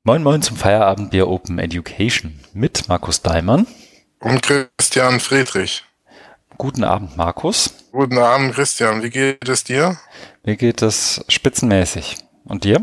Moin Moin zum Feierabendbier Open Education mit Markus Daimann und Christian Friedrich. Guten Abend, Markus. Guten Abend, Christian. Wie geht es dir? Mir geht es spitzenmäßig. Und dir?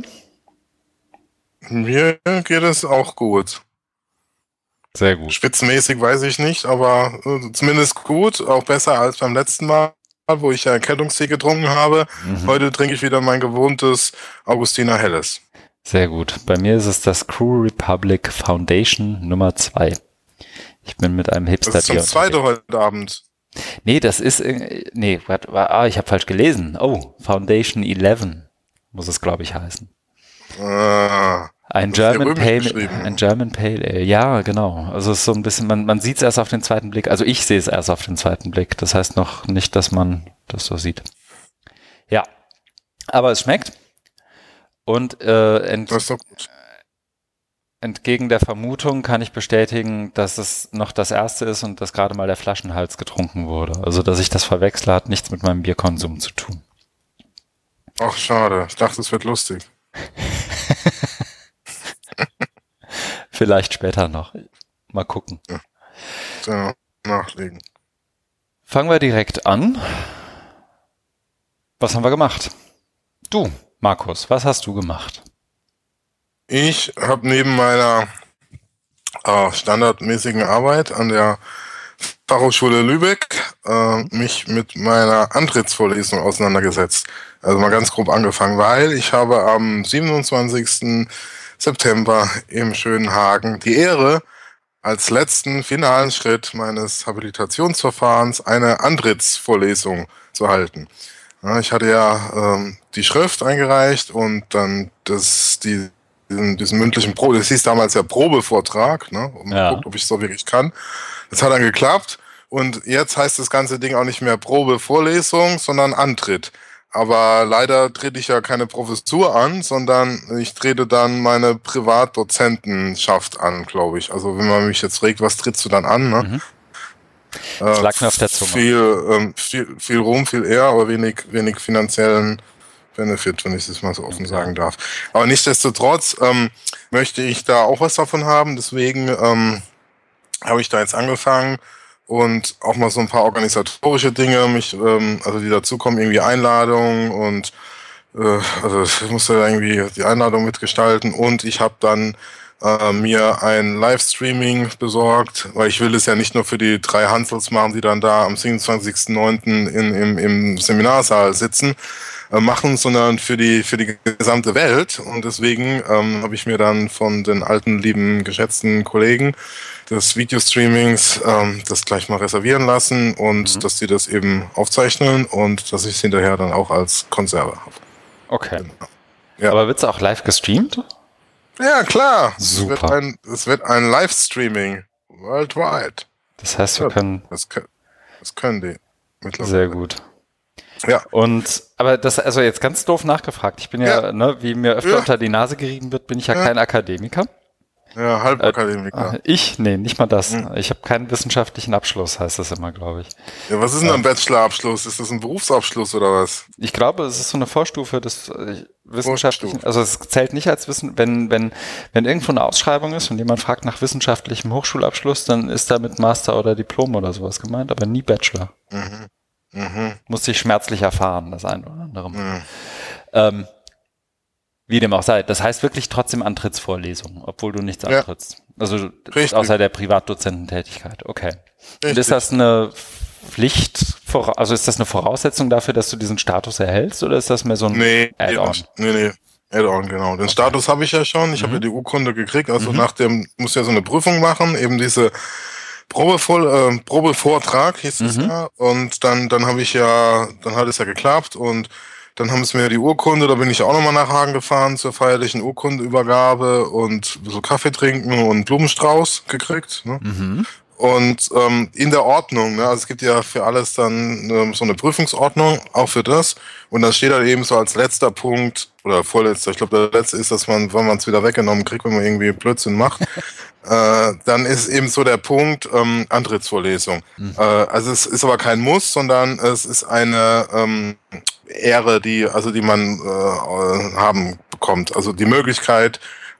Mir geht es auch gut. Sehr gut. Spitzenmäßig weiß ich nicht, aber zumindest gut. Auch besser als beim letzten Mal, wo ich ja Erkältungstee getrunken habe. Heute trinke ich wieder mein gewohntes Augustiner Helles. Sehr gut. Bei mir ist es das Crew Republic Foundation Nummer 2. Ich bin mit einem Hipster. Das ist das zweite heute Abend. Nee, das ist, ich habe falsch gelesen. Oh, Foundation 11 muss es, glaube ich, heißen. Ein German Pale Ale. Ja, genau. Also es ist so ein bisschen, man sieht es erst auf den zweiten Blick. Also ich sehe es erst auf den zweiten Blick. Das heißt noch nicht, dass man das so sieht. Ja, aber es schmeckt. Und das ist doch gut. Entgegen der Vermutung kann ich bestätigen, dass es noch das erste ist und dass gerade mal der Flaschenhals getrunken wurde. Also, dass ich das verwechsle, hat nichts mit meinem Bierkonsum zu tun. Ach, schade. Ich dachte, es wird lustig. Vielleicht später noch. Mal gucken. Ja, nachlegen. Fangen wir direkt an. Was haben wir gemacht? Du, Markus, was hast du gemacht? Ich habe neben meiner standardmäßigen Arbeit an der Fachhochschule Lübeck mich mit meiner Antrittsvorlesung auseinandergesetzt. Also mal ganz grob angefangen, weil ich habe am 27. September im schönen Hagen die Ehre, als letzten finalen Schritt meines Habilitationsverfahrens eine Antrittsvorlesung zu halten. Ja, ich hatte ja die Schrift eingereicht und dann diesen mündlichen das hieß damals ja Probevortrag, ne? Und man guckt, ob ich es so wirklich kann. Das hat dann geklappt und jetzt heißt das ganze Ding auch nicht mehr Probevorlesung, sondern Antritt. Aber leider trete ich ja keine Professur an, sondern ich trete dann meine Privatdozentenschaft an, glaube ich. Also wenn man mich jetzt fragt, was trittst du dann an, ne? Das lag mir auf der Zunge. Viel Ruhm, viel Ehr, aber wenig finanziellen Benefit, wenn ich das mal so offen sagen darf. Aber nichtsdestotrotz möchte ich da auch was davon haben. Deswegen habe ich da jetzt angefangen und auch mal so ein paar organisatorische Dinge, also die dazukommen, irgendwie Einladungen und also ich musste irgendwie die Einladung mitgestalten und ich habe dann mir ein Livestreaming besorgt, weil ich will es ja nicht nur für die 3 Hansels machen, die dann da am 27.09. im Seminarsaal sitzen, machen, sondern für die gesamte Welt. Und deswegen habe ich mir dann von den alten, lieben, geschätzten Kollegen des Videostreamings das gleich mal reservieren lassen und dass die das eben aufzeichnen und dass ich es hinterher dann auch als Konserve habe. Okay. Genau. Ja. Aber wird es auch live gestreamt? Ja, klar. Super. Es wird ein Livestreaming worldwide. Das heißt, wir können... Das können die mittlerweile. Sehr gut. Ja. Aber das, also jetzt ganz doof nachgefragt. Ich bin wie mir öfter unter die Nase gerieben wird, bin ich ja kein Akademiker. Ja, Halbakademiker. Nee, nicht mal das. Ich habe keinen wissenschaftlichen Abschluss, heißt das immer, glaube ich. Ja, was ist denn ein Bachelorabschluss? Ist das ein Berufsabschluss oder was? Ich glaube, es ist so eine Vorstufe des wissenschaftlichen, also es zählt nicht als Wissen, wenn irgendwo eine Ausschreibung ist und jemand fragt nach wissenschaftlichem Hochschulabschluss, dann ist da mit Master oder Diplom oder sowas gemeint, aber nie Bachelor. Musste ich schmerzlich erfahren, das ein oder andere. Wie dem auch sei. Das heißt wirklich trotzdem Antrittsvorlesungen, obwohl du nichts antrittst. Also Richtig. Außer der Privatdozententätigkeit. Okay. Richtig. Und ist das eine Pflicht, also ist das eine Voraussetzung dafür, dass du diesen Status erhältst oder ist das mehr so ein Add-on? Nee. Add-on, genau. Den Status habe ich ja schon. Ich habe ja die Urkunde gekriegt. Also muss ja so eine Prüfung machen, eben diese Probevortrag hieß es ja. Und dann hat es ja geklappt und dann haben sie mir die Urkunde, da bin ich auch nochmal nach Hagen gefahren zur feierlichen Urkundenübergabe und so Kaffee trinken und Blumenstrauß gekriegt. Ne? Und in der Ordnung, ne? Also es gibt ja für alles dann so eine Prüfungsordnung, auch für das. Und dann steht da eben so als letzter Punkt, oder vorletzter, ich glaube der letzte ist, dass wenn man es wieder weggenommen kriegt, wenn man irgendwie Blödsinn macht, dann ist eben so der Punkt Antrittsvorlesung. Also es ist aber kein Muss, sondern es ist eine Ehre, die man haben bekommt. Also die Möglichkeit,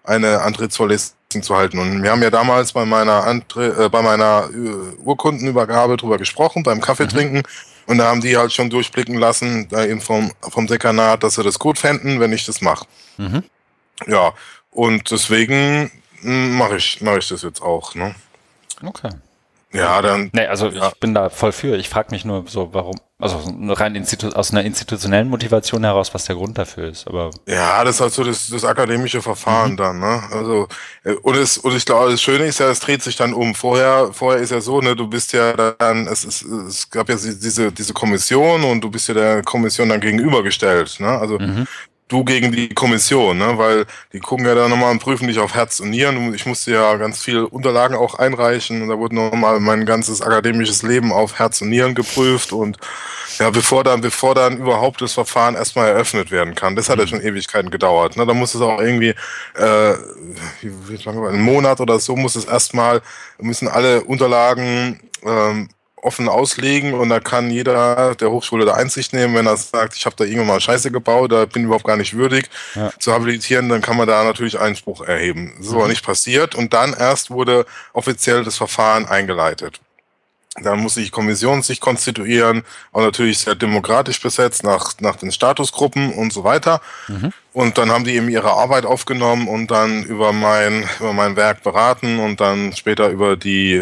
eine Antrittsvorlesung zu halten. Und wir haben ja damals bei meiner Urkundenübergabe drüber gesprochen, beim Kaffeetrinken. Und da haben die halt schon durchblicken lassen, da eben vom Dekanat, dass sie das gut fänden, wenn ich das mache. Ja, und deswegen mache ich das jetzt auch. Ne? Okay. Ja, dann. Nee, also ich bin da voll für. Ich frage mich nur so, warum, also rein aus einer institutionellen Motivation heraus, was der Grund dafür ist. Aber ja, das ist halt so das akademische Verfahren dann, ne? Also und ich glaube, das Schöne ist ja, es dreht sich dann um. Vorher ist ja so, ne, du bist ja dann, es gab ja diese Kommission und du bist ja der Kommission dann gegenübergestellt, ne? Also du gegen die Kommission, ne? Weil die gucken ja dann nochmal und prüfen dich auf Herz und Nieren. Ich musste ja ganz viel Unterlagen auch einreichen und da wurde nochmal mein ganzes akademisches Leben auf Herz und Nieren geprüft und ja, bevor dann überhaupt das Verfahren erstmal eröffnet werden kann. Das hat ja schon Ewigkeiten gedauert. Ne? Da muss es auch irgendwie wie lange, einen Monat oder so müssen alle Unterlagen offen auslegen und da kann jeder der Hochschule da Einsicht nehmen, wenn er sagt, ich habe da irgendwann mal Scheiße gebaut, da bin ich überhaupt gar nicht würdig zu habilitieren, dann kann man da natürlich Einspruch erheben. Das ist aber nicht passiert und dann erst wurde offiziell das Verfahren eingeleitet. Dann muss die Kommission sich konstituieren, auch natürlich sehr demokratisch besetzt, nach den Statusgruppen und so weiter. Und dann haben die eben ihre Arbeit aufgenommen und dann über mein Werk beraten und dann später über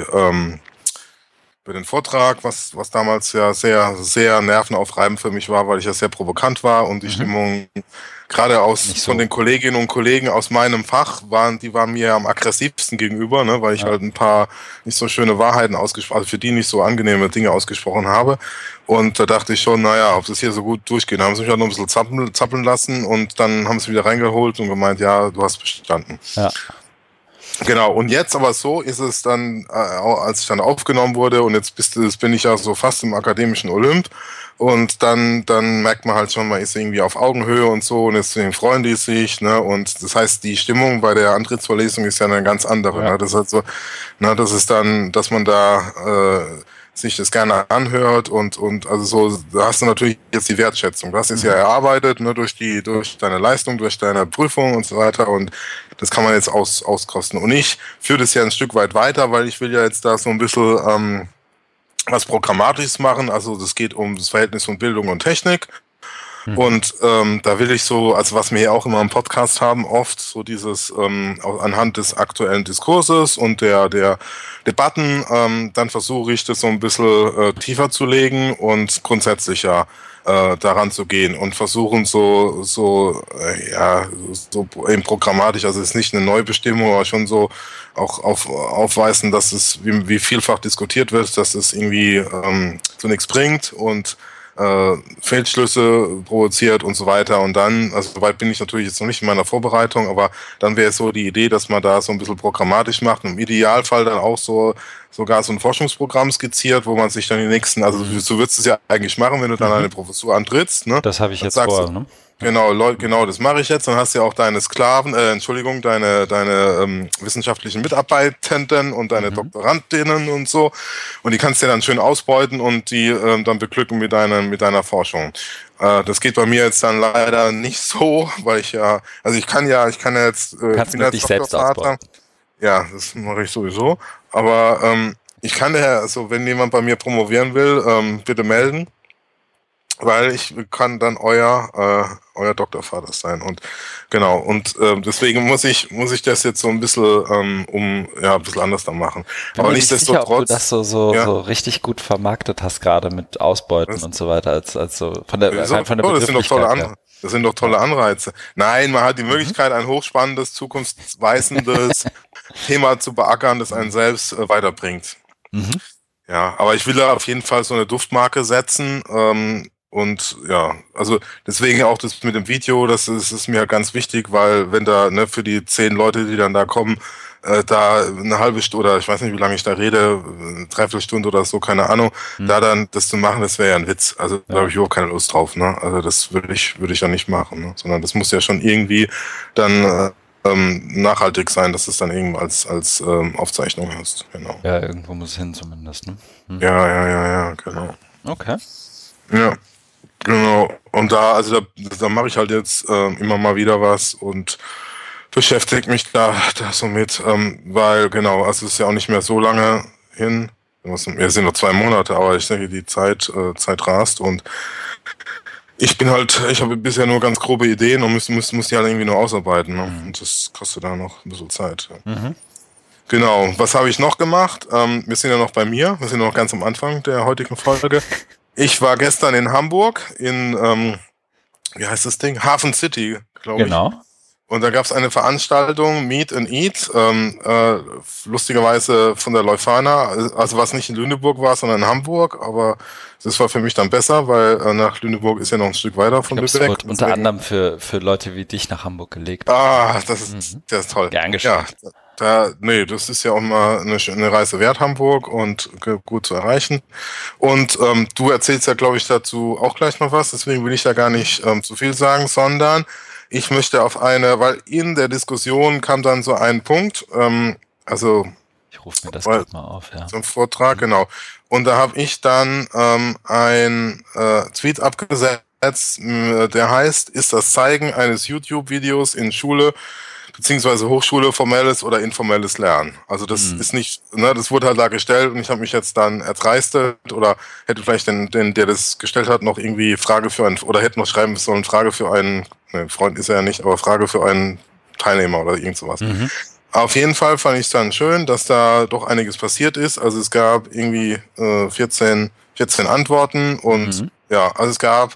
den Vortrag, was damals ja sehr, sehr nervenaufreibend für mich war, weil ich ja sehr provokant war und die Stimmung gerade von den Kolleginnen und Kollegen aus meinem Fach waren mir am aggressivsten gegenüber, ne, weil ich halt ein paar nicht so schöne Wahrheiten also für die nicht so angenehme Dinge ausgesprochen habe. Und da dachte ich schon, naja, ob das hier so gut durchgeht. Da haben sie mich halt noch ein bisschen zappeln lassen und dann haben sie wieder reingeholt und gemeint, ja, du hast bestanden. Ja. Genau, und jetzt aber so ist es dann, als ich dann aufgenommen wurde und jetzt bin ich ja so fast im akademischen Olymp und dann merkt man halt schon, man ist irgendwie auf Augenhöhe und so und deswegen freuen die sich, ne, und das heißt, die Stimmung bei der Antrittsvorlesung ist ja eine ganz andere, ne, das ist halt so, ne, das ist dann, dass man da sich das gerne anhört und also so, da hast du natürlich jetzt die Wertschätzung. Du hast es ja erarbeitet, ne, durch deine Leistung, durch deine Prüfung und so weiter und das kann man jetzt auskosten. Und ich führe das ja ein Stück weit weiter, weil ich will ja jetzt da so ein bisschen was Programmatisches machen. Also das geht um das Verhältnis von Bildung und Technik. Und da will ich so, also was wir hier auch immer im Podcast haben, oft so dieses anhand des aktuellen Diskurses und der Debatten, dann versuche ich das so ein bisschen tiefer zu legen und grundsätzlicher daran zu gehen und versuchen so eben programmatisch, also es ist nicht eine Neubestimmung, aber schon so auch aufweisen, dass es, wie vielfach diskutiert wird, dass es irgendwie zu nichts bringt und Fehlschlüsse provoziert und so weiter. Und dann, also soweit bin ich natürlich jetzt noch nicht in meiner Vorbereitung, aber dann wäre es so die Idee, dass man da so ein bisschen programmatisch macht und im Idealfall dann auch sogar so ein Forschungsprogramm skizziert, wo man sich dann die nächsten, also so würdest du es ja eigentlich machen, wenn du dann eine Professur antrittst. Ne? Das habe ich jetzt vor, ne? Genau, das mache ich jetzt. Dann hast du ja auch deine Sklaven, deine wissenschaftlichen Mitarbeitenden und deine Doktorandinnen und so. Und die kannst du ja dann schön ausbeuten und die dann beglücken mit deiner Forschung. Das geht bei mir jetzt dann leider nicht so, weil ich kann jetzt kannst du dich selbst ausbeuten. Ja, das mache ich sowieso. Aber ich kann also wenn jemand bei mir promovieren will, bitte melden. Weil ich kann dann euer Doktorvater sein und genau und deswegen muss ich das jetzt so ein bisschen ein bisschen anders dann machen. Aber nichtsdestotrotz, ob du das so richtig gut vermarktet hast gerade mit Ausbeuten und so weiter als so von der Begrifflichkeit her. Das sind doch tolle Anreize. Nein, man hat die Möglichkeit, ein hochspannendes, zukunftsweisendes Thema zu beackern, das einen selbst weiterbringt. Ja, aber ich will da auf jeden Fall so eine Duftmarke setzen. Und ja, also deswegen auch das mit dem Video, das ist mir ganz wichtig, weil wenn da für die 10 Leute, die dann da kommen, da eine halbe Stunde oder ich weiß nicht, wie lange ich da rede, 3/4 oder so, keine Ahnung, da dann das zu machen, das wäre ja ein Witz. Also da habe ich überhaupt keine Lust drauf. Ne? Also das würde ich ja nicht machen, ne? Sondern das muss ja schon irgendwie dann nachhaltig sein, dass es dann eben als Aufzeichnung hast. Genau. Ja, irgendwo muss es hin zumindest. Ne? Ja, genau. Okay. Ja. Genau, und da mache ich halt jetzt immer mal wieder was und beschäftige mich da so mit, weil genau, also es ist ja auch nicht mehr so lange hin. Es sind noch 2 Monate, aber ich denke, die Zeit rast und ich habe bisher nur ganz grobe Ideen und muss die halt irgendwie nur ausarbeiten. Ne? Und das kostet da noch ein bisschen Zeit. Ja. Genau, was habe ich noch gemacht? Wir sind ja noch bei mir, wir sind noch ganz am Anfang der heutigen Folge. Ich war gestern in Hamburg, wie heißt das Ding? Hafen City, glaube ich. Genau. Und da gab es eine Veranstaltung, Meet and Eat, lustigerweise von der Leuphana, also was nicht in Lüneburg war, sondern in Hamburg, aber das war für mich dann besser, weil nach Lüneburg ist ja noch ein Stück weiter von Lübeck. Es wird unter anderem für Leute wie dich nach Hamburg gelegt. Das ist toll. Gern geschehen. Ja, das ist ja auch mal eine Reise wert, Hamburg, und gut zu erreichen. Und du erzählst ja, glaube ich, dazu auch gleich noch was, deswegen will ich da gar nicht zu viel sagen, sondern ich möchte weil in der Diskussion kam dann so ein Punkt, ich rufe mir das gerade mal auf, ja. Zum Vortrag, genau. Und da habe ich dann ein Tweet abgesetzt, der heißt, ist das Zeigen eines YouTube-Videos in Schule beziehungsweise Hochschule formelles oder informelles Lernen. Also das ist nicht, das wurde halt da gestellt und ich habe mich jetzt dann erdreistet oder hätte vielleicht den, der das gestellt hat, noch irgendwie hätte noch schreiben sollen, Frage für einen, Freund ist er ja nicht, aber Frage für einen Teilnehmer oder irgend sowas. Auf jeden Fall fand ich es dann schön, dass da doch einiges passiert ist. Also es gab irgendwie 14 Antworten und also es gab,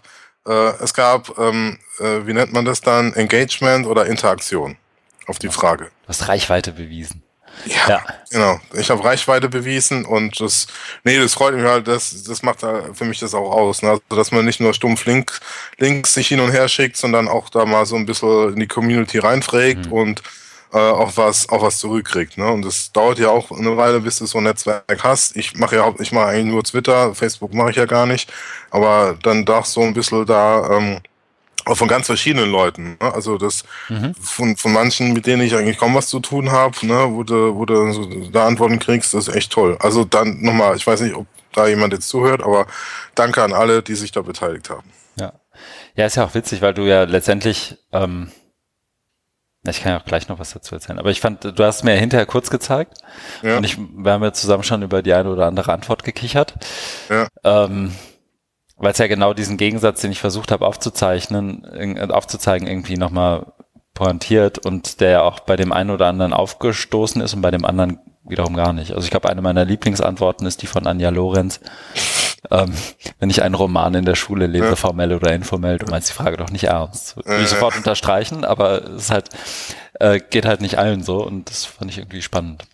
wie nennt man das dann, Engagement oder Interaktion auf die Frage. Du hast Reichweite bewiesen. Ja, genau. Ich habe Reichweite bewiesen und das freut mich halt, das macht für mich das auch aus. Ne? Also, dass man nicht nur stumpf Links sich hin und her schickt, sondern auch da mal so ein bisschen in die Community reinfragt und auch was zurückkriegt. Ne? Und das dauert ja auch eine Weile, bis du so ein Netzwerk hast. Ich mache eigentlich nur Twitter, Facebook mache ich ja gar nicht, aber dann darf so ein bisschen da auch von ganz verschiedenen Leuten. Ne? Also das von manchen, mit denen ich eigentlich kaum was zu tun habe, ne? wo du so da Antworten kriegst, das ist echt toll. Also dann nochmal, ich weiß nicht, ob da jemand jetzt zuhört, aber danke an alle, die sich da beteiligt haben. Ja, ist ja auch witzig, weil du ja letztendlich, ich kann ja auch gleich noch was dazu erzählen, aber ich fand, du hast mir ja hinterher kurz gezeigt und wir haben ja zusammen schon über die eine oder andere Antwort gekichert. Ja. Weil es ja genau diesen Gegensatz, den ich versucht habe aufzuzeigen, irgendwie nochmal pointiert und der ja auch bei dem einen oder anderen aufgestoßen ist und bei dem anderen wiederum gar nicht. Also ich glaube, eine meiner Lieblingsantworten ist die von Anja Lorenz. Wenn ich einen Roman in der Schule lese, formell oder informell, du meinst die Frage doch nicht ernst. Will ich sofort unterstreichen, aber es ist halt, geht halt nicht allen so und das fand ich irgendwie spannend.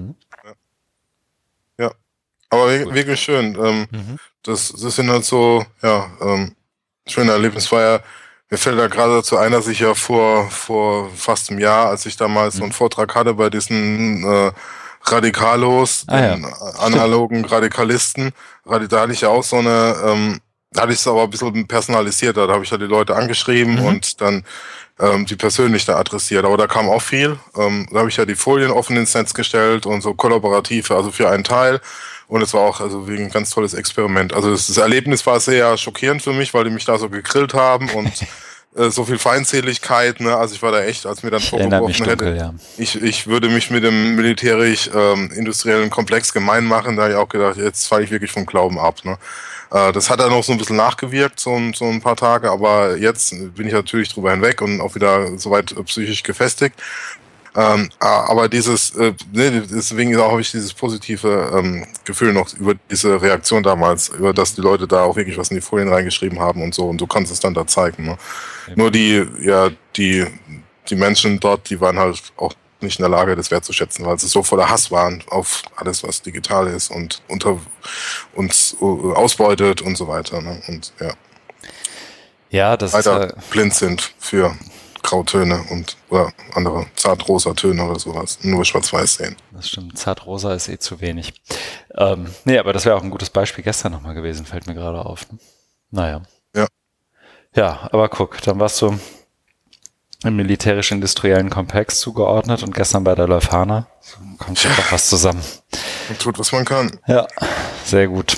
Ja, aber wirklich schön. Das sind halt so, schöne Erlebnisfeier. Mir fällt da gerade dazu ein, dass ich ja vor fast einem Jahr, als ich damals so einen Vortrag hatte bei diesen Radikalos, den analogen Radikalisten, da hatte ich ja auch so eine, da hatte ich es aber ein bisschen personalisierter, da habe ich ja die Leute angeschrieben und dann die persönlich da adressiert, aber da kam auch viel. Da habe ich ja die Folien offen ins Netz gestellt und so kollaborative, also für einen Teil. Und es war auch wegen ein ganz tolles Experiment. Also das Erlebnis war sehr schockierend für mich, weil die mich da so gegrillt haben und so viel Feindseligkeit. Ne? Also ich war da echt, als mir dann vorgeworfen hätte, ich würde mich mit dem militärisch-industriellen Komplex gemein machen. Da habe ich auch gedacht, jetzt falle ich wirklich vom Glauben ab. Ne? Das hat dann noch so ein bisschen nachgewirkt, so ein paar Tage. Aber jetzt bin ich natürlich drüber hinweg und auch wieder soweit psychisch gefestigt. Aber deswegen habe ich dieses positive Gefühl noch über diese Reaktion damals, über dass die Leute da auch wirklich was in die Folien reingeschrieben haben und so, und du kannst es dann da zeigen. Ne? Nur die Menschen dort, die waren halt auch nicht in der Lage, das wertzuschätzen, weil sie so voller Hass waren auf alles, was digital ist und unter uns ausbeutet und so weiter. Ne? Und das weiter blind sind für Grautöne oder andere zartrosa Töne oder sowas. Nur schwarz-weiß sehen. Das stimmt. Zartrosa ist zu wenig. Aber das wäre auch ein gutes Beispiel gestern nochmal gewesen, fällt mir gerade auf. Ne? Naja. Ja, aber guck, dann warst du im militärisch-industriellen Komplex zugeordnet und gestern bei der Leuphana. Kommt ja doch was zusammen. Man tut, was man kann. Ja, sehr gut.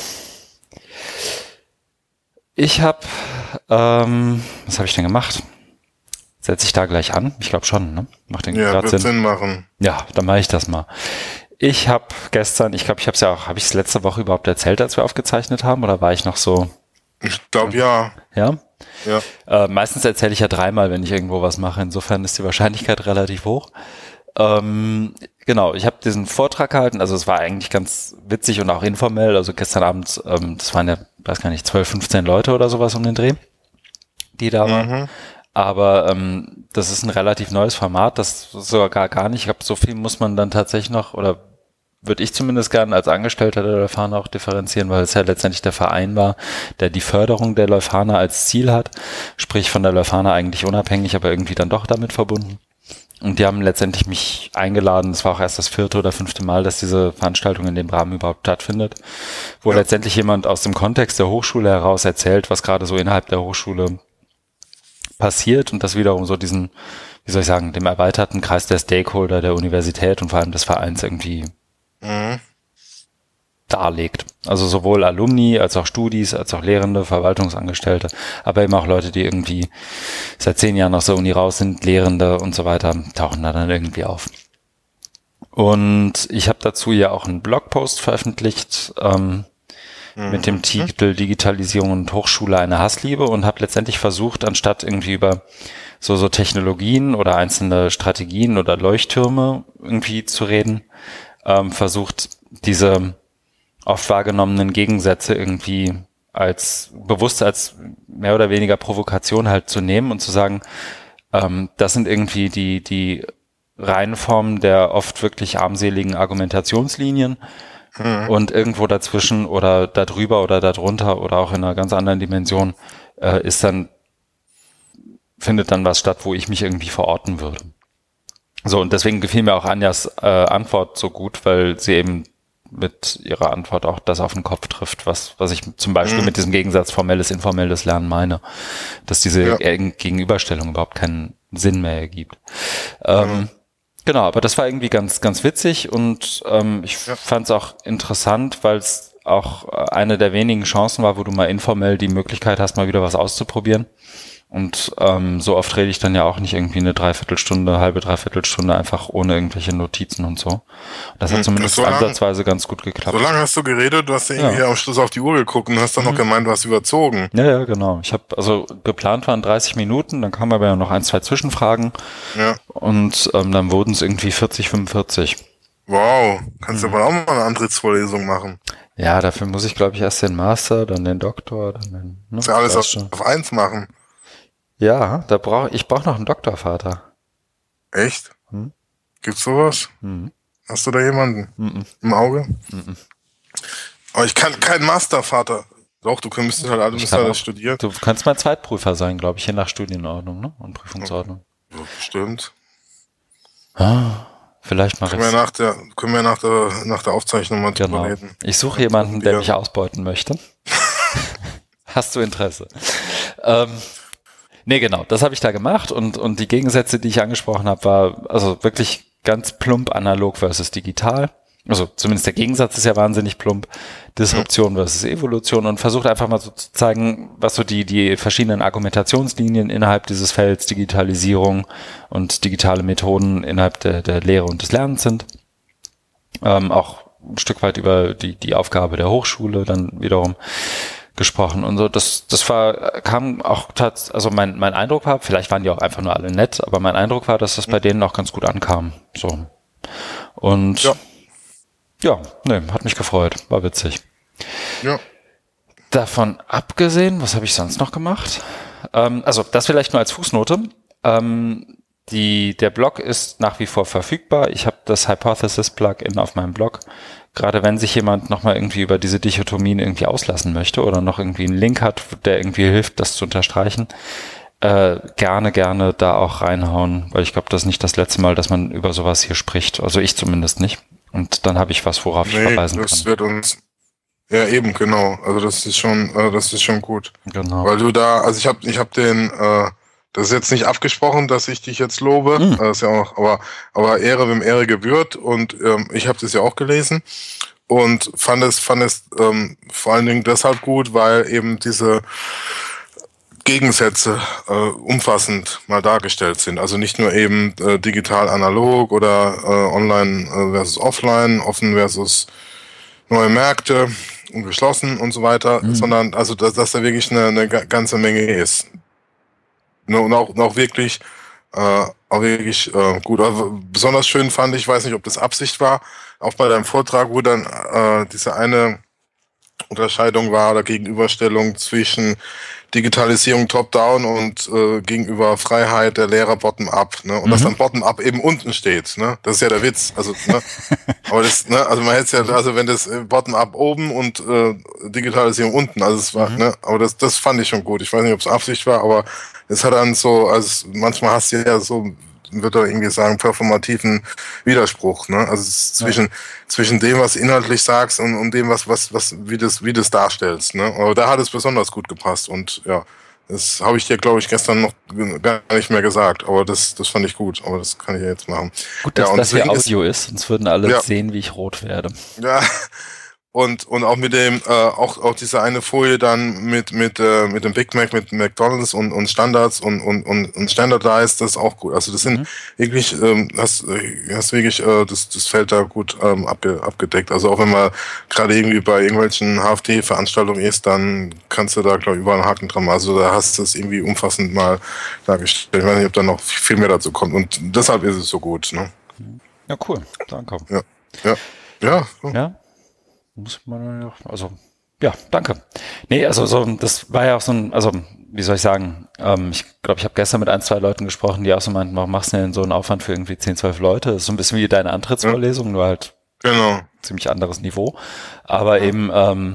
Ich habe, was habe ich denn gemacht? Setze ich da gleich an? Ich glaube schon, ne? Macht den Ja, wird Sinn machen. Ja, dann mache ich das mal. Ich habe gestern, ich glaube, ich habe es ja auch, habe ich es letzte Woche überhaupt erzählt, als wir aufgezeichnet haben, oder war ich noch so? Ich glaube, ja. Ja? Ja. Meistens erzähle ich ja 3-mal, wenn ich irgendwo was mache. Insofern ist die Wahrscheinlichkeit relativ hoch. Genau, ich habe diesen Vortrag gehalten, also es war eigentlich ganz witzig und auch informell. Also gestern Abend, das waren ja, weiß gar nicht, 12, 15 Leute oder sowas um den Dreh, die da waren. Aber das ist ein relativ neues Format, das sogar gar nicht. Ich glaube, so viel muss man dann tatsächlich noch, oder würde ich zumindest gerne als Angestellter der Leuphana auch differenzieren, weil es ja letztendlich der Verein war, der die Förderung der Leuphana als Ziel hat, sprich von der Leuphana eigentlich unabhängig, aber irgendwie dann doch damit verbunden. Und die haben letztendlich mich eingeladen, es war auch erst das 4. oder 5. Mal, dass diese Veranstaltung in dem Rahmen überhaupt stattfindet, wo letztendlich jemand aus dem Kontext der Hochschule heraus erzählt, was gerade so innerhalb der Hochschule passiert und das wiederum so diesen, wie soll ich sagen, dem erweiterten Kreis der Stakeholder der Universität und vor allem des Vereins irgendwie darlegt. Also sowohl Alumni als auch Studis, als auch Lehrende, Verwaltungsangestellte, aber eben auch Leute, die irgendwie seit 10 Jahren aus der Uni raus sind, Lehrende und so weiter, tauchen da dann irgendwie auf. Und ich habe dazu ja auch einen Blogpost veröffentlicht mit dem Titel Digitalisierung und Hochschule eine Hassliebe und habe letztendlich versucht, anstatt irgendwie über so Technologien oder einzelne Strategien oder Leuchttürme irgendwie zu reden, versucht, diese oft wahrgenommenen Gegensätze irgendwie bewusst als mehr oder weniger Provokation halt zu nehmen und zu sagen, das sind irgendwie die reinen Formen der oft wirklich armseligen Argumentationslinien und irgendwo dazwischen oder darüber oder darunter oder auch in einer ganz anderen Dimension findet dann was statt, wo ich mich irgendwie verorten würde. So, und deswegen gefiel mir auch Anjas Antwort so gut, weil sie eben mit ihrer Antwort auch das auf den Kopf trifft, was ich zum Beispiel mit diesem Gegensatz formelles, informelles Lernen meine, dass diese Gegenüberstellung überhaupt keinen Sinn mehr ergibt. Genau, aber das war irgendwie ganz, ganz witzig und ich fand es auch interessant, weil es auch eine der wenigen Chancen war, wo du mal informell die Möglichkeit hast, mal wieder was auszuprobieren. Und so oft rede ich dann ja auch nicht irgendwie eine halbe Dreiviertelstunde einfach ohne irgendwelche Notizen und so. Das hat zumindest ansatzweise ganz gut geklappt. So lange hast du geredet, du hast ja irgendwie am Schluss auf die Uhr geguckt und hast dann noch gemeint, du hast überzogen. Ja, genau. Ich habe, also geplant waren 30 Minuten, dann kamen aber ja noch 1, 2 Zwischenfragen und dann wurden es irgendwie 40, 45. Wow, kannst du aber auch mal eine Antrittsvorlesung machen. Ja, dafür muss ich, glaube ich, erst den Master, dann den Doktor, dann den... Kannst du alles auf 1 machen. Ja, ich brauche noch einen Doktorvater. Echt? Gibt's sowas? Hast du da jemanden im Auge? Aber ich kann keinen Mastervater. Doch, du müsstest halt alles studieren. Du kannst mal Zweitprüfer sein, glaube ich, je nach Studienordnung, ne? Und Prüfungsordnung. Ja, bestimmt. Vielleicht mache ich Können wir nach der Aufzeichnung mal drüber reden. Ich suche jemanden, der mich ausbeuten möchte. Hast du Interesse? Nee, genau, das habe ich da gemacht und die Gegensätze, die ich angesprochen habe, war also wirklich ganz plump analog versus digital. Also zumindest der Gegensatz ist ja wahnsinnig plump. Disruption versus Evolution und versucht einfach mal so zu zeigen, was so die verschiedenen Argumentationslinien innerhalb dieses Felds Digitalisierung und digitale Methoden innerhalb der Lehre und des Lernens sind. Auch ein Stück weit über die Aufgabe der Hochschule dann wiederum gesprochen und so. Also mein Eindruck war, vielleicht waren die auch einfach nur alle nett, aber mein Eindruck war, dass das bei denen auch ganz gut ankam. So. Und hat mich gefreut. War witzig. Ja. Davon abgesehen, was habe ich sonst noch gemacht? Also das vielleicht nur als Fußnote. Der Blog ist nach wie vor verfügbar. Ich habe das Hypothesis-Plugin auf meinem Blog. Gerade wenn sich jemand nochmal irgendwie über diese Dichotomien irgendwie auslassen möchte oder noch irgendwie einen Link hat, der irgendwie hilft, das zu unterstreichen, gerne da auch reinhauen, weil ich glaube, das ist nicht das letzte Mal, dass man über sowas hier spricht. Also ich zumindest nicht. Und dann habe ich was, worauf ich verweisen kann. Das wird uns... Ja, eben, genau. Also das ist schon gut. Genau. Weil du da... Also ich hab den... Das ist jetzt nicht abgesprochen, dass ich dich jetzt lobe. Das ist ja auch, aber Ehre, wem Ehre gebührt. Und ich habe das ja auch gelesen und fand es vor allen Dingen deshalb gut, weil eben Gegensätze umfassend mal dargestellt sind. Also nicht nur eben digital analog oder online versus offline, offen versus neue Märkte und geschlossen und so weiter, sondern also dass da wirklich eine ganze Menge ist. Und auch wirklich gut. Also besonders schön fand ich, weiß nicht, ob das Absicht war, auch bei deinem Vortrag, wo dann diese eine Unterscheidung war oder Gegenüberstellung zwischen Digitalisierung top-down und gegenüber Freiheit der Lehrer bottom-up, ne? Und dass dann bottom-up eben unten steht, ne? Das ist ja der Witz. Also, ne? Aber das, ne, also man hätte es ja, also wenn das bottom-up oben und Digitalisierung unten, also es war, ne, aber das fand ich schon gut. Ich weiß nicht, ob es Absicht war, aber es hat dann so, also manchmal hast du ja so, würde er irgendwie sagen, performativen Widerspruch, ne? Also zwischen dem, was inhaltlich sagst und dem, wie das darstellst, ne? Aber da hat es besonders gut gepasst und ja, das habe ich dir, glaube ich, gestern noch gar nicht mehr gesagt, aber das fand ich gut, aber das kann ich ja jetzt machen. Gut, dass das hier Audio ist, sonst würden alle sehen, wie ich rot werde. Ja. Und auch mit dem, auch diese eine Folie dann mit dem Big Mac, mit McDonald's und Standards und Standardized, das ist auch gut. Also das sind wirklich, hast wirklich das Feld da gut abgedeckt. Also auch wenn man gerade irgendwie bei irgendwelchen HFT-Veranstaltungen ist, dann kannst du da, glaube ich, überall einen Haken dran machen. Also da hast du es irgendwie umfassend mal dargestellt. Ich weiß nicht, ob da noch viel mehr dazu kommt. Und deshalb ist es so gut. Ne? Ja, cool. Danke. Ja. Muss man noch, also, ja, danke. Nee, also so, das war ja auch so ein, also, wie soll ich sagen, ich glaube, ich habe gestern mit 1, 2 Leuten gesprochen, die auch so meinten, warum machst du denn so einen Aufwand für irgendwie 10, 12 Leute? Das ist so ein bisschen wie deine Antrittsvorlesung, nur halt ziemlich anderes Niveau. Aber eben,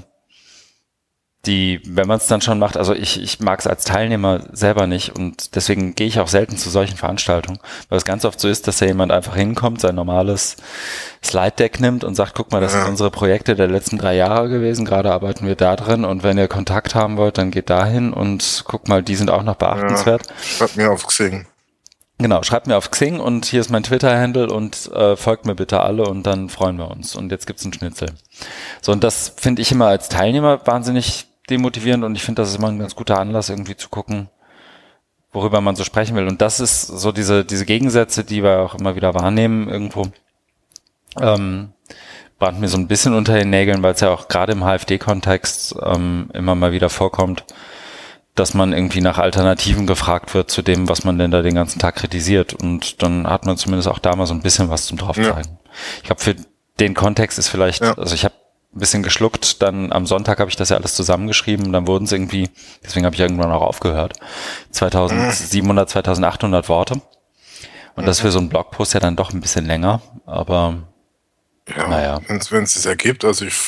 wenn man es dann schon macht, also ich mag es als Teilnehmer selber nicht und deswegen gehe ich auch selten zu solchen Veranstaltungen, weil es ganz oft so ist, dass da jemand einfach hinkommt, sein normales Slide-Deck nimmt und sagt, guck mal, das sind unsere Projekte der letzten 3 Jahre gewesen, gerade arbeiten wir da drin und wenn ihr Kontakt haben wollt, dann geht dahin und guck mal, die sind auch noch beachtenswert. Schreibt mir auf Xing. Genau, schreibt mir auf Xing und hier ist mein Twitter-Handle und folgt mir bitte alle und dann freuen wir uns und jetzt gibt's einen Schnitzel. So, und das finde ich immer als Teilnehmer wahnsinnig demotivierend und ich finde, das ist immer ein ganz guter Anlass, irgendwie zu gucken, worüber man so sprechen will. Und das ist so diese Gegensätze, die wir auch immer wieder wahrnehmen irgendwo, brannt mir so ein bisschen unter den Nägeln, weil es ja auch gerade im HFD-Kontext immer mal wieder vorkommt, dass man irgendwie nach Alternativen gefragt wird zu dem, was man denn da den ganzen Tag kritisiert. Und dann hat man zumindest auch da mal so ein bisschen was zum draufzeigen. Ja. Ich glaube, für den Kontext ist vielleicht, also ich habe ein bisschen geschluckt, dann am Sonntag habe ich das ja alles zusammengeschrieben, dann wurden es irgendwie, deswegen habe ich irgendwann auch aufgehört, 2700, 2800 Worte. Und das für so einen Blogpost ja dann doch ein bisschen länger, aber naja. Wenn es ergibt, also ich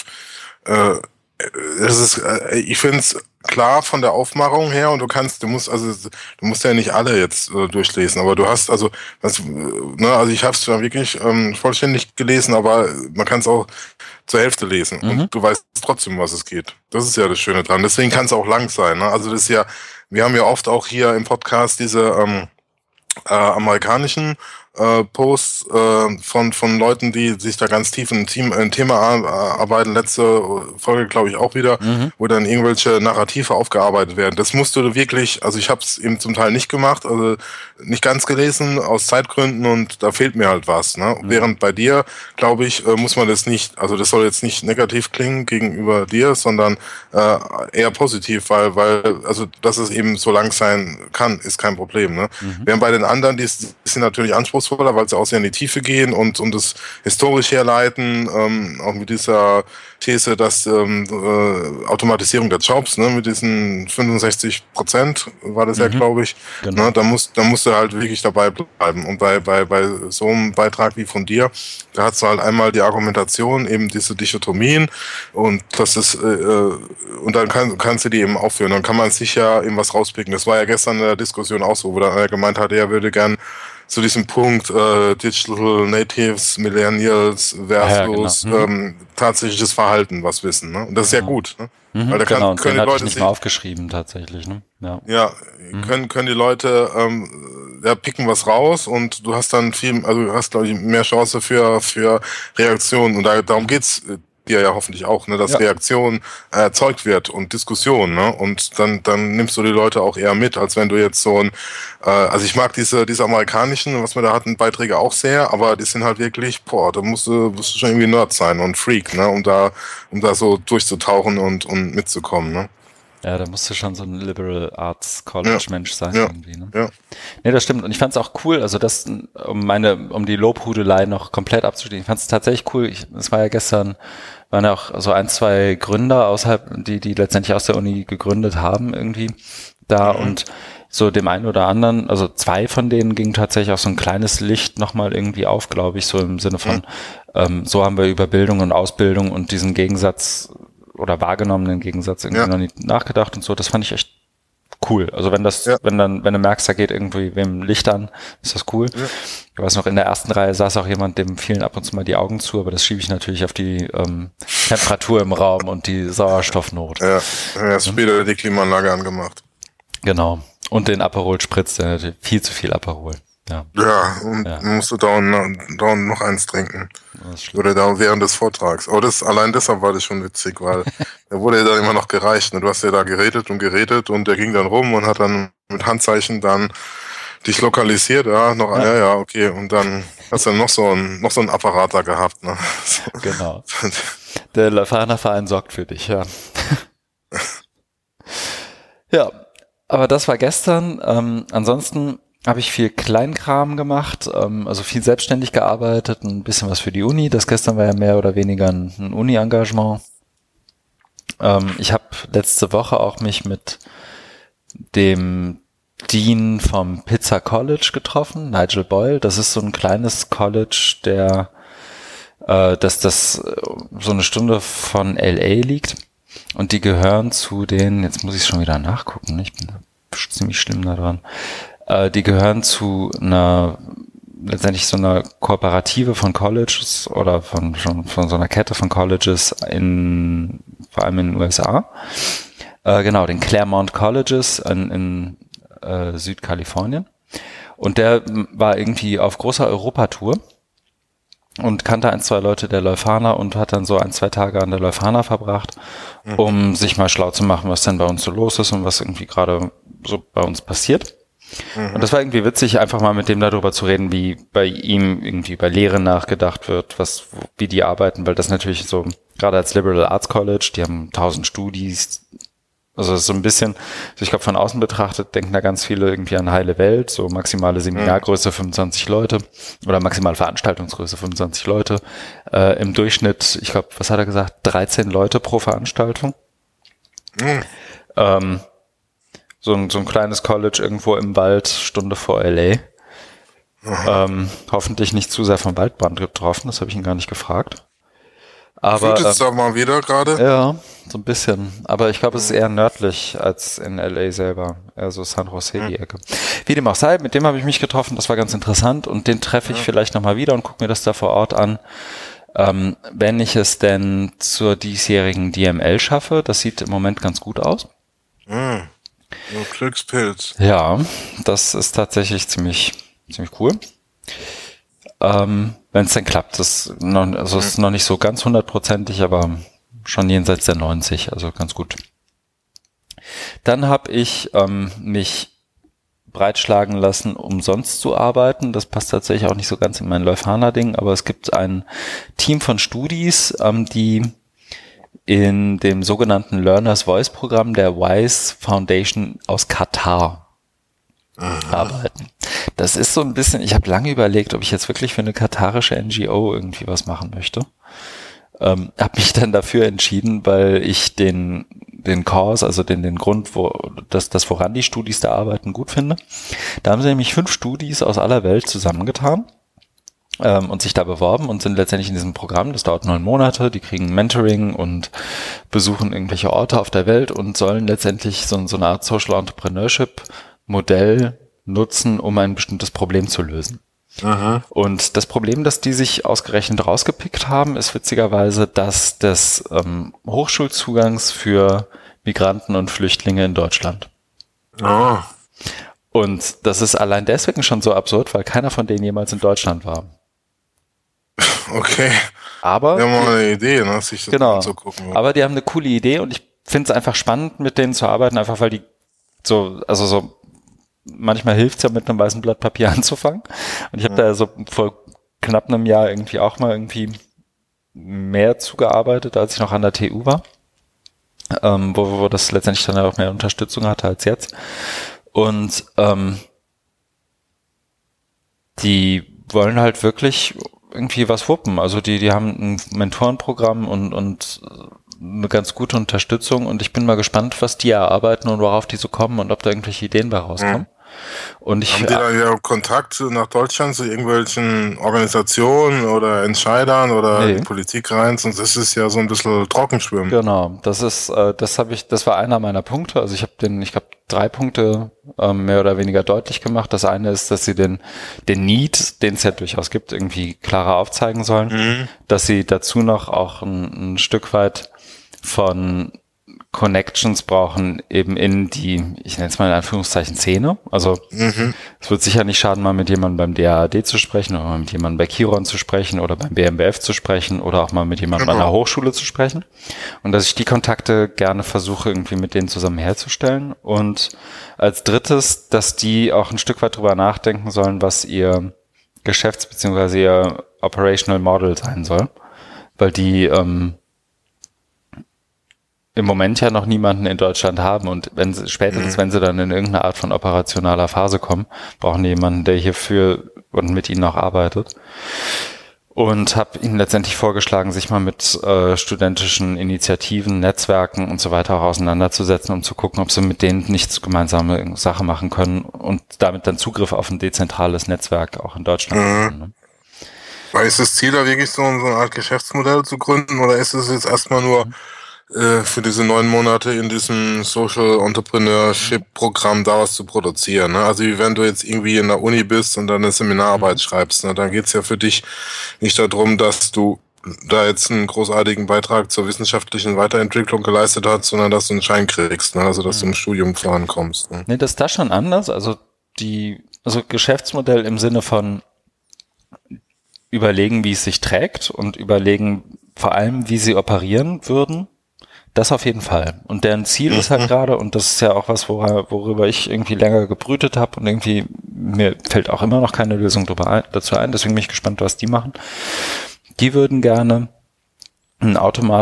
finde es klar von der Aufmachung her und du musst ja nicht alle jetzt durchlesen, aber du hast also ich habe es zwar wirklich vollständig gelesen, aber man kann es auch zur Hälfte lesen und du weißt trotzdem, was es geht. Das ist ja das Schöne dran. Deswegen kann es auch lang sein. Ne? Also das ist ja, wir haben ja oft auch hier im Podcast diese amerikanischen Posts von Leuten, die sich da ganz tief in ein Thema arbeiten. Letzte Folge, glaube ich, auch wieder, wo dann irgendwelche Narrative aufgearbeitet werden. Das musst du wirklich, also ich habe es eben zum Teil nicht gemacht, also nicht ganz gelesen, aus Zeitgründen und da fehlt mir halt was. Ne? Während bei dir, glaube ich, muss man das nicht, also das soll jetzt nicht negativ klingen gegenüber dir, sondern eher positiv, weil also dass es eben so lang sein kann, ist kein Problem. Ne? Während bei den anderen, die sind natürlich anspruchsvoller, weil sie auch sehr in die Tiefe gehen und das historisch herleiten, auch mit dieser These, dass Automatisierung der Jobs, ne, mit diesen 65% war das ja, glaube ich, genau. Ne, da musst du halt wirklich dabei bleiben. Und bei so einem Beitrag wie von dir, da hast du halt einmal die Argumentation, eben diese Dichotomien und das ist und dann kannst du die eben aufführen. Dann kann man sich ja eben was rauspicken. Das war ja gestern in der Diskussion auch so, wo dann einer gemeint hat, er würde gern zu diesem Punkt Digital Natives, Millennials versus tatsächliches Verhalten was wissen. Ne? Und das ist ja gut. Ne? Weil da können die Leute nicht mal aufgeschrieben tatsächlich. Ne? Können die Leute picken was raus und du hast dann viel, also du hast, glaube ich, mehr Chance für Reaktionen. Und darum geht's dir ja hoffentlich auch, ne, dass Reaktion erzeugt wird und Diskussion, ne? Und dann nimmst du die Leute auch eher mit, als wenn du jetzt so ein, also ich mag diese amerikanischen, was wir da hatten, Beiträge auch sehr, aber die sind halt wirklich, da musst du schon irgendwie Nerd sein und Freak, ne, um da so durchzutauchen und mitzukommen, ne? Ja, da musst du schon so ein Liberal Arts College Mensch sein irgendwie, ne? Ja. Nee, das stimmt. Und ich fand es auch cool, also das, um die Lobhudelei noch komplett abzuschließen, ich fand es tatsächlich cool. Es war ja gestern, waren ja auch so 1, 2 Gründer außerhalb, die letztendlich aus der Uni gegründet haben irgendwie da und so dem einen oder anderen, also 2 von denen ging tatsächlich auch so ein kleines Licht nochmal irgendwie auf, glaube ich, so im Sinne von, so haben wir über Bildung und Ausbildung und diesen Gegensatz oder wahrgenommenen Gegensatz irgendwie noch nicht nachgedacht und so. Das fand ich echt cool. Also wenn du merkst, da geht irgendwie wem Licht an, ist das cool. Ja. Ich weiß noch, in der ersten Reihe saß auch jemand, dem fielen ab und zu mal die Augen zu, aber das schiebe ich natürlich auf die Temperatur im Raum und die Sauerstoffnot. Ja, erst später die Klimaanlage angemacht. Genau. Und den Aperol Spritz, der natürlich viel zu viel Aperol. Ja, und musst du dauernd noch eins trinken. Oder da während des Vortrags. Aber allein deshalb war das schon witzig, weil er wurde ja dann immer noch gereicht. Ne? Du hast ja da geredet und der ging dann rum und hat dann mit Handzeichen dann dich lokalisiert. Okay. Und dann hast du noch so einen Apparat da gehabt. Ne? Genau. Der Leuphana-Verein sorgt für dich, ja. Ja, aber das war gestern. Ansonsten habe ich viel Kleinkram gemacht, also viel selbstständig gearbeitet, ein bisschen was für die Uni. Das gestern war ja mehr oder weniger ein Uni-Engagement. Ich habe letzte Woche auch mich mit dem Dean vom Pizza College getroffen, Nigel Boyle. Das ist so ein kleines College, das so eine Stunde von LA liegt. Und die gehören zu den, jetzt muss ich schon wieder nachgucken, ich bin ziemlich schlimm da dran. Die gehören zu letztendlich so einer Kooperative von Colleges oder von so einer Kette von Colleges vor allem in den USA. Genau, den Claremont Colleges in Südkalifornien. Und der war irgendwie auf großer Europatour und kannte 1, 2 Leute der Leuphana und hat dann so 1, 2 Tage an der Leuphana verbracht, um sich mal schlau zu machen, was denn bei uns so los ist und was irgendwie gerade so bei uns passiert. Und das war irgendwie witzig, einfach mal mit dem darüber zu reden, wie bei ihm irgendwie bei Lehre nachgedacht wird, wie die arbeiten, weil das natürlich so, gerade als Liberal Arts College, die haben 1000 Studis, also das ist so ein bisschen, ich glaube von außen betrachtet, denken da ganz viele irgendwie an heile Welt, so maximale Seminargröße 25 Leute oder maximale Veranstaltungsgröße 25 Leute, im Durchschnitt, ich glaube, was hat er gesagt, 13 Leute pro Veranstaltung. So ein kleines College irgendwo im Wald, Stunde vor LA. Hoffentlich nicht zu sehr vom Waldbrand getroffen, das habe ich ihn gar nicht gefragt. Aber es da mal wieder gerade? Ja, so ein bisschen. Aber ich glaube, es ist eher nördlich als in LA selber. Eher so San Jose die Ecke. Wie dem auch sei, mit dem habe ich mich getroffen, das war ganz interessant und den treffe ich vielleicht nochmal wieder und gucke mir das da vor Ort an. Wenn ich es denn zur diesjährigen DML schaffe, das sieht im Moment ganz gut aus. So Glückspilz. Ja, das ist tatsächlich ziemlich cool. Wenn es denn klappt, ist noch nicht so ganz 100%ig, aber schon jenseits der 90, also ganz gut. Dann habe ich mich breitschlagen lassen, umsonst zu arbeiten. Das passt tatsächlich auch nicht so ganz in mein Leuphana-Ding, aber es gibt ein Team von Studis, die in dem sogenannten Learner's Voice Programm der WISE Foundation aus Katar arbeiten. Das ist so ein bisschen, ich habe lange überlegt, ob ich jetzt wirklich für eine katarische NGO irgendwie was machen möchte. Habe mich dann dafür entschieden, weil ich den Kurs, also den Grund, woran die Studis da arbeiten, gut finde. Da haben sie nämlich 5 Studis aus aller Welt zusammengetan und sich da beworben und sind letztendlich in diesem Programm, das dauert 9 Monate, die kriegen Mentoring und besuchen irgendwelche Orte auf der Welt und sollen letztendlich so eine Art Social Entrepreneurship Modell nutzen, um ein bestimmtes Problem zu lösen. Und das Problem, das die sich ausgerechnet rausgepickt haben, ist witzigerweise das des Hochschulzugangs für Migranten und Flüchtlinge in Deutschland. Und das ist allein deswegen schon so absurd, weil keiner von denen jemals in Deutschland war. Okay. Aber wir haben mal eine Idee, ne, sich das anzugucken. Aber die haben eine coole Idee und ich finde es einfach spannend, mit denen zu arbeiten, einfach weil die so manchmal hilft es ja, mit einem weißen Blatt Papier anzufangen. Und ich habe da so vor knapp einem Jahr irgendwie auch mal irgendwie mehr zugearbeitet, als ich noch an der TU war, wo das letztendlich dann auch mehr Unterstützung hatte als jetzt. Und die wollen halt wirklich irgendwie was wuppen. Also die haben ein Mentorenprogramm und eine ganz gute Unterstützung und ich bin mal gespannt, was die erarbeiten und worauf die so kommen und ob da irgendwelche Ideen bei rauskommen. Und haben die da ja Kontakt nach Deutschland zu irgendwelchen Organisationen oder Entscheidern oder die Politik rein? Sonst ist es ja so ein bisschen Trockenschwimmen. Genau, das war einer meiner Punkte. Also ich habe 3 Punkte mehr oder weniger deutlich gemacht. Das eine ist, dass sie den Need, den es ja durchaus gibt, irgendwie klarer aufzeigen sollen. Dass sie dazu noch auch ein Stück weit von Connections brauchen eben in die, ich nenne es mal in Anführungszeichen, Szene. Also es wird sicher nicht schaden, mal mit jemandem beim DAAD zu sprechen oder mal mit jemandem bei Chiron zu sprechen oder beim BMBF zu sprechen oder auch mal mit jemandem an der Hochschule zu sprechen. Und dass ich die Kontakte gerne versuche, irgendwie mit denen zusammen herzustellen. Und als drittes, dass die auch ein Stück weit drüber nachdenken sollen, was ihr bzw. ihr Operational Model sein soll. Weil die im Moment ja noch niemanden in Deutschland haben und wenn sie dann in irgendeine Art von operationaler Phase kommen, brauchen die jemanden, der hierfür und mit ihnen auch arbeitet. Und habe ihnen letztendlich vorgeschlagen, sich mal mit studentischen Initiativen, Netzwerken und so weiter auch auseinanderzusetzen, um zu gucken, ob sie mit denen nicht gemeinsame Sache machen können und damit dann Zugriff auf ein dezentrales Netzwerk auch in Deutschland haben. Ne? Weil ist das Ziel da wirklich so eine Art Geschäftsmodell zu gründen oder ist es jetzt erstmal nur für diese 9 Monate in diesem Social Entrepreneurship Programm da was zu produzieren, ne? Also wie wenn du jetzt irgendwie in der Uni bist und dann eine Seminararbeit schreibst, ne? Dann geht's ja für dich nicht darum, dass du da jetzt einen großartigen Beitrag zur wissenschaftlichen Weiterentwicklung geleistet hast, sondern dass du einen Schein kriegst, ne? Also dass du im Studium vorankommst. Ne? Nee, das ist da schon anders. Also Geschäftsmodell im Sinne von überlegen, wie es sich trägt und überlegen vor allem, wie sie operieren würden. Das auf jeden Fall. Und deren Ziel ist halt gerade, und das ist ja auch was, worüber ich irgendwie länger gebrütet habe und irgendwie mir fällt auch immer noch keine Lösung dazu ein, deswegen bin ich gespannt, was die machen. Die würden gerne einen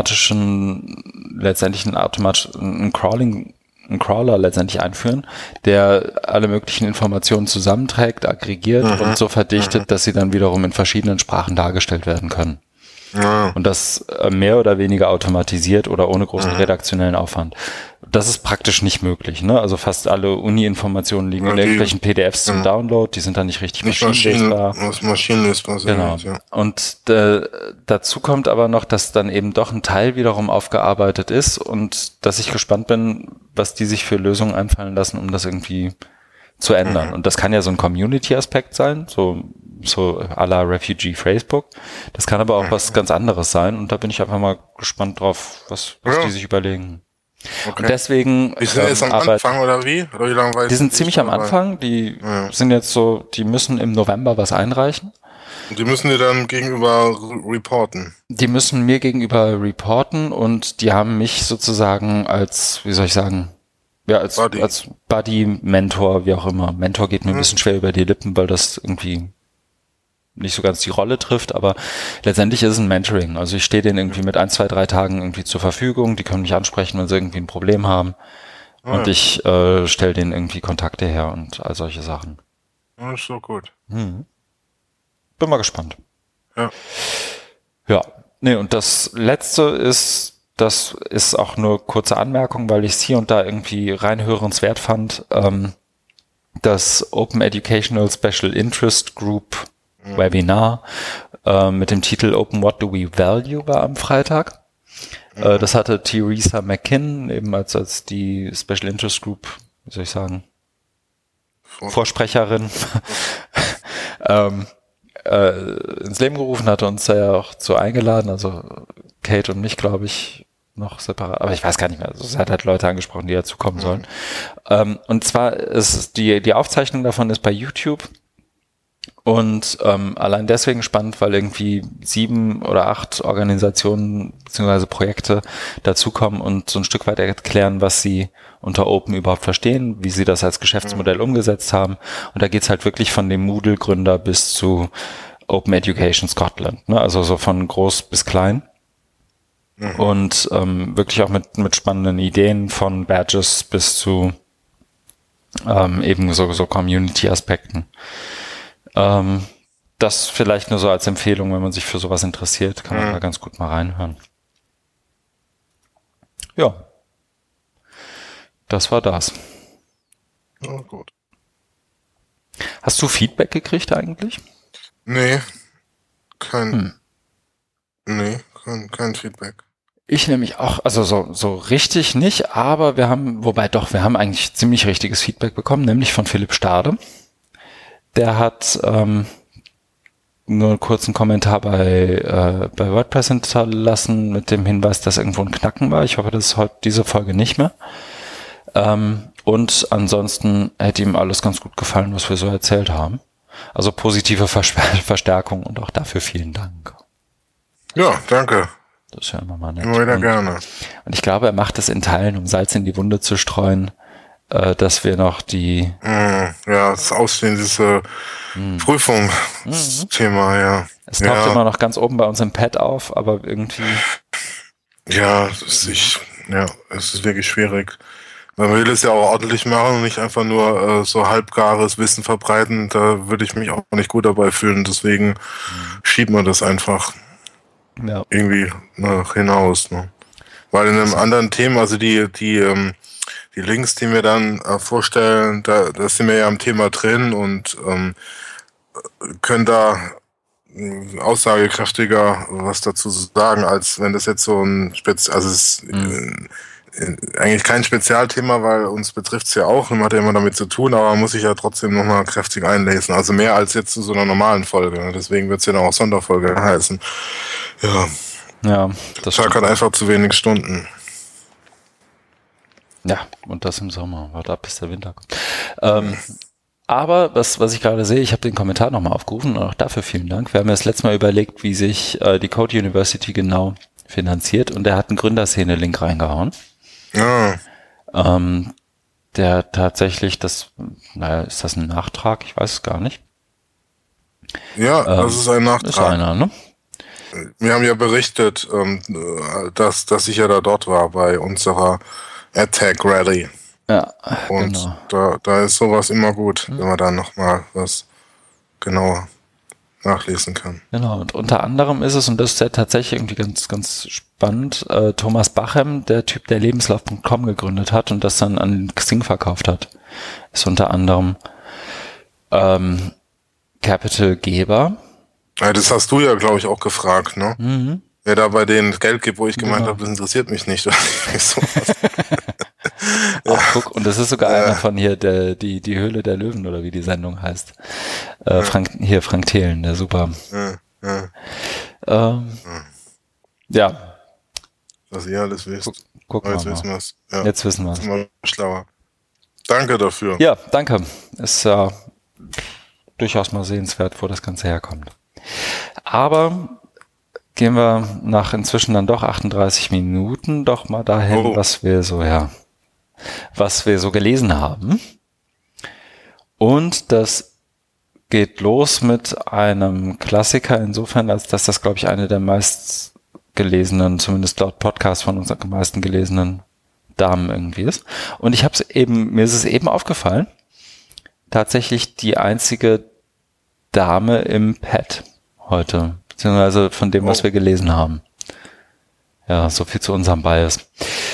Crawler letztendlich einführen, der alle möglichen Informationen zusammenträgt, aggregiert und so verdichtet, dass sie dann wiederum in verschiedenen Sprachen dargestellt werden können. Ja. Und das mehr oder weniger automatisiert oder ohne großen redaktionellen Aufwand. Das ist praktisch nicht möglich, ne? Also fast alle Uni-Informationen liegen in irgendwelchen PDFs zum Download, die sind dann nicht richtig maschinenlesbar. Maschinenlesbar sind. Genau. Ja. Und dazu kommt aber noch, dass dann eben doch ein Teil wiederum aufgearbeitet ist und dass ich gespannt bin, was die sich für Lösungen einfallen lassen, um das irgendwie zu ändern. Und das kann ja so ein Community-Aspekt sein, so à la Refugee Facebook. Das kann aber auch was ganz anderes sein. Und da bin ich einfach mal gespannt drauf, was die sich überlegen. Okay. Und deswegen die sind jetzt am Anfang oder wie? Oder wie lange weiß die sind ziemlich am Anfang. Die sind jetzt so, die müssen im November was einreichen. Und die müssen dir dann gegenüber reporten? Die müssen mir gegenüber reporten und die haben mich sozusagen als, wie soll ich sagen, ja, als Buddy, Mentor, wie auch immer. Mentor geht mir ein bisschen schwer über die Lippen, weil das irgendwie nicht so ganz die Rolle trifft, aber letztendlich ist es ein Mentoring. Also ich stehe denen irgendwie mit 1, 2, 3 Tagen irgendwie zur Verfügung, die können mich ansprechen, wenn sie irgendwie ein Problem haben und ich stelle denen irgendwie Kontakte her und all solche Sachen. Das ist so gut. Bin mal gespannt. Ja. Ja, nee, und das Letzte ist, das ist auch nur kurze Anmerkung, weil ich es hier und da irgendwie rein hörenswert fand, das Open Educational Special Interest Group Webinar mit dem Titel Open What Do We Value war am Freitag. Das hatte Theresa McKinnon eben als die Special Interest Group, wie soll ich sagen, Vorsprecherin ins Leben gerufen, hatte uns da ja auch zu eingeladen, also Kate und mich, glaube ich, noch separat, aber ich weiß gar nicht mehr. Also sie hat halt Leute angesprochen, die dazu kommen sollen. Und zwar ist die Aufzeichnung davon ist bei YouTube. Und allein deswegen spannend, weil irgendwie 7 oder 8 Organisationen bzw. Projekte dazukommen und so ein Stück weit erklären, was sie unter Open überhaupt verstehen, wie sie das als Geschäftsmodell umgesetzt haben. Und da geht's halt wirklich von dem Moodle-Gründer bis zu Open Education Scotland, ne? Also so von groß bis klein. Und wirklich auch mit spannenden Ideen von Badges bis zu eben so Community-Aspekten. Das vielleicht nur so als Empfehlung, wenn man sich für sowas interessiert, kann man da ganz gut mal reinhören. Ja. Das war das. Oh, gut. Hast du Feedback gekriegt eigentlich? Nee. Kein Feedback. Ich nämlich auch, also so richtig nicht, aber wir haben eigentlich ziemlich richtiges Feedback bekommen, nämlich von Philipp Stade. Der hat nur einen kurzen Kommentar bei WordPress hinterlassen mit dem Hinweis, dass irgendwo ein Knacken war. Ich hoffe, das ist heute diese Folge nicht mehr. Und ansonsten hätte ihm alles ganz gut gefallen, was wir so erzählt haben. Also positive Verstärkung und auch dafür vielen Dank. Ja, danke. Das ist ja immer mal nett. Immer wieder gerne. Und ich glaube, er macht das in Teilen, um Salz in die Wunde zu streuen, dass wir noch die... das Aussehen, diese Prüfungsthema, ja. Es taucht immer noch ganz oben bei uns im Pad auf, aber irgendwie... Ja, es ist wirklich schwierig. Man will es ja auch ordentlich machen und nicht einfach nur so halbgares Wissen verbreiten. Da würde ich mich auch nicht gut dabei fühlen. Deswegen schiebt man das einfach irgendwie nach hinaus. Ne? Weil in einem anderen Thema, also die Links, die wir dann vorstellen, da sind wir ja am Thema drin und können da aussagekräftiger was dazu sagen, als wenn das jetzt so ein eigentlich kein Spezialthema, weil uns betrifft es ja auch, man hat ja immer damit zu tun, aber man muss sich ja trotzdem nochmal kräftig einlesen. Also mehr als jetzt zu so einer normalen Folge. Deswegen wird es ja dann auch Sonderfolge heißen. Ja, das Tag hat einfach zu wenig Stunden. Ja, und das im Sommer. Warte ab, bis der Winter kommt. Aber was ich gerade sehe, ich habe den Kommentar nochmal aufgerufen und auch dafür vielen Dank. Wir haben ja das letzte Mal überlegt, wie sich die Code University genau finanziert und er hat einen Gründerszene-Link reingehauen. Ja. Der tatsächlich ist das ein Nachtrag? Ich weiß es gar nicht. Ja, das ist ein Nachtrag. Ist einer, ne? Wir haben ja berichtet, dass ich ja dort war bei unserer AdTech Rally. Ja, und genau. Da ist sowas immer gut, wenn man dann nochmal was genauer nachlesen kann. Genau, und unter anderem ist es, und das ist ja tatsächlich irgendwie ganz, ganz spannend, Thomas Bachem, der Typ, der Lebenslauf.com gegründet hat und das dann an Xing verkauft hat, ist unter anderem Capital-Geber. Ja, das hast du ja, glaube ich, auch gefragt, ne? Mhm. Wer da bei denen Geld gibt, wo ich gemeint habe, das interessiert mich nicht. Ach, guck, und das ist sogar einer von hier, die Höhle der Löwen oder wie die Sendung heißt. Frank Thelen, der super. Ja. Was ihr alles wisst. Guck mal. Jetzt wissen wir es. Ja. Jetzt wissen wir es. Immer schlauer. Danke dafür. Ja, danke. Ist ja durchaus mal sehenswert, wo das Ganze herkommt. Aber gehen wir nach inzwischen dann doch 38 Minuten doch mal dahin, was wir so gelesen haben. Und das geht los mit einem Klassiker insofern, als dass das, glaube ich, eine der meist gelesenen, zumindest laut Podcast von uns am meisten gelesenen Damen irgendwie ist. Und mir ist es eben aufgefallen, tatsächlich die einzige Dame im Pad heute, beziehungsweise von dem, was wir gelesen haben. Ja, so viel zu unserem Bias.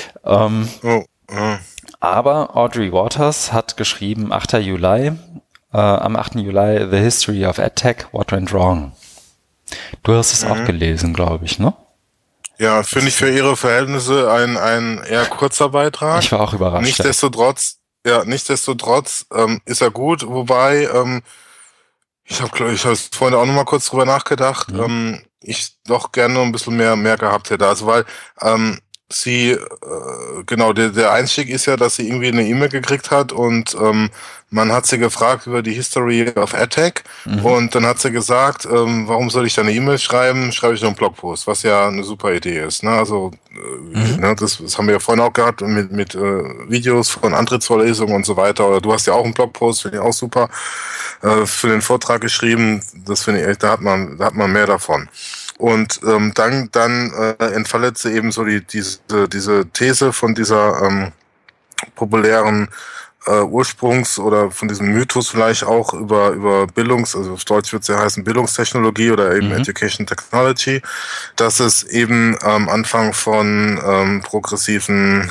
Aber Audrey Waters hat geschrieben, am 8. Juli, The History of EdTech, What Went Wrong. Du hast es auch gelesen, glaube ich, ne? Ja, finde ich für ihre Verhältnisse ein eher kurzer Beitrag. Ich war auch überrascht. Nichtsdestotrotz ist er gut, wobei ich habe vorhin auch noch mal kurz drüber nachgedacht, ich doch gerne noch ein bisschen mehr gehabt hätte. Also weil genau, der Einstieg ist ja, dass sie irgendwie eine E-Mail gekriegt hat und man hat sie gefragt über die History of EdTech und dann hat sie gesagt, warum soll ich da eine E-Mail schreiben? Schreibe ich nur einen Blogpost, was ja eine super Idee ist. Ne? Also ne, das haben wir ja vorhin auch gehabt mit Videos von Antrittsvorlesungen und so weiter. Oder du hast ja auch einen Blogpost, finde ich auch super, für den Vortrag geschrieben. Das finde ich, da hat man mehr davon. Und dann entfaltet sie eben so diese These von dieser populären Ursprungs- oder von diesem Mythos vielleicht auch über also auf Deutsch wird es ja heißen Bildungstechnologie oder eben Education Technology, dass es eben am Anfang von progressiven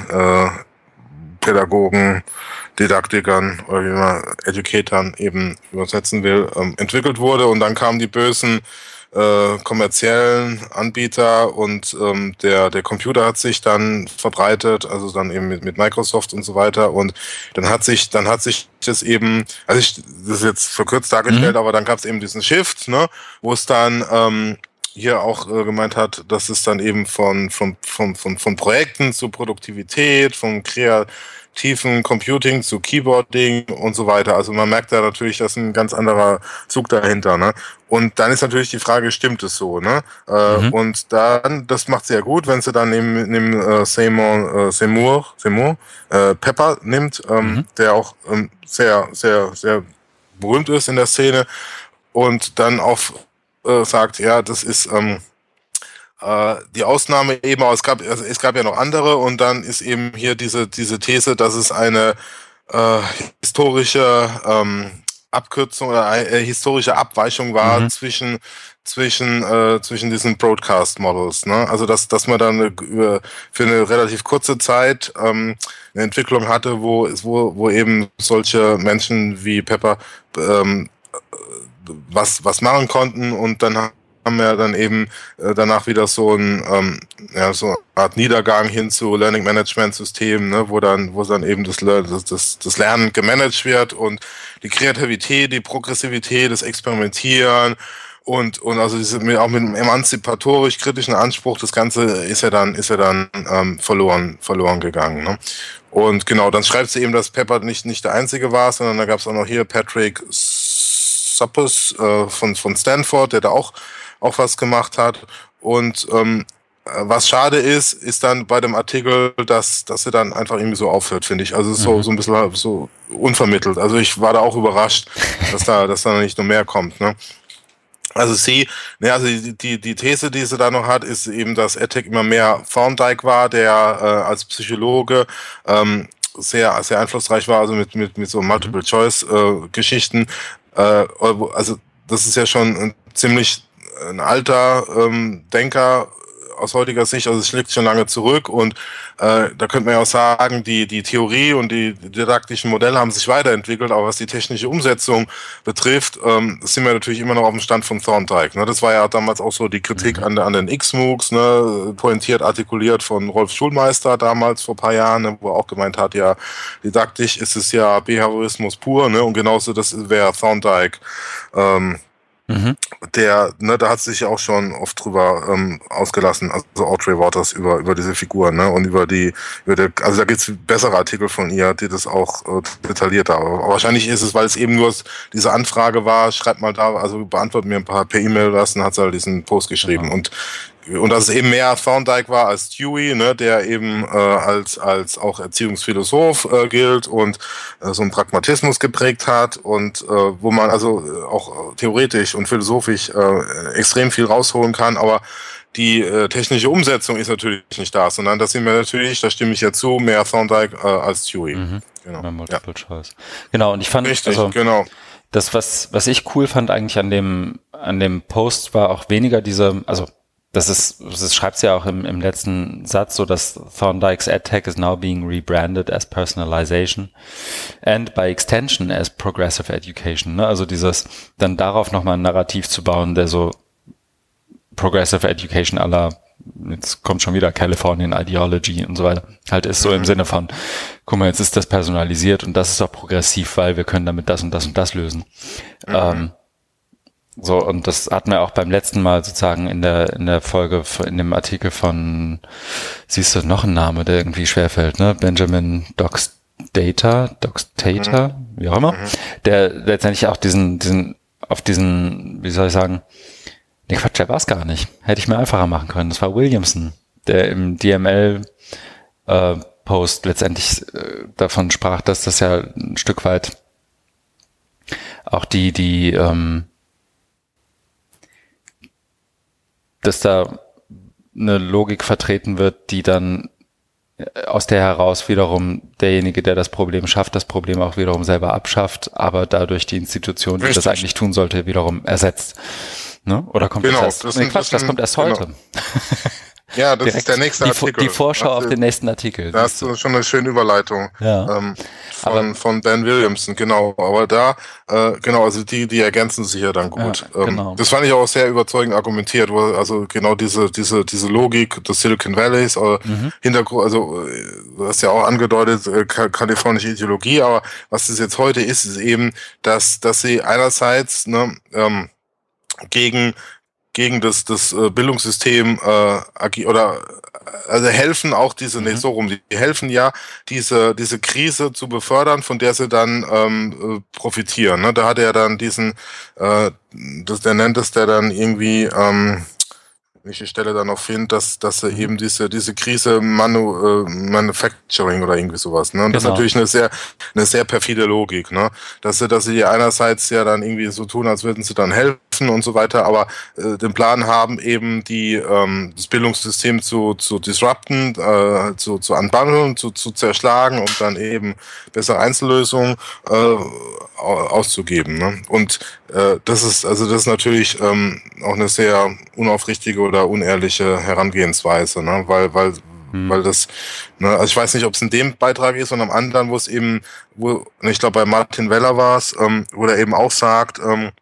Pädagogen, Didaktikern oder wie man Educatoren eben übersetzen will, entwickelt wurde und dann kamen die bösen kommerziellen Anbieter und der Computer hat sich dann verbreitet, also dann eben mit Microsoft und so weiter und dann hat sich das eben, das ist jetzt verkürzt dargestellt, aber dann gab es eben diesen Shift, ne, wo es dann hier auch gemeint hat, dass es dann eben von Projekten zu Produktivität, von kreativen Computing zu Keyboarding und so weiter. Also man merkt da natürlich, dass ein ganz anderer Zug dahinter, ne? Und dann ist natürlich die Frage, stimmt es so, ne? Und dann, das macht sie ja gut, wenn sie dann neben Seymour Pepper nimmt, der auch sehr, sehr, sehr berühmt ist in der Szene und dann auch sagt, ja, das ist die Ausnahme eben, aber es gab ja noch andere und dann ist eben hier diese These, dass es eine historische Abkürzung oder historische Abweichung war zwischen diesen Broadcast Models, ne? Also dass man dann für eine relativ kurze Zeit eine Entwicklung hatte, wo eben solche Menschen wie Pepper was machen konnten und dann haben wir dann eben danach wieder so eine Art Niedergang hin zu Learning Management Systemen, ne, wo dann eben das Lernen gemanagt wird und die Kreativität, die Progressivität, das Experimentieren und also auch mit einem emanzipatorisch kritischen Anspruch, das Ganze ist ja dann verloren gegangen, ne? Und genau, dann schreibt sie eben, dass Pepper nicht der Einzige war, sondern da gab es auch noch hier Patrick Suppes von Stanford, der da auch was gemacht hat. Und was schade ist dann bei dem Artikel, dass sie dann einfach irgendwie so aufhört, finde ich. Also so ein bisschen so unvermittelt. Also ich war da auch überrascht, dass da nicht noch mehr kommt, ne? Also die These, die sie da noch hat, ist eben, dass EdTech immer mehr Thorndike war, der als Psychologe sehr, sehr einflussreich war, also mit so Multiple-Choice-Geschichten. Also das ist ja schon ziemlich ein alter Denker aus heutiger Sicht, also es liegt schon lange zurück und da könnte man ja auch sagen, die Theorie und die didaktischen Modelle haben sich weiterentwickelt, aber was die technische Umsetzung betrifft, sind wir natürlich immer noch auf dem Stand von Thorndike. Ne? Das war ja damals auch so die Kritik an den X-MOOCs, ne? Pointiert artikuliert von Rolf Schulmeister damals vor ein paar Jahren, ne? Wo er auch gemeint hat, ja, didaktisch ist es ja Behaviorismus pur, ne? Und genauso das wäre Thorndike. Da hat sich auch schon oft drüber ausgelassen, also Audrey Waters über diese Figur, ne, und also da gibt's bessere Artikel von ihr, die das auch detaillierter, aber wahrscheinlich ist es, weil es eben nur diese Anfrage war, schreibt mal da, also beantwortet mir ein paar per E-Mail lassen, hat sie halt diesen Post geschrieben und dass es eben mehr Thorndike war als Dewey, ne, der eben als auch Erziehungsphilosoph gilt und so einen Pragmatismus geprägt hat und wo man also auch theoretisch und philosophisch extrem viel rausholen kann, aber die technische Umsetzung ist natürlich nicht da, sondern das sind wir natürlich, da stimme ich ja zu, mehr Thorndike als Dewey. Genau. Multiple Choice. Genau, und ich fand, richtig, genau. Das, was ich cool fand eigentlich an dem Post war auch weniger das schreibt sie ja auch im letzten Satz, so dass Thorndike's EdTech is now being rebranded as personalization and by extension as progressive education. Ne? Also dieses, dann darauf nochmal ein Narrativ zu bauen, der so progressive education jetzt kommt schon wieder Californian Ideology und so weiter, halt ist so im Sinne von, guck mal, jetzt ist das personalisiert und das ist auch progressiv, weil wir können damit das und das und das lösen. So, und das hatten wir auch beim letzten Mal sozusagen in der Folge, in dem Artikel von, siehst du, noch ein Name, der irgendwie schwerfällt, ne? Benjamin Doxtator, wie auch immer, der letztendlich auch diesen, wie soll ich sagen, nee, Quatsch, der war es gar nicht. Hätte ich mir einfacher machen können. Das war Williamson, der im DML Post letztendlich davon sprach, dass das ja ein Stück weit auch dass da eine Logik vertreten wird, die dann aus der heraus wiederum derjenige, der das Problem schafft, das Problem auch wiederum selber abschafft, aber dadurch die Institution, die das eigentlich tun sollte, wiederum ersetzt. Ne? Oder kommt das erst? Das kommt erst heute. Genau. Ja, das ist der nächste Artikel. Die Vorschau auf den nächsten Artikel. Da hast du schon eine schöne Überleitung von Ben Williamson, genau. Aber da, also die ergänzen sich ja dann gut. Ja, genau. Das fand ich auch sehr überzeugend argumentiert, also genau diese Logik des Silicon Valleys, Hintergrund, also du hast ja auch angedeutet, kalifornische Ideologie, aber was das jetzt heute ist eben, dass sie einerseits gegen das Bildungssystem also helfen auch die helfen ja, diese Krise zu befördern, von der sie dann profitieren. Ne? Da hat er dann der nennt es der dann irgendwie, welche Stelle da noch findet, dass er eben diese Krise Manufacturing oder irgendwie sowas, ne? Und das ist natürlich eine sehr perfide Logik, ne? Dass sie einerseits ja dann irgendwie so tun, als würden sie dann helfen und so weiter, aber den Plan haben, eben das Bildungssystem zu disrupten, zu unbundeln, zu zerschlagen und dann eben bessere Einzellösungen auszugeben, ne? Und das ist natürlich auch eine sehr unaufrichtige oder unehrliche Herangehensweise, ne? Weil das, ne, also ich weiß nicht, ob es in dem Beitrag ist und am anderen, ich glaube bei Martin Weller war es, wo er eben auch sagt,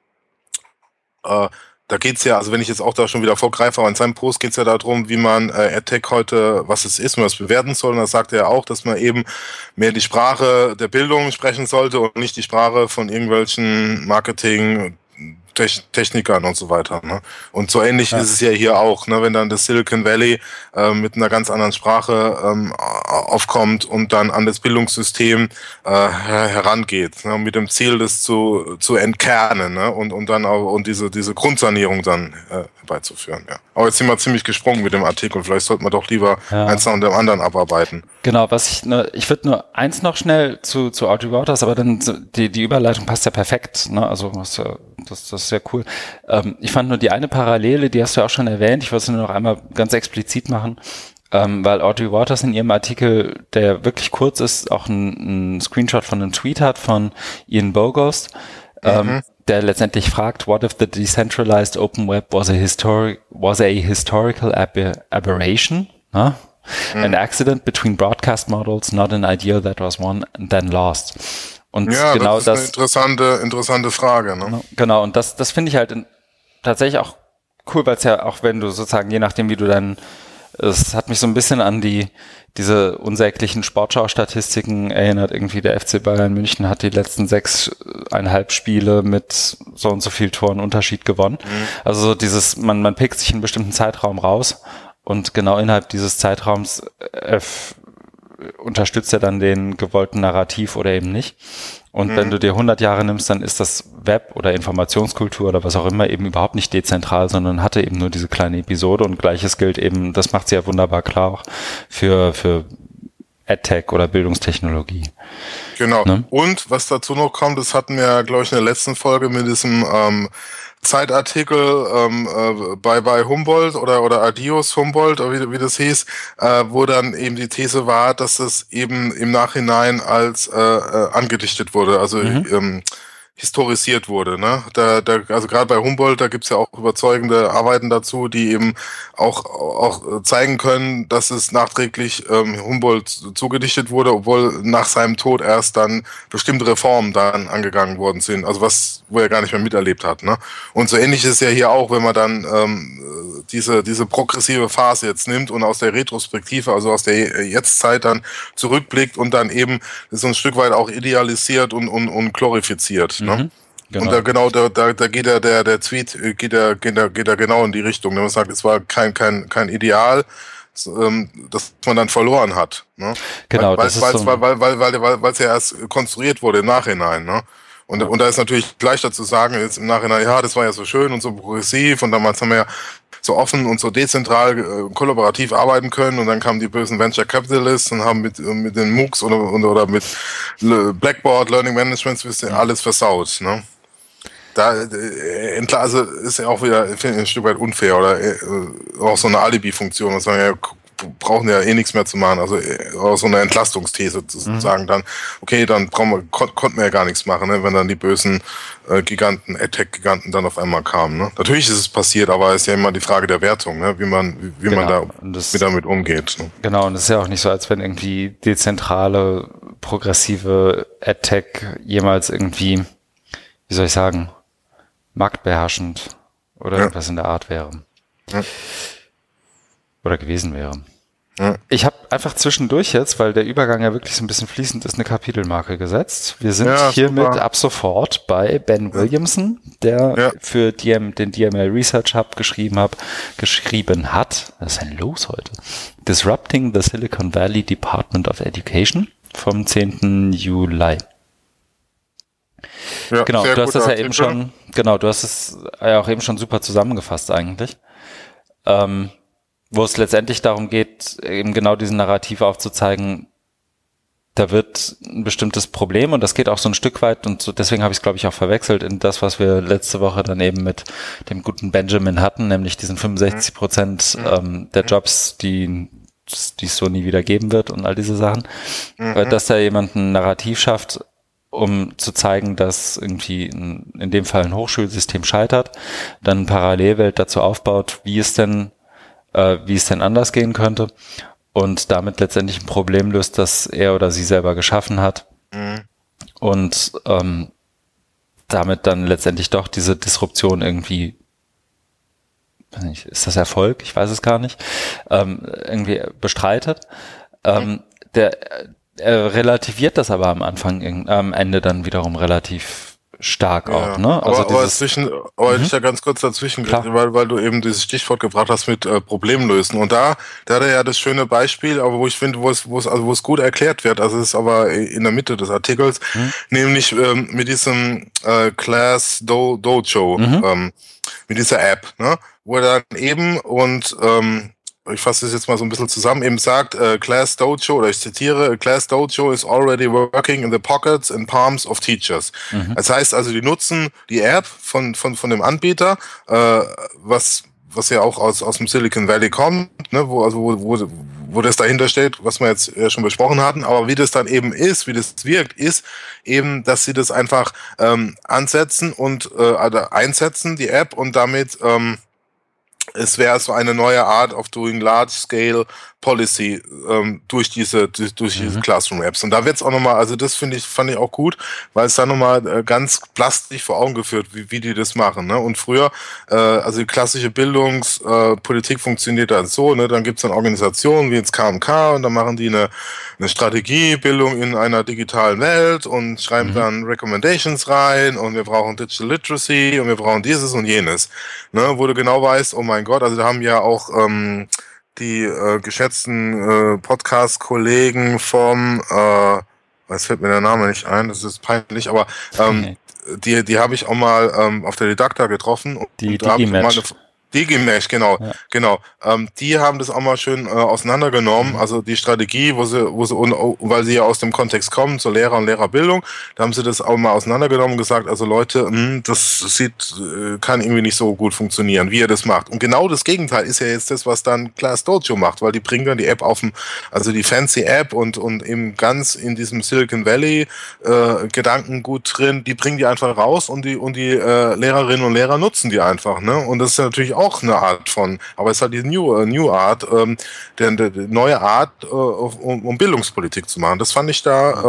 da geht's ja, also wenn ich jetzt auch da schon wieder vorgreife, aber in seinem Post geht's ja darum, wie man EdTech heute, was es ist und was bewerten soll. Und da sagt er ja auch, dass man eben mehr die Sprache der Bildung sprechen sollte und nicht die Sprache von irgendwelchen Marketing Technikern und so weiter, ne? Und so ähnlich ist es ja hier auch, ne? Wenn dann das Silicon Valley mit einer ganz anderen Sprache aufkommt und dann an das Bildungssystem herangeht, ne? Mit dem Ziel, das zu entkernen, ne? Und dann auch diese Grundsanierung dann herbeizuführen, ja. Aber jetzt sind wir ziemlich gesprungen mit dem Artikel, vielleicht sollten wir doch lieber eins nach dem anderen abarbeiten. Genau, ich würde nur eins noch schnell zu Audrey Waters, aber dann die Überleitung passt ja perfekt, ne? Also das ist sehr cool. Ich fand nur die eine Parallele, die hast du ja auch schon erwähnt, ich wollte es nur noch einmal ganz explizit machen, weil Audrey Waters in ihrem Artikel, der wirklich kurz ist, auch ein Screenshot von einem Tweet hat von Ian Bogost, der letztendlich fragt, what if the decentralized open web was a historical aberration? Ne? An accident between broadcast models, not an ideal that was won and then lost. Und ja, genau das ist eine interessante Frage. Ne? Genau, und das finde ich halt tatsächlich auch cool, weil es ja auch, wenn du sozusagen, je nachdem wie du dann, es hat mich so ein bisschen an diese unsäglichen Sportschau-Statistiken erinnert, irgendwie der FC Bayern München hat die letzten 6,5 Spiele mit so und so viel Toren Unterschied gewonnen. Also dieses, man pickt sich einen bestimmten Zeitraum raus und genau innerhalb dieses Zeitraums unterstützt er dann den gewollten Narrativ oder eben nicht. Und wenn du dir 100 Jahre nimmst, dann ist das Web oder Informationskultur oder was auch immer eben überhaupt nicht dezentral, sondern hatte eben nur diese kleine Episode und Gleiches gilt eben, das macht sie ja wunderbar klar auch für EdTech oder Bildungstechnologie. Genau. Ne? Und was dazu noch kommt, das hatten wir, glaube ich, in der letzten Folge mit diesem Zeitartikel bei Humboldt oder Adios Humboldt, wie das hieß, wo dann eben die These war, dass es eben im Nachhinein als angedichtet wurde, also historisiert wurde, ne? Also gerade bei Humboldt, da gibt's ja auch überzeugende Arbeiten dazu, die eben auch zeigen können, dass es nachträglich Humboldt zugedichtet wurde, obwohl nach seinem Tod erst dann bestimmte Reformen dann angegangen worden sind, also wo er gar nicht mehr miterlebt hat, ne? Und so ähnlich ist es ja hier auch, wenn man dann diese progressive Phase jetzt nimmt und aus der Retrospektive, also aus der Jetztzeit dann zurückblickt und dann eben so ein Stück weit auch idealisiert und glorifiziert. Ne? Genau. Und da geht der Tweet geht er genau in die Richtung. Man sagt, es war kein Ideal, das man dann verloren hat. Ne? Genau, weil es ja erst konstruiert wurde im Nachhinein. Ne? Und da ist natürlich leichter zu sagen, jetzt im Nachhinein, ja, das war ja so schön und so progressiv und damals haben wir ja so offen und so dezentral kollaborativ arbeiten können und dann kamen die bösen Venture Capitalists und haben mit den MOOCs oder mit Blackboard, Learning Management alles versaut. Ne? Also ist ja auch wieder, finde ich, ein Stück weit unfair oder auch so eine Alibi-Funktion, was man ja brauchen ja eh nichts mehr zu machen, also auch so eine Entlastungsthese zu sagen dann, okay, dann konnten wir ja gar nichts machen, ne, wenn dann die bösen AdTech-Giganten dann auf einmal kamen. Ne? Natürlich ist es passiert, aber es ist ja immer die Frage der Wertung, ne, wie man damit umgeht. Ne? Genau, und es ist ja auch nicht so, als wenn irgendwie dezentrale, progressive AdTech jemals irgendwie, wie soll ich sagen, marktbeherrschend oder irgendwas in der Art wäre. Ja. Oder gewesen wäre. Ja. Ich habe einfach zwischendurch jetzt, weil der Übergang ja wirklich so ein bisschen fließend ist, eine Kapitelmarke gesetzt. Wir sind hiermit ab sofort bei Ben Williamson, der für den DML Research Hub geschrieben hat. Was ist denn los heute? Disrupting the Silicon Valley Department of Education vom 10. Juli. Ja, genau, du hast das ja eben schon, du hast es ja auch eben schon super zusammengefasst eigentlich. Wo es letztendlich darum geht, eben genau diesen Narrativ aufzuzeigen, da wird ein bestimmtes Problem und das geht auch so ein Stück weit und so, deswegen habe ich es, glaube ich, auch verwechselt in das, was wir letzte Woche dann eben mit dem guten Benjamin hatten, nämlich diesen 65% der Jobs, die es so nie wieder geben wird und all diese Sachen, dass da jemand ein Narrativ schafft, um zu zeigen, dass irgendwie in dem Fall ein Hochschulsystem scheitert, dann eine Parallelwelt dazu aufbaut, wie es denn anders gehen könnte und damit letztendlich ein Problem löst, das er oder sie selber geschaffen hat und damit dann letztendlich doch diese Disruption irgendwie, weiß nicht, ist das Erfolg? Ich weiß es gar nicht, irgendwie bestreitet. Er relativiert das aber am Ende dann wiederum relativ stark auch, ne? Also aber ich da ganz kurz dazwischen, weil du eben dieses Stichwort gebracht hast mit Problemlösen. Und da hat er ja das schöne Beispiel, aber wo ich finde, wo es gut erklärt wird, also es ist aber in der Mitte des Artikels, nämlich mit diesem Class Dojo, mit dieser App, ne? Wo er dann eben ich fasse das jetzt mal so ein bisschen zusammen, eben sagt, Class Dojo, oder ich zitiere, Class Dojo is already working in the pockets and palms of teachers. Das heißt also, die nutzen die App von dem Anbieter, was ja auch aus dem Silicon Valley kommt, ne, wo das dahinter steht, was wir jetzt ja schon besprochen hatten, aber wie das dann eben ist, wie das wirkt, ist eben, dass sie das einfach ansetzen und einsetzen, die App, und damit es wäre so eine neue Art of doing large-scale Policy durch diese Classroom-Apps. Und da wird's auch nochmal, also das fand ich auch gut, weil es da nochmal ganz plastisch vor Augen geführt, wie die das machen. Ne? Und früher, also die klassische Bildungspolitik funktioniert dann so, ne? Dann gibt's dann Organisationen wie jetzt KMK und dann machen die eine Strategiebildung in einer digitalen Welt und schreiben dann Recommendations rein und wir brauchen Digital Literacy und wir brauchen dieses und jenes. Ne? Wo du genau weißt, oh mein Gott, also da haben ja auch die geschätzten Podcast-Kollegen vom, jetzt fällt mir der Name nicht ein, das ist peinlich, aber die habe ich auch mal auf der Didakta getroffen. Und die Digimatch. Digimesh, genau. Die haben das auch mal schön auseinandergenommen, also die Strategie, weil sie ja aus dem Kontext kommen, zur Lehrer- und Lehrerbildung, da haben sie das auch mal auseinandergenommen und gesagt, also Leute, das kann irgendwie nicht so gut funktionieren, wie ihr das macht. Und genau das Gegenteil ist ja jetzt das, was dann Class Dojo macht, weil die bringen dann die App also die fancy App und eben ganz in diesem Silicon Valley Gedankengut drin, die bringen die einfach raus und die Lehrerinnen und Lehrer nutzen die einfach, ne? Und das ist natürlich auch eine Art von, aber es ist halt die New Art, die neue Art, um Bildungspolitik zu machen. Das fand ich da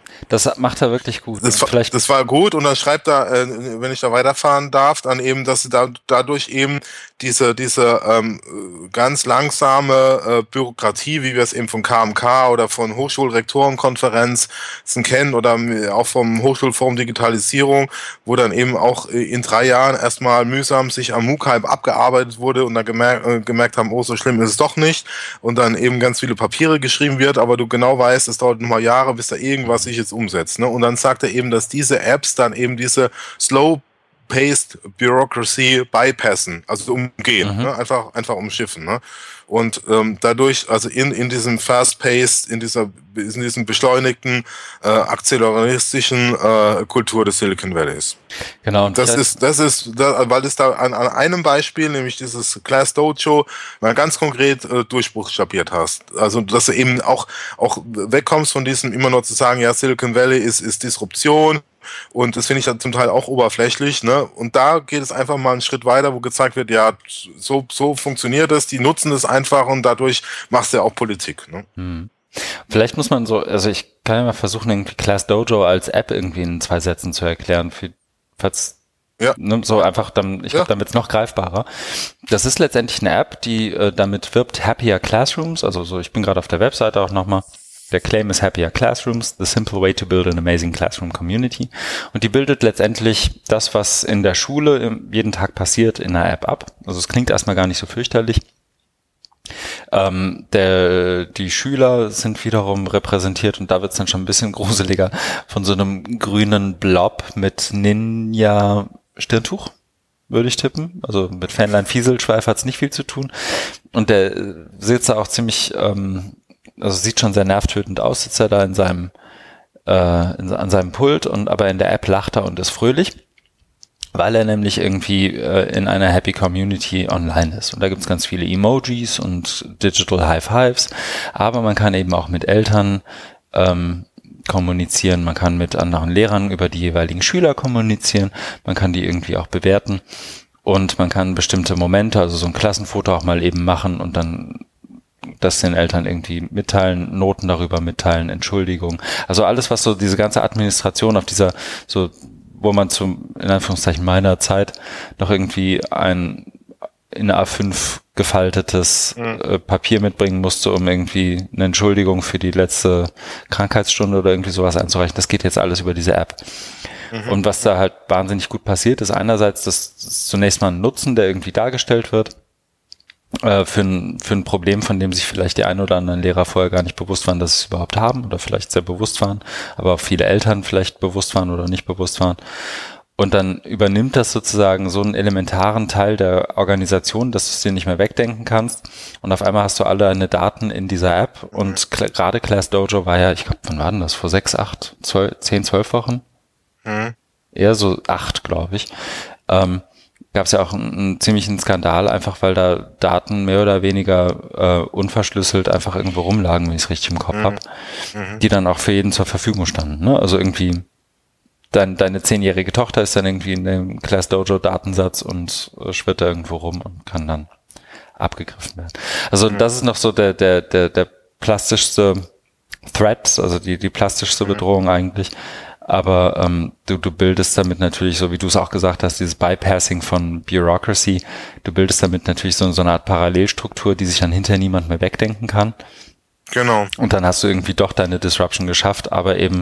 Das macht er wirklich gut. Das war gut, und dann schreibt er, wenn ich da weiterfahren darf, dann eben, dass dadurch eben diese ganz langsame Bürokratie, wie wir es eben vom KMK oder von Hochschulrektorenkonferenzen kennen oder auch vom Hochschulforum Digitalisierung, wo dann eben auch in 3 Jahren erstmal mühsam sich am MOOC-Hype abgearbeitet wurde und dann gemerkt haben, oh, so schlimm ist es doch nicht, und dann eben ganz viele Papiere geschrieben wird, aber du genau weißt, es dauert nochmal Jahre, bis da irgendwas sich jetzt umsetzt. Ne? Und dann sagt er eben, dass diese Apps dann eben diese Slow-Paced Bureaucracy bypassen, also umgehen, ne? einfach umschiffen. Ne? Und dadurch, also in diesem Fast-Paced, in diesem beschleunigten, akzeleristischen Kultur des Silicon Valleys. Genau. Und weil es da an einem Beispiel, nämlich dieses Class Dojo, mal ganz konkret durchbuchstabiert hast. Also, dass du eben auch wegkommst von diesem immer nur zu sagen, ja, Silicon Valley ist Disruption, und das finde ich dann zum Teil auch oberflächlich, ne? Und da geht es einfach mal einen Schritt weiter, wo gezeigt wird, ja, so funktioniert es, die nutzen es einfach, und dadurch machst du ja auch Politik, ne? Vielleicht muss man also ich kann ja mal versuchen, irgendwie Class Dojo als App irgendwie in 2 Sätzen zu erklären, so einfach, ich glaube, dann wird's noch greifbarer. Das ist letztendlich eine App, die damit wirbt, Happier Classrooms, also so, ich bin gerade auf der Webseite auch nochmal. Der Claim ist Happier Classrooms, the simple way to build an amazing classroom community. Und die bildet letztendlich das, was in der Schule jeden Tag passiert, in einer App ab. Also es klingt erstmal gar nicht so fürchterlich. Die Schüler sind wiederum repräsentiert, und da wird's dann schon ein bisschen gruseliger, von so einem grünen Blob mit Ninja-Stirntuch, würde ich tippen. Also mit Fähnlein-Fieselschweif hat's nicht viel zu tun. Und der sitzt da auch ziemlich... also sieht schon sehr nervtötend aus, sitzt er da an seinem Pult, aber in der App lacht er und ist fröhlich, weil er nämlich irgendwie in einer Happy Community online ist. Und da gibt's ganz viele Emojis und Digital High Fives, aber man kann eben auch mit Eltern kommunizieren, man kann mit anderen Lehrern über die jeweiligen Schüler kommunizieren, man kann die irgendwie auch bewerten, und man kann bestimmte Momente, also so ein Klassenfoto auch mal eben machen und dann das den Eltern irgendwie mitteilen, Noten darüber mitteilen, Entschuldigung. Also alles, was so diese ganze Administration auf dieser, so, wo man in Anführungszeichen meiner Zeit noch irgendwie ein in A5 gefaltetes Papier mitbringen musste, um irgendwie eine Entschuldigung für die letzte Krankheitsstunde oder irgendwie sowas einzureichen. Das geht jetzt alles über diese App. Und was da halt wahnsinnig gut passiert, ist einerseits das zunächst mal ein Nutzen, der irgendwie dargestellt wird, für ein Problem, von dem sich vielleicht die ein oder anderen Lehrer vorher gar nicht bewusst waren, dass sie es überhaupt haben, oder vielleicht sehr bewusst waren, aber auch viele Eltern vielleicht bewusst waren oder nicht bewusst waren. Und dann übernimmt das sozusagen so einen elementaren Teil der Organisation, dass du es dir nicht mehr wegdenken kannst. Und auf einmal hast du alle deine Daten in dieser App. Und gerade Class Dojo war ja, ich glaube, wann war denn das? Vor 6, 8, 12 Wochen? Eher so 8, glaube ich. Gab es ja auch einen ziemlichen Skandal, einfach weil da Daten mehr oder weniger unverschlüsselt einfach irgendwo rumlagen, wenn ich es richtig im Kopf habe, die dann auch für jeden zur Verfügung standen. Ne? Also irgendwie deine 10-jährige Tochter ist dann irgendwie in dem Class Dojo Datensatz und schwirrt da irgendwo rum und kann dann abgegriffen werden. Also das ist noch so der plastischste Threat, also die plastischste Bedrohung eigentlich. Aber du bildest damit natürlich, so wie du es auch gesagt hast, dieses Bypassing von Bureaucracy, du bildest damit natürlich so eine Art Parallelstruktur, die sich dann hinterher niemand mehr wegdenken kann. Genau. Und dann hast du irgendwie doch deine Disruption geschafft, aber eben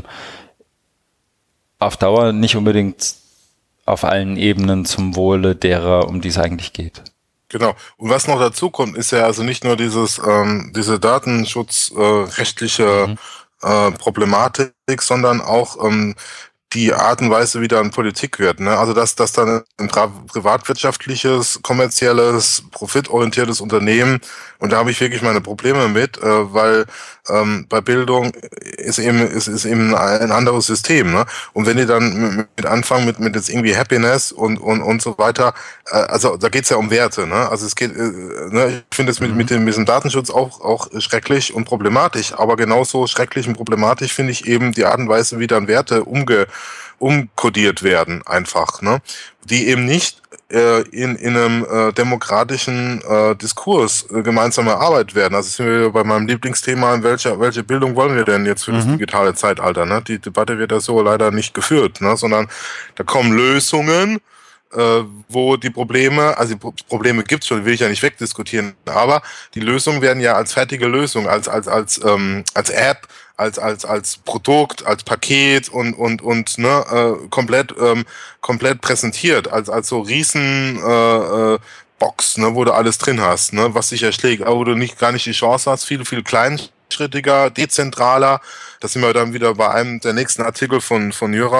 auf Dauer nicht unbedingt auf allen Ebenen zum Wohle derer, um die es eigentlich geht. Genau. Und was noch dazu kommt, ist ja also nicht nur diese datenschutzrechtliche Problematik, sondern auch die Art und Weise, wie dann Politik wird. Ne? Also dass dann ein privatwirtschaftliches, kommerzielles, profitorientiertes Unternehmen, und da habe ich wirklich meine Probleme mit, weil bei Bildung ist eben ein anderes System. Ne? Und wenn die dann mit anfangen mit jetzt irgendwie Happiness und so weiter, also da geht's ja um Werte. Ne? Also es geht, ne? Ich finde es mit dem Datenschutz auch schrecklich und problematisch, aber genauso schrecklich und problematisch finde ich eben die Art und Weise, wie dann Werte umkodiert werden einfach, ne? Die eben nicht in einem demokratischen Diskurs gemeinsam erarbeitet werden. Also sind wir bei meinem Lieblingsthema, welche Bildung wollen wir denn jetzt für das digitale Zeitalter? Ne? Die Debatte wird ja so leider nicht geführt, ne? Sondern da kommen Lösungen, wo die Probleme, also die Probleme gibt's schon, will ich ja nicht wegdiskutieren, aber die Lösungen werden ja als fertige Lösung, als App, als Produkt, als Paket und komplett präsentiert, als so riesen Box, ne, wo du alles drin hast, ne, was sich erschlägt, aber wo du gar nicht die Chance hast, viel kleinschrittiger, dezentraler. Da sind wir dann wieder bei einem der nächsten Artikel von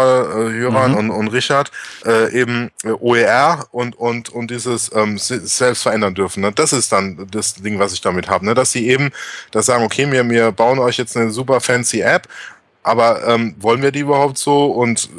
Jöran und Richard, eben OER und dieses selbst verändern dürfen. Ne? Das ist dann das Ding, was ich damit habe. Ne? Dass sie eben da sagen, okay, wir bauen euch jetzt eine super fancy App, aber wollen wir die überhaupt so? Und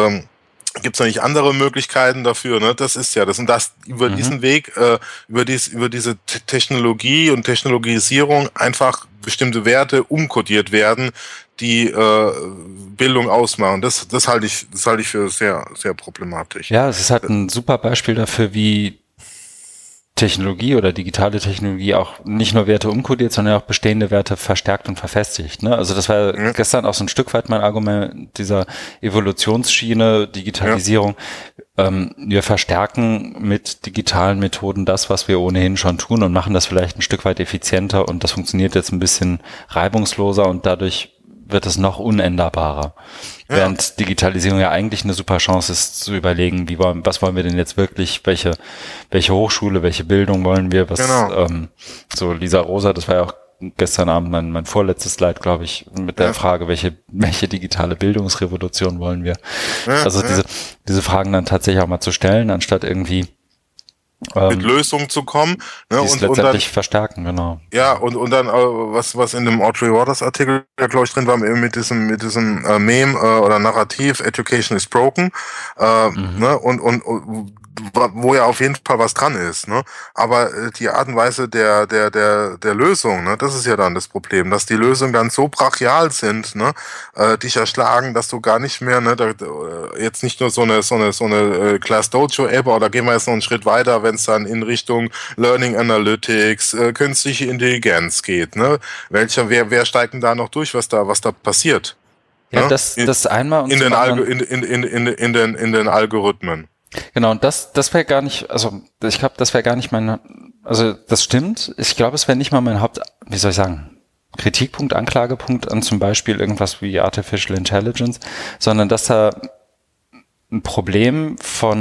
gibt es nicht andere Möglichkeiten dafür? Ne? Das ist ja das. Und das über diesen Weg, über diese Technologie und Technologisierung einfach bestimmte Werte umkodiert werden, die Bildung ausmachen. Das halte ich für sehr, sehr problematisch. Ja, es ist halt ein super Beispiel dafür, wie Technologie oder digitale Technologie auch nicht nur Werte umkodiert, sondern auch bestehende Werte verstärkt und verfestigt. Ne? Also das war gestern auch so ein Stück weit mein Argument dieser Evolutionsschiene, Digitalisierung. Ja. Wir verstärken mit digitalen Methoden das, was wir ohnehin schon tun und machen das vielleicht ein Stück weit effizienter und das funktioniert jetzt ein bisschen reibungsloser und dadurch wird es noch unänderbarer. Ja. Während Digitalisierung ja eigentlich eine super Chance ist, zu überlegen, was wollen wir denn jetzt wirklich, welche Hochschule, welche Bildung wollen wir, so Lisa Rosa, das war ja auch gestern Abend mein vorletztes Slide, glaube ich, mit der Frage, welche digitale Bildungsrevolution wollen wir. Ja, also diese Fragen dann tatsächlich auch mal zu stellen, anstatt irgendwie mit Lösungen zu kommen, ne, und letztendlich dann verstärken, genau. Ja, und dann was in dem Audrey Waters Artikel, glaube ich, drin war, mit diesem Meme oder Narrativ, Education is broken, ne, und wo ja auf jeden Fall was dran ist, ne? Aber die Art und Weise der Lösung, ne, das ist ja dann das Problem, dass die Lösungen dann so brachial sind, ne, dich erschlagen, dass du gar nicht mehr, ne, jetzt nicht nur so eine Class Dojo App, oder gehen wir jetzt noch einen Schritt weiter, wenn es dann in Richtung Learning Analytics, künstliche Intelligenz geht, ne? Wer steigt denn da noch durch, was da passiert? Ja, ne? das einmal und in den Algorithmen. Genau, und das wäre gar nicht, also ich glaube, das wäre gar nicht also das stimmt, ich glaube, es wäre nicht mal mein Kritikpunkt, Anklagepunkt an zum Beispiel irgendwas wie Artificial Intelligence, sondern dass da ein Problem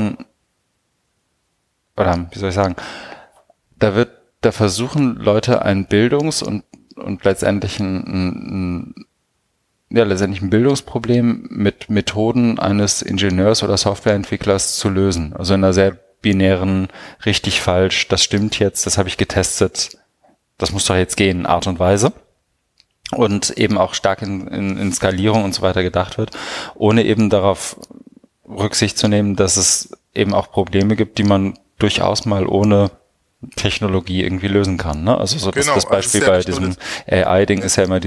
da versuchen Leute ein und letztendlich letztendlich ein Bildungsproblem mit Methoden eines Ingenieurs oder Softwareentwicklers zu lösen. Also in einer sehr binären, richtig, falsch, das stimmt jetzt, das habe ich getestet, das muss doch jetzt gehen, Art und Weise. Und eben auch stark in Skalierung und so weiter gedacht wird, ohne eben darauf Rücksicht zu nehmen, dass es eben auch Probleme gibt, die man durchaus mal ohne Technologie irgendwie lösen kann. Ne? Also so das Beispiel bei diesem AI-Ding ist ja immer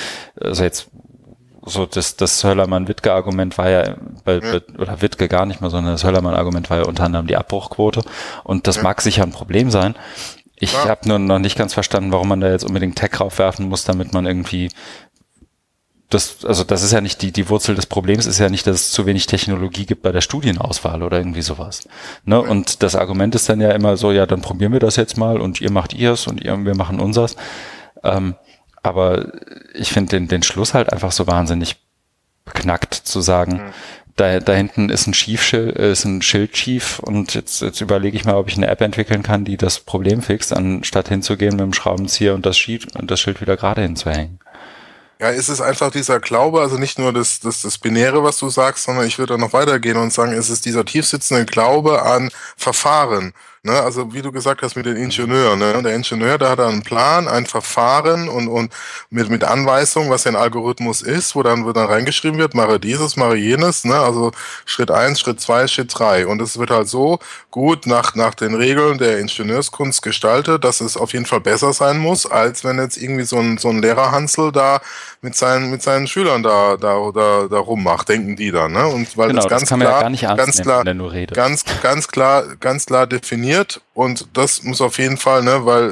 das Höllermann-Wittke-Argument war ja, oder Wittke gar nicht mehr, sondern das Höllermann-Argument war ja unter anderem die Abbruchquote. Und das mag sicher ein Problem sein. Ich habe nur noch nicht ganz verstanden, warum man da jetzt unbedingt Tech raufwerfen muss, damit man irgendwie das ist ja nicht die Wurzel des Problems ist ja nicht, dass es zu wenig Technologie gibt bei der Studienauswahl oder irgendwie sowas. Ne? Und das Argument ist dann ja immer so, ja, dann probieren wir das jetzt mal und ihr macht ihrs und wir machen unsers. Aber ich finde den Schluss halt einfach so wahnsinnig beknackt zu sagen, da hinten ist ein Schild schief und jetzt überlege ich mal, ob ich eine App entwickeln kann, die das Problem fixt, anstatt hinzugehen mit dem Schraubenzieher und das Schild wieder gerade hinzuhängen. Ja, es ist einfach dieser Glaube, also nicht nur das Binäre, was du sagst, sondern ich würde da noch weitergehen und sagen, es ist dieser tiefsitzende Glaube an Verfahren. Ne? Also wie du gesagt hast mit den Ingenieuren. Ne? Der Ingenieur, der hat einen Plan, ein Verfahren und mit Anweisungen, was ein Algorithmus ist, wo dann reingeschrieben wird, mache dieses, mache jenes. Ne? Also Schritt 1, Schritt 2, Schritt 3. Und es wird halt so gut nach den Regeln der Ingenieurskunst gestaltet, dass es auf jeden Fall besser sein muss, als wenn jetzt irgendwie so ein Lehrerhansel da mit seinen Schülern da rummacht, denken die dann. Ne? Und weil genau, das das kann man ja gar nicht ernst nehmen, wenn der nur redet. Ganz klar definiert. Und das muss auf jeden Fall, ne, weil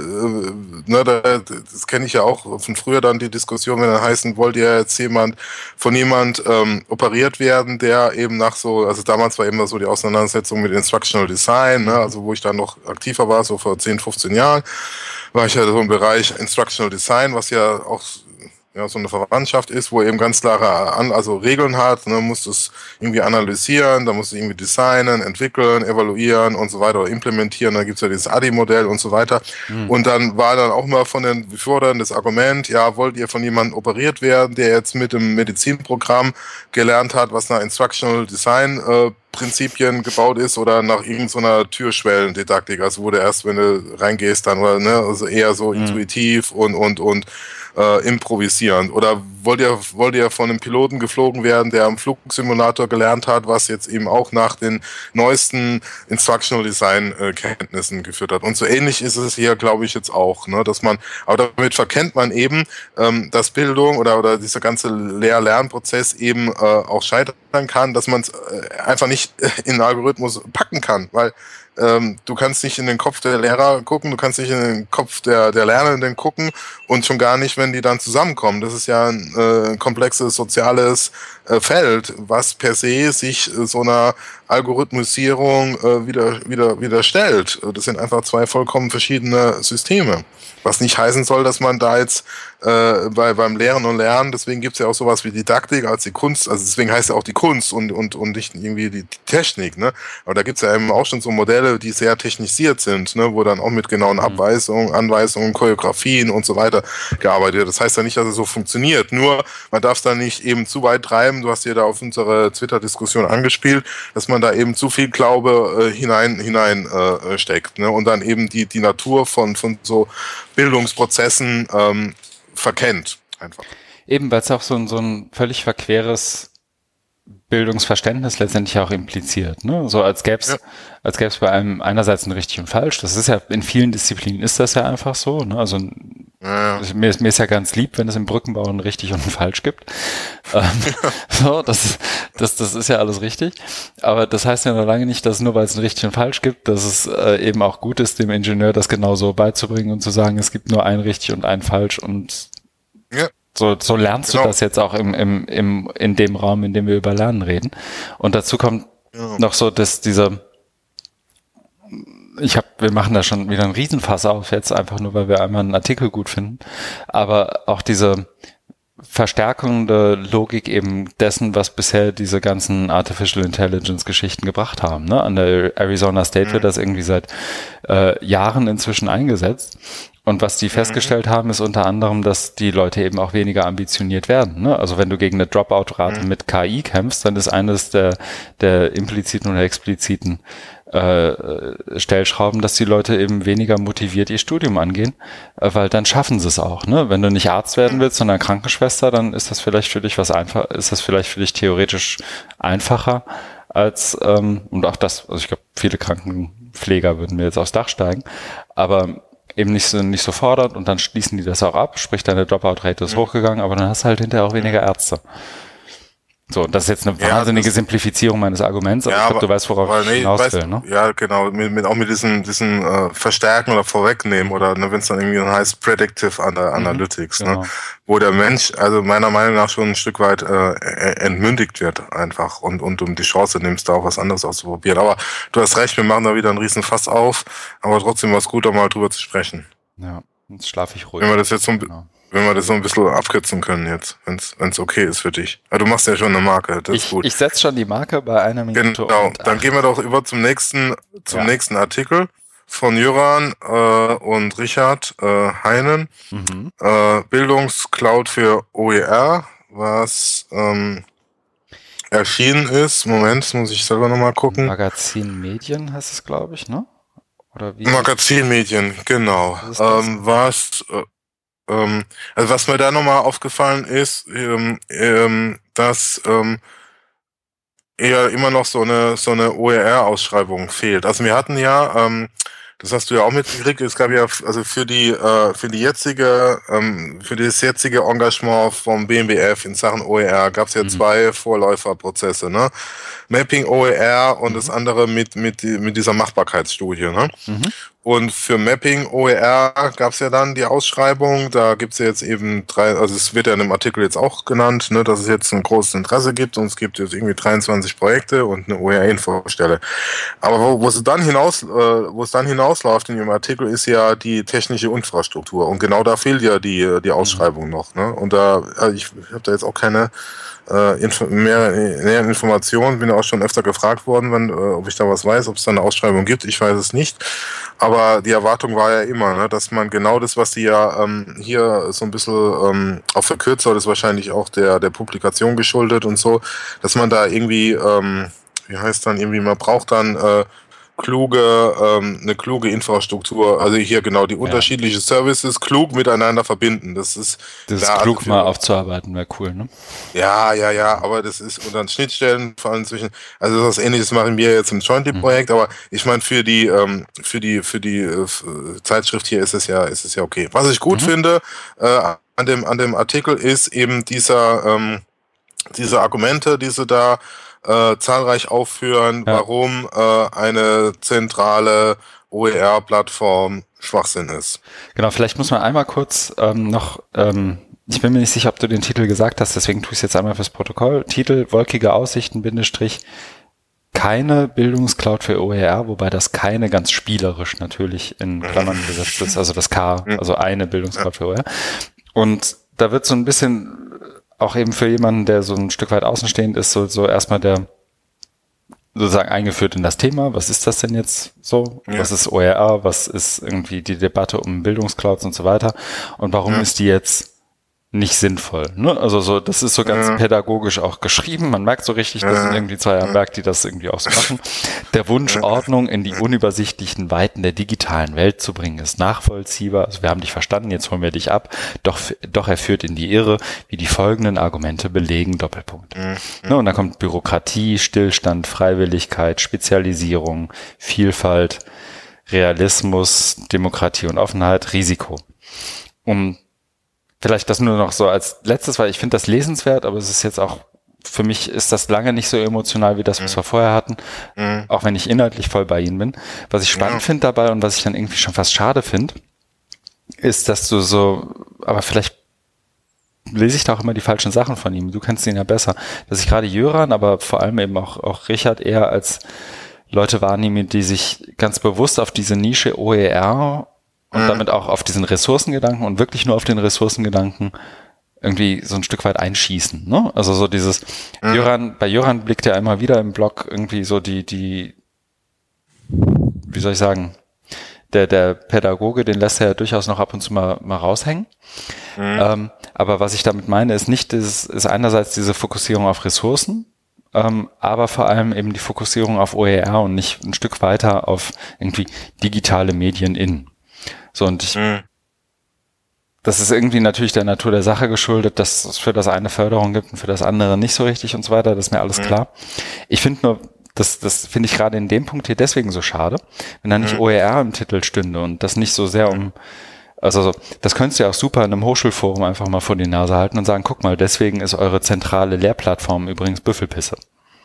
das kenne ich ja auch von früher dann die Diskussion, wenn dann heißen, wollt ihr jetzt von jemand operiert werden, der eben also damals war immer so die Auseinandersetzung mit Instructional Design, ne, also wo ich dann noch aktiver war, so vor 10, 15 Jahren, war ich ja so im Bereich Instructional Design, was ja auch so eine Verwandtschaft ist, wo eben ganz klare Regeln hat, ne, muss es irgendwie analysieren, da muss es irgendwie designen, entwickeln, evaluieren und so weiter oder implementieren, da gibt's ja dieses ADI-Modell und so weiter. Und dann war dann auch mal von den Beförderern das Argument, ja, wollt ihr von jemandem operiert werden, der jetzt mit dem Medizinprogramm gelernt hat, was nach Instructional Design Prinzipien gebaut ist oder nach irgendeiner Türschwellendidaktik, also wo du erst, wenn du reingehst, dann, oder, ne, also eher so intuitiv und improvisierend. Oder wollt ihr von einem Piloten geflogen werden, der am Flugsimulator gelernt hat, was jetzt eben auch nach den neuesten Instructional Design Kenntnissen geführt hat. Und so ähnlich ist es hier, glaube ich, jetzt auch, ne, aber damit verkennt man eben, dass Bildung oder dieser ganze Lehr-Lernprozess eben auch scheitern kann, dass man es einfach nicht in den Algorithmus packen kann, weil du kannst nicht in den Kopf der Lehrer gucken, du kannst nicht in den Kopf der Lernenden gucken und schon gar nicht, wenn die dann zusammenkommen. Das ist ja ein komplexes soziales Feld, was per se sich so einer Algorithmisierung widerstellt. Das sind einfach zwei vollkommen verschiedene Systeme. Was nicht heißen soll, dass man da jetzt beim Lehren und Lernen, deswegen gibt es ja auch sowas wie Didaktik als die Kunst, also deswegen heißt ja auch die Kunst und nicht irgendwie die Technik, ne? Aber da gibt es ja eben auch schon so Modelle, die sehr technisiert sind, ne? Wo dann auch mit genauen Anweisungen, Choreografien und so weiter gearbeitet wird. Das heißt ja nicht, dass es so funktioniert, nur man darf es da nicht eben zu weit treiben, du hast ja da auf unsere Twitter-Diskussion angespielt, dass man da eben zu viel Glaube hinein steckt, ne? Und dann eben die Natur von so Bildungsprozessen verkennt einfach. Eben, weil es auch so ein völlig verqueres Bildungsverständnis letztendlich auch impliziert, ne? So als gäb's bei einem einerseits ein richtig und falsch. Das ist ja in vielen Disziplinen ist das ja einfach so, ne? Also mir ist ja ganz lieb, wenn es im Brückenbau ein richtig und ein falsch gibt. So, das ist ja alles richtig. Aber das heißt ja noch lange nicht, dass nur weil es ein richtig und falsch gibt, dass es eben auch gut ist, dem Ingenieur das genauso beizubringen und zu sagen, es gibt nur ein richtig und ein falsch und so lernst du das jetzt auch in dem Raum, in dem wir über Lernen reden. Und dazu kommt noch so, dass wir machen da schon wieder einen Riesenfass auf jetzt, einfach nur, weil wir einmal einen Artikel gut finden. Aber auch diese verstärkende Logik eben dessen, was bisher diese ganzen Artificial Intelligence Geschichten gebracht haben, ne? An der Arizona State wird das irgendwie seit Jahren inzwischen eingesetzt. Und was die festgestellt haben, ist unter anderem, dass die Leute eben auch weniger ambitioniert werden, ne? Also wenn du gegen eine Dropout-Rate mit KI kämpfst, dann ist eines der impliziten oder expliziten Stellschrauben, dass die Leute eben weniger motiviert ihr Studium angehen, weil dann schaffen sie es auch, ne? Wenn du nicht Arzt werden willst, sondern Krankenschwester, dann ist das vielleicht für dich theoretisch einfacher als, und auch das, also ich glaube, viele Krankenpfleger würden mir jetzt aufs Dach steigen, aber eben nicht so fordernd und dann schließen die das auch ab, sprich deine Dropout-Rate ist hochgegangen, aber dann hast du halt hinterher auch weniger Ärzte. So, das ist jetzt eine wahnsinnige Simplifizierung meines Arguments, aber ich glaube, du weißt, worauf ich hinaus will, ne? Ja, genau, auch mit diesen Verstärken oder Vorwegnehmen oder ne, wenn es dann irgendwie heißt Predictive Analytics, genau. Ne? Wo der Mensch, also meiner Meinung nach schon ein Stück weit entmündigt wird einfach und um die Chance nimmst, da auch was anderes auszuprobieren. Aber du hast recht, wir machen da wieder einen riesen Fass auf, aber trotzdem war es gut, da mal drüber zu sprechen. Ja, jetzt schlafe ich ruhig. Wenn wir das jetzt wenn wir das so ein bisschen abkürzen können jetzt, wenn es okay ist für dich. Ja, du machst ja schon eine Marke, das ist gut. Ich setze schon die Marke bei 1 Minute. Genau, dann gehen wir doch über zum nächsten Artikel von Jöran und Richard Heinen. Bildungscloud für OER, was erschienen ist. Moment, das muss ich selber nochmal gucken. Magazin Medien heißt es, glaube ich, ne? Oder wie? Magazinmedien, genau. Also was mir da nochmal aufgefallen ist, dass eher immer noch so eine OER-Ausschreibung fehlt. Also wir hatten ja, das hast du ja auch mitgekriegt, es gab ja also für das jetzige Engagement vom BMBF in Sachen OER gab es ja 2 Vorläuferprozesse, ne? Mapping OER und das andere mit dieser Machbarkeitsstudie, ne? Und für Mapping OER gab es ja dann die Ausschreibung, da gibt es ja jetzt eben 3, also es wird ja in dem Artikel jetzt auch genannt, ne, dass es jetzt ein großes Interesse gibt und es gibt jetzt irgendwie 23 Projekte und eine OER-Infostelle. Aber wo es dann hinausläuft in dem Artikel ist ja die technische Infrastruktur und genau da fehlt ja die Ausschreibung noch, ne? Und ich habe da jetzt auch keine mehr Informationen, bin ja auch schon öfter gefragt worden, ob ich da was weiß, ob es da eine Ausschreibung gibt, ich weiß es nicht, aber die Erwartung war ja immer, ne, dass man genau das, was sie ja hier so ein bisschen auch verkürzt, das ist wahrscheinlich auch der Publikation geschuldet und so, dass man da irgendwie, man braucht dann eine kluge Infrastruktur, also hier genau die unterschiedlichen Services klug miteinander verbinden. Das ist klug also mal aufzuarbeiten, wäre cool, ne? Ja, aber das ist und dann Schnittstellen vor allem zwischen, also was Ähnliches machen wir jetzt im Jointly-Projekt, aber ich meine für die Zeitschrift hier ist es ja okay. Was ich gut finde an dem Artikel ist eben diese Argumente, die sie da zahlreich aufführen, warum eine zentrale OER-Plattform Schwachsinn ist. Genau, vielleicht muss man einmal kurz ich bin mir nicht sicher, ob du den Titel gesagt hast, deswegen tue ich es jetzt einmal fürs Protokoll. Titel: Wolkige Aussichten, keine Bildungscloud für OER, wobei das keine ganz spielerisch natürlich in Klammern gesetzt ist, also das K, also eine Bildungscloud für OER. Und da wird so ein bisschen auch eben für jemanden, der so ein Stück weit außenstehend ist, so erstmal der sozusagen eingeführt in das Thema. Was ist das denn jetzt so? Ja. Was ist OER? Was ist irgendwie die Debatte um Bildungsclouds und so weiter? Und warum ist die jetzt nicht sinnvoll, ne? Also das ist so ganz pädagogisch auch geschrieben. Man merkt so richtig, das sind irgendwie 2 am Werk, die das irgendwie auch so machen. Der Wunsch, Ordnung in die unübersichtlichen Weiten der digitalen Welt zu bringen, ist nachvollziehbar. Also wir haben dich verstanden, jetzt holen wir dich ab. Doch er führt in die Irre, wie die folgenden Argumente belegen, Doppelpunkt. Ne? Und dann kommt Bürokratie, Stillstand, Freiwilligkeit, Spezialisierung, Vielfalt, Realismus, Demokratie und Offenheit, Risiko. Vielleicht das nur noch so als letztes, weil ich finde das lesenswert, aber es ist jetzt auch, für mich ist das lange nicht so emotional wie das, was wir vorher hatten, auch wenn ich inhaltlich voll bei Ihnen bin. Was ich spannend finde dabei und was ich dann irgendwie schon fast schade finde, ist, dass du aber vielleicht lese ich da auch immer die falschen Sachen von ihm, du kennst ihn ja besser, dass ich gerade Jöran, aber vor allem eben auch Richard eher als Leute wahrnehme, die sich ganz bewusst auf diese Nische OER und damit auch auf diesen Ressourcengedanken und wirklich nur auf den Ressourcengedanken irgendwie so ein Stück weit einschießen, ne? Also so dieses bei Jöran blickt ja immer wieder im Blog irgendwie so die wie soll ich sagen, der Pädagoge, den lässt er ja durchaus noch ab und zu mal raushängen. Aber was ich damit meine, ist einerseits diese Fokussierung auf Ressourcen, aber vor allem eben die Fokussierung auf OER und nicht ein Stück weiter auf irgendwie digitale Medien So, und das ist irgendwie natürlich der Natur der Sache geschuldet, dass es für das eine Förderung gibt und für das andere nicht so richtig und so weiter, das ist mir alles klar. Ich finde nur, das finde ich gerade in dem Punkt hier deswegen so schade, wenn da nicht OER im Titel stünde und das nicht so sehr das könntest du ja auch super in einem Hochschulforum einfach mal vor die Nase halten und sagen, guck mal, deswegen ist eure zentrale Lehrplattform übrigens Büffelpisse.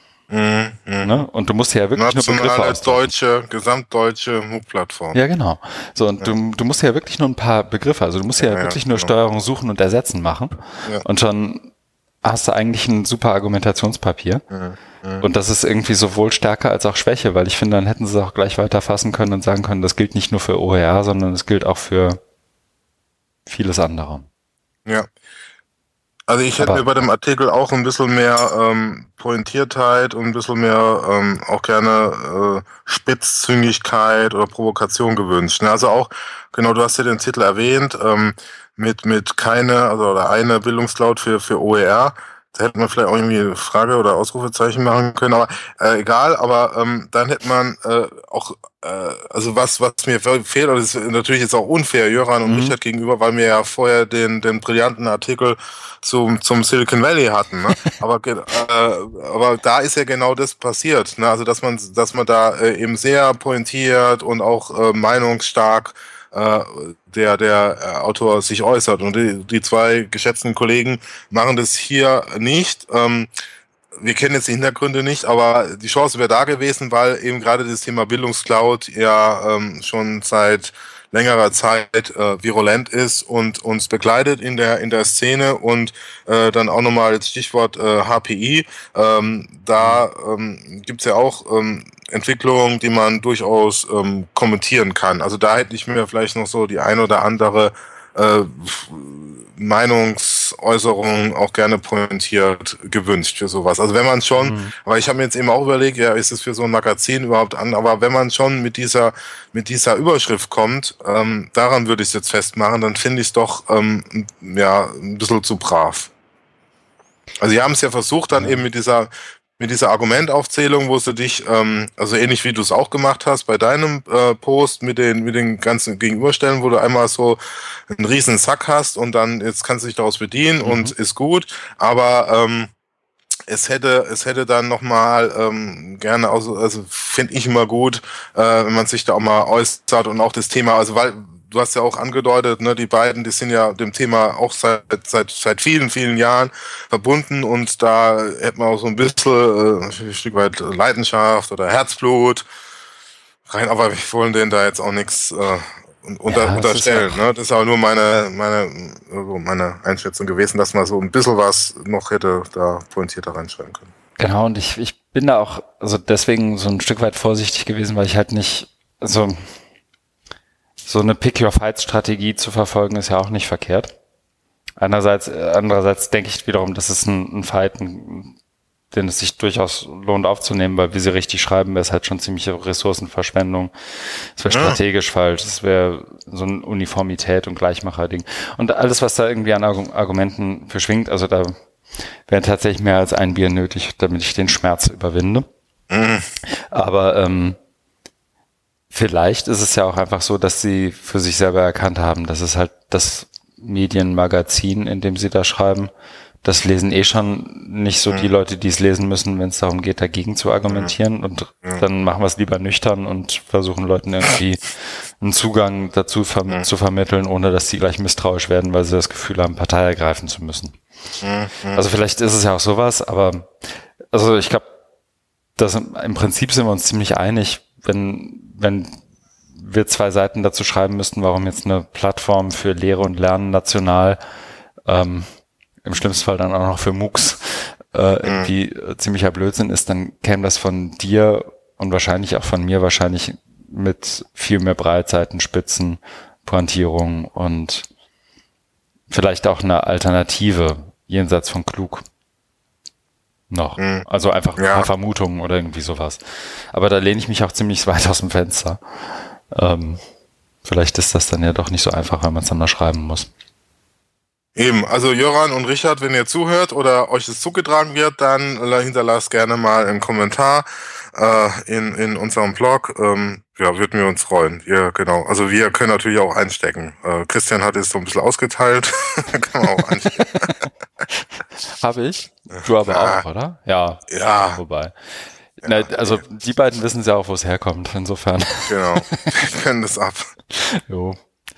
Ne? Und du musst ja wirklich nur Begriffe austauschen. Gesamtdeutsche MOOC-Plattform. Ja, genau. So, und du musst ja wirklich nur ein paar Begriffe, also du musst ja wirklich nur Steuerung suchen und ersetzen machen. Ja. Und schon hast du eigentlich ein super Argumentationspapier. Und das ist irgendwie sowohl Stärke als auch Schwäche, weil ich finde, dann hätten sie es auch gleich weiter fassen können und sagen können, das gilt nicht nur für OER, sondern es gilt auch für vieles andere. Ja. Also ich hätte mir bei dem Artikel auch ein bisschen mehr Pointiertheit und ein bisschen mehr auch gerne Spitzzüngigkeit oder Provokation gewünscht. Also auch, genau, du hast ja den Titel erwähnt, mit eine Bildungscloud für OER. Da hätte man vielleicht auch irgendwie Frage oder Ausrufezeichen machen können, aber egal, aber dann hätte man auch, also was mir fehlt, und das ist natürlich jetzt auch unfair Jöran und Richard gegenüber, weil wir ja vorher den brillanten Artikel zum Silicon Valley hatten, ne? Aber da ist ja genau das passiert, ne? Also dass man da eben sehr pointiert und auch meinungsstark der Autor sich äußert. Und die zwei geschätzten Kollegen machen das hier nicht. Wir kennen jetzt die Hintergründe nicht, aber die Chance wäre da gewesen, weil eben gerade das Thema Bildungscloud ja schon seit längerer Zeit virulent ist und uns begleitet in der Szene und dann auch nochmal als Stichwort HPI. Da gibt's ja auch Entwicklungen, die man durchaus kommentieren kann. Also da hätte ich mir vielleicht noch so die ein oder andere Meinungsäußerung auch gerne pointiert gewünscht für sowas. Also wenn man schon, aber ich habe mir jetzt eben auch überlegt, ja, ist es für so ein Magazin überhaupt an, aber wenn man schon mit dieser Überschrift kommt, daran würde ich es jetzt festmachen, dann finde ich es doch ja ein bisschen zu brav. Also sie haben es ja versucht, dann eben mit dieser Argumentaufzählung, wo du dich, also ähnlich wie du es auch gemacht hast bei deinem Post mit den ganzen Gegenüberstellen, wo du einmal so einen riesen Sack hast und dann jetzt kannst du dich daraus bedienen und ist gut, aber es hätte dann nochmal gerne, also finde ich immer gut, wenn man sich da auch mal äußert und auch das Thema, also weil du hast ja auch angedeutet, ne, die beiden, die sind ja dem Thema auch seit vielen, vielen Jahren verbunden und da hätte man auch so ein bisschen ein Stück weit Leidenschaft oder Herzblut rein, aber wir wollen denen da jetzt auch nichts unterstellen. Ne? Das ist aber nur meine Einschätzung gewesen, dass man so ein bisschen was noch hätte da pointierter reinschreiben können. Genau, und ich bin da auch, also deswegen so ein Stück weit vorsichtig gewesen, weil ich halt nicht, so eine Pick-Your-Fights-Strategie zu verfolgen, ist ja auch nicht verkehrt. Andererseits denke ich wiederum, das ist ein Fight, den es sich durchaus lohnt aufzunehmen, weil wie sie richtig schreiben, wäre es halt schon ziemliche Ressourcenverschwendung. Es wäre strategisch falsch, es wäre so ein Uniformität- und Gleichmacher-Ding. Und alles, was da irgendwie an Argumenten für schwingt, also da wäre tatsächlich mehr als ein Bier nötig, damit ich den Schmerz überwinde. Aber vielleicht ist es ja auch einfach so, dass sie für sich selber erkannt haben, dass es halt das Medienmagazin, in dem sie da schreiben, das lesen schon nicht so die Leute, die es lesen müssen, wenn es darum geht, dagegen zu argumentieren. Und dann machen wir es lieber nüchtern und versuchen Leuten irgendwie einen Zugang dazu zu vermitteln, ohne dass sie gleich misstrauisch werden, weil sie das Gefühl haben, Partei ergreifen zu müssen. Also vielleicht ist es ja auch sowas, aber also ich glaube, im Prinzip sind wir uns ziemlich einig, wenn wir zwei Seiten dazu schreiben müssten, warum jetzt eine Plattform für Lehre und Lernen national, im schlimmsten Fall dann auch noch für MOOCs, irgendwie ziemlicher Blödsinn ist, dann käme das von dir und wahrscheinlich auch von mir wahrscheinlich mit viel mehr Breitseiten, Spitzen, Pointierung und vielleicht auch eine Alternative jenseits von klug noch. Also einfach ein paar Vermutungen oder irgendwie sowas. Aber da lehne ich mich auch ziemlich weit aus dem Fenster. Vielleicht ist das dann ja doch nicht so einfach, wenn man es dann mal schreiben muss. Eben, also Jöran und Richard, wenn ihr zuhört oder euch das zugetragen wird, dann hinterlasst gerne mal einen Kommentar in unserem Blog. Ja, würden wir uns freuen. Ja, genau. Also wir können natürlich auch einstecken. Christian hat es so ein bisschen ausgeteilt. Kann man auch einstecken. Habe ich? Du aber auch, oder? Ja. Ja. Wobei. Ja, also die beiden wissen ja auch, wo es herkommt, insofern. Genau, wir können das ab. Jo.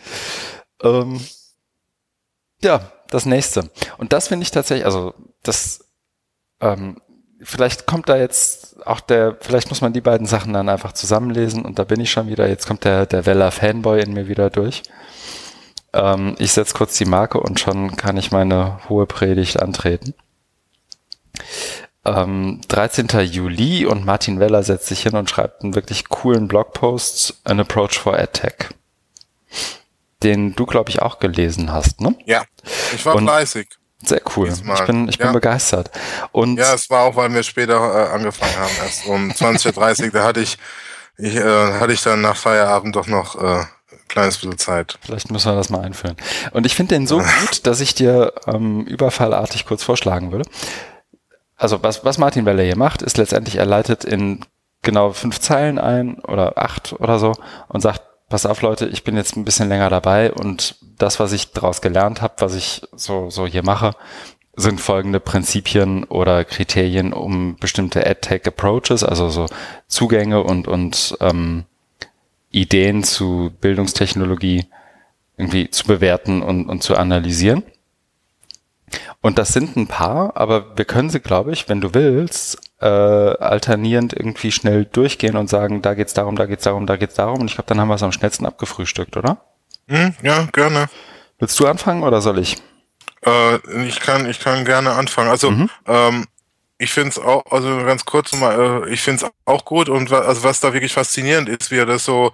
Ja, das nächste. Und das finde ich tatsächlich, also das, vielleicht kommt da jetzt auch vielleicht muss man die beiden Sachen dann einfach zusammenlesen und da bin ich schon wieder, jetzt kommt der Weller-Fanboy in mir wieder durch. Ich setze kurz die Marke und schon kann ich meine hohe Predigt antreten. 13. Juli und Martin Weller setzt sich hin und schreibt einen wirklich coolen Blogpost, An Approach for EdTech, den du, glaube ich, auch gelesen hast, ne? Ja, ich war fleißig. Sehr cool. Ich bin begeistert. Und ja, es war auch, weil wir später angefangen haben, erst um 20.30 Uhr, da hatte ich dann nach Feierabend doch noch kleines bisschen Zeit. Vielleicht müssen wir das mal einführen. Und ich finde den so gut, dass ich dir überfallartig kurz vorschlagen würde. Also was Martin Weller hier macht, ist letztendlich, er leitet in genau 5 Zeilen ein oder 8 oder so und sagt, pass auf Leute, ich bin jetzt ein bisschen länger dabei und das, was ich daraus gelernt habe, was ich so hier mache, sind folgende Prinzipien oder Kriterien, um bestimmte AdTech-Approaches, also so Zugänge und Ideen zu Bildungstechnologie irgendwie zu bewerten und zu analysieren. Und das sind ein paar, aber wir können sie, glaube ich, wenn du willst, alternierend irgendwie schnell durchgehen und sagen, da geht's darum, da geht's darum, da geht's darum. Und ich glaube, dann haben wir es am schnellsten abgefrühstückt, oder? Ja, gerne. Willst du anfangen oder soll ich? Ich kann gerne anfangen. Also, ich finde es auch, also ganz kurz mal, ich finde es auch gut und was da wirklich faszinierend ist, wie er das so,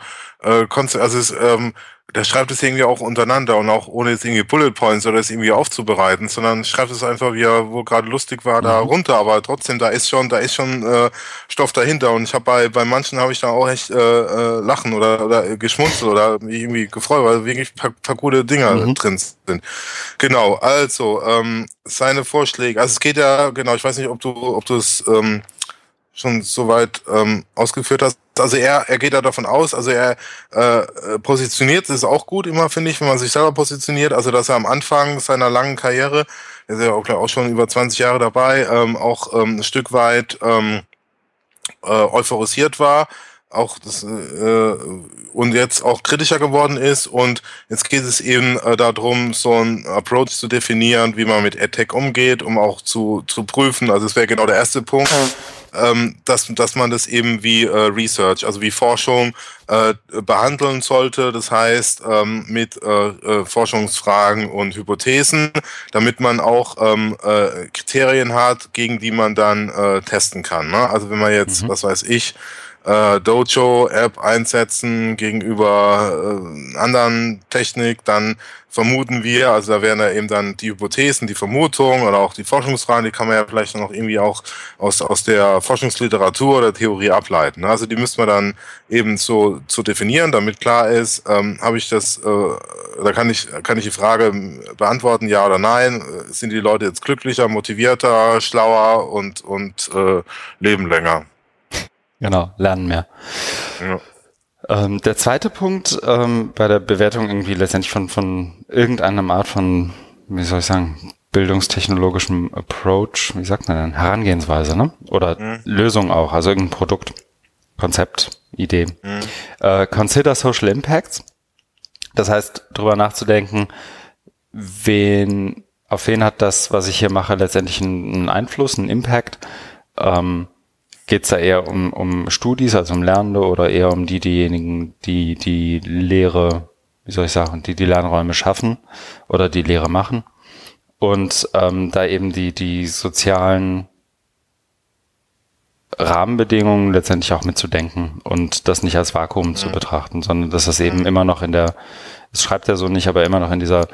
der schreibt es irgendwie auch untereinander und auch ohne jetzt irgendwie Bullet Points oder es irgendwie aufzubereiten, sondern schreibt es einfach, wie er, wo gerade lustig war, da runter, aber trotzdem, da ist schon Stoff dahinter und ich habe bei manchen habe ich da auch echt lachen oder geschmunzelt oder mich irgendwie gefreut, weil wirklich paar gute Dinger drin sind. Genau, also seine Vorschläge, also es geht ja, genau, ich weiß nicht, ob du es schon soweit ausgeführt hast. Also er geht da davon aus, also er positioniert, das ist auch gut immer, finde ich, wenn man sich selber positioniert, also dass er am Anfang seiner langen Karriere, er ist ja auch schon über 20 Jahre dabei, auch ein Stück weit euphorisiert war, auch das und jetzt auch kritischer geworden ist und jetzt geht es eben darum, so ein Approach zu definieren, wie man mit AdTech umgeht, um auch zu prüfen, also es wäre genau der erste Punkt, dass man das eben wie Research, also wie Forschung behandeln sollte, das heißt mit Forschungsfragen und Hypothesen, damit man auch Kriterien hat, gegen die man dann testen kann, ne? Also wenn man jetzt, was weiß ich, Dojo-App einsetzen gegenüber anderen Technik, dann vermuten wir, also da wären ja eben dann die Hypothesen, die Vermutungen oder auch die Forschungsfragen, die kann man ja vielleicht noch irgendwie auch aus der Forschungsliteratur oder Theorie ableiten. Also die müssen wir dann eben so definieren, damit klar ist, habe ich das, da kann ich die Frage beantworten, ja oder nein, sind die Leute jetzt glücklicher, motivierter, schlauer und leben länger. Genau, lernen mehr. Ja. Der zweite Punkt bei der Bewertung irgendwie letztendlich von irgendeiner Art von, wie soll ich sagen, bildungstechnologischem Approach, wie sagt man denn, Herangehensweise, ne? Oder Lösung auch, also irgendein Produkt, Konzept, Idee. Consider Social Impacts. Das heißt, drüber nachzudenken, auf wen hat das, was ich hier mache, letztendlich einen Einfluss, einen Impact. Geht es da eher um Studis, also um Lernende, oder eher um diejenigen, die Lehre, wie soll ich sagen, die Lernräume schaffen oder die Lehre machen? Und da eben die sozialen Rahmenbedingungen letztendlich auch mitzudenken und das nicht als Vakuum zu betrachten, sondern dass das eben immer noch das schreibt er so nicht, aber immer noch in dieser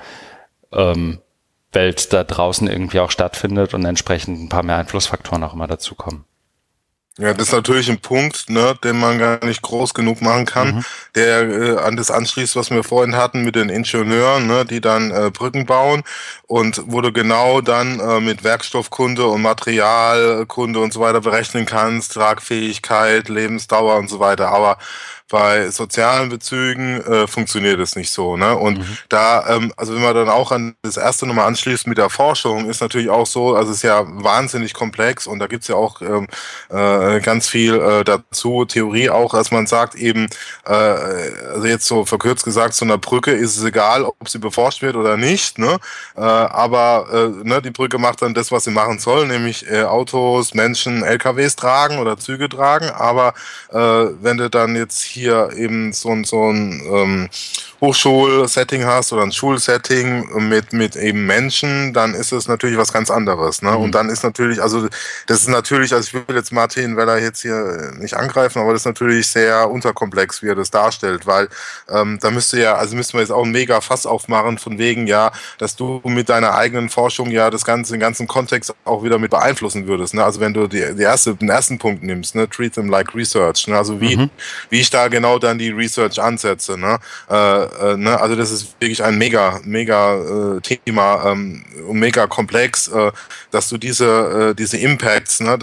Welt da draußen irgendwie auch stattfindet und entsprechend ein paar mehr Einflussfaktoren auch immer dazukommen. Ja, das ist natürlich ein Punkt, ne, den man gar nicht groß genug machen kann, der an das anschließt, was wir vorhin hatten mit den Ingenieuren, ne, die dann Brücken bauen und wo du genau dann mit Werkstoffkunde und Materialkunde und so weiter berechnen kannst, Tragfähigkeit, Lebensdauer und so weiter, aber bei sozialen Bezügen funktioniert es nicht so, ne? Und da, also wenn man dann auch an das erste nochmal anschließt mit der Forschung, ist natürlich auch so, also es ist ja wahnsinnig komplex und da gibt's ja auch ganz viel dazu, Theorie auch, dass man sagt eben, also jetzt so verkürzt gesagt, so einer Brücke ist es egal, ob sie beforscht wird oder nicht, ne? Aber ne, die Brücke macht dann das, was sie machen soll, nämlich Autos, Menschen, LKWs tragen oder Züge tragen, aber wenn du dann jetzt hier eben so ein Hochschulsetting hast oder ein Schulsetting mit eben Menschen, dann ist es natürlich was ganz anderes, ne? Und dann ist natürlich, also das ist natürlich, also ich will jetzt Martin Weller jetzt hier nicht angreifen, aber das ist natürlich sehr unterkomplex, wie er das darstellt, weil da müssten wir jetzt auch ein mega Fass aufmachen von wegen, ja, dass du mit deiner eigenen Forschung ja den ganzen Kontext auch wieder mit beeinflussen würdest, ne? Also wenn du den ersten Punkt nimmst, ne, treat them like research, ne? Also wie ich da ja genau dann die Research-Ansätze, ne? Also das ist wirklich ein mega Thema und mega komplex, dass du diese Impacts, ne,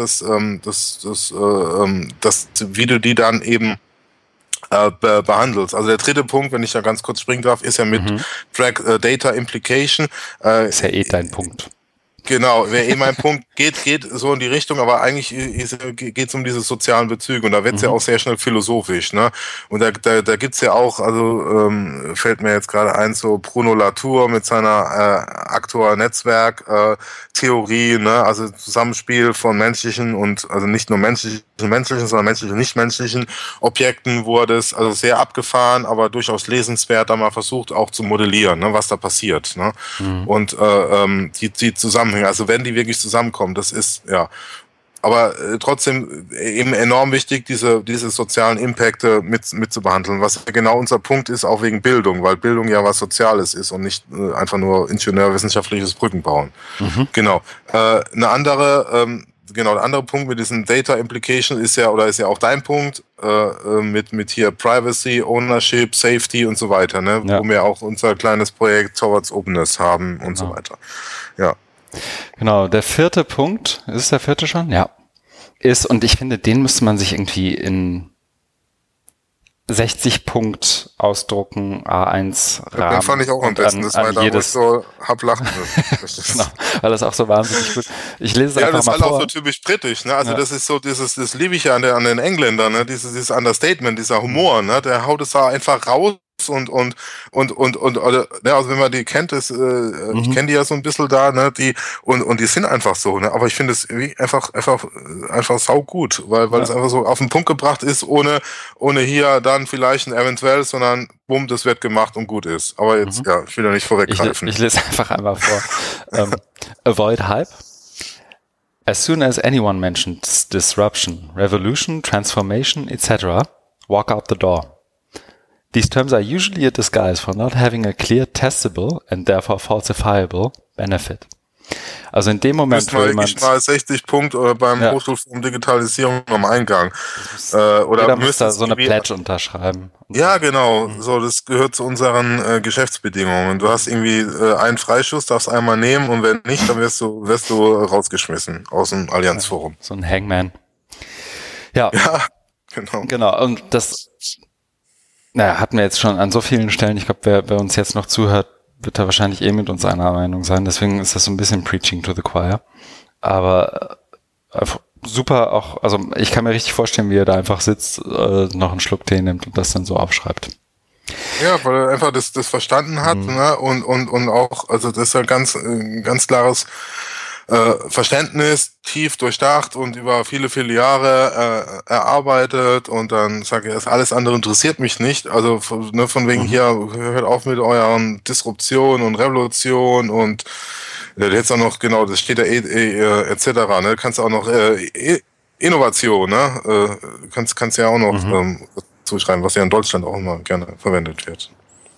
wie du die dann eben behandelst. Also der dritte Punkt, wenn ich da ganz kurz springen darf, ist ja mit Data Implication. Ist ja dein Punkt. Genau, wäre mein Punkt, geht so in die Richtung, aber eigentlich geht es um diese sozialen Bezüge und da wird es ja auch sehr schnell philosophisch, ne? Und da gibt's ja auch, also fällt mir jetzt gerade ein, so Bruno Latour mit seiner Aktor-Netzwerk-Theorie, ne? Also Zusammenspiel von menschlichen und, also nicht nur menschlichen, sondern menschlichen, nicht-menschlichen Objekten wurde es also sehr abgefahren, aber durchaus lesenswert, da mal versucht auch zu modellieren, ne? Was da passiert, ne? Und die Zusammenhänge, also wenn die wirklich zusammenkommen, das ist, ja, aber trotzdem eben enorm wichtig, diese sozialen Impacte mit zu behandeln, was genau unser Punkt ist, auch wegen Bildung, weil Bildung ja was Soziales ist und nicht einfach nur ingenieurwissenschaftliches Brückenbauen. Genau. Der andere Punkt mit diesen Data Implication ist ja auch dein Punkt, mit hier Privacy, Ownership, Safety und so weiter, ne? Ja. Wo wir auch unser kleines Projekt Towards Openness haben und so weiter. Ja. Genau, der vierte Punkt, ist es der vierte schon? Ja. Ist, und ich finde, den müsste man sich irgendwie in 60 Punkt ausdrucken, A1 Rahmen. Den fand ich auch am besten, das war da, wo ich so hab lachen müssen. Genau, weil das auch so wahnsinnig gut. Ich lese es einfach mal vor. Ja, das ist halt auch so typisch britisch, ne? Also das ist so das liebe ich ja an den Engländern, ne? Dieses Understatement, dieser Humor, ne? Der haut es da einfach raus. Und also wenn man die kennt, ich kenne die ja so ein bisschen da, ne, die sind einfach so, ne, aber ich finde es einfach saugut, weil es einfach so auf den Punkt gebracht ist, ohne hier dann vielleicht ein eventuell, sondern bumm, das wird gemacht und gut ist. Aber jetzt, ich will ja nicht vorweggreifen. Ich lese einfach einmal vor. Avoid hype. As soon as anyone mentions disruption, revolution, transformation, etc., walk out the door. These terms are usually a disguise for not having a clear testable and therefore falsifiable benefit. Also in dem Moment, wo jemand mal 60 Punkt oder beim Hochschulforum Digitalisierung am Eingang. Oder müsst da so eine Pledge unterschreiben. Ja, genau. So, das gehört zu unseren Geschäftsbedingungen. Du hast irgendwie einen Freischuss, darfst einmal nehmen und wenn nicht, dann wirst du rausgeschmissen aus dem Allianzforum. So ein Hangman. Ja, genau. Genau. Und das hatten wir jetzt schon an so vielen Stellen. Ich glaube, wer uns jetzt noch zuhört, wird da wahrscheinlich mit uns einer Meinung sein. Deswegen ist das so ein bisschen Preaching to the Choir. Aber super auch, also ich kann mir richtig vorstellen, wie er da einfach sitzt, noch einen Schluck Tee nimmt und das dann so aufschreibt. Ja, weil er einfach das verstanden hat, ne? Und auch, also das ist ein ganz klares Verständnis, tief durchdacht und über viele Jahre erarbeitet und dann sage ich, alles andere interessiert mich nicht. Also von wegen hier, hört auf mit euren Disruption und Revolution und jetzt auch noch, genau, das steht da etc. Ne? Kannst auch noch Innovation, ne? Kannst ja auch noch zuschreiben, was ja in Deutschland auch immer gerne verwendet wird.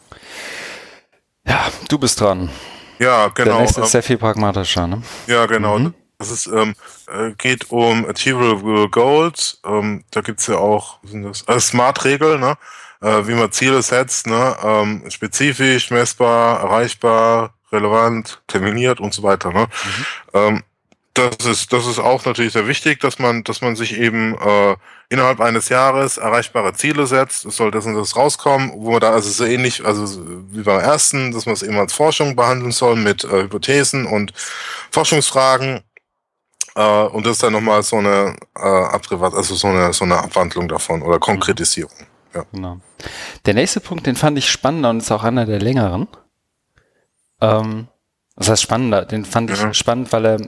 Ja, du bist dran. Ja, genau. Der nächste ist sehr viel pragmatischer, ne? Ja, genau. Das ist, geht um Achievable Goals. Da gibt's ja auch, Smart-Regeln, ne? Wie man Ziele setzt, ne? Spezifisch, messbar, erreichbar, relevant, terminiert und so weiter, ne? Das ist auch natürlich sehr wichtig, dass man sich eben innerhalb eines Jahres erreichbare Ziele setzt. Es soll das und das rauskommen, wo man da also so ähnlich, also wie beim ersten, dass man es eben als Forschung behandeln soll mit Hypothesen und Forschungsfragen. Und das ist dann nochmal so eine so eine Abwandlung davon oder Konkretisierung. Ja. Genau. Der nächste Punkt, den fand ich spannender und ist auch einer der längeren. Das heißt spannender, den fand ich spannend, weil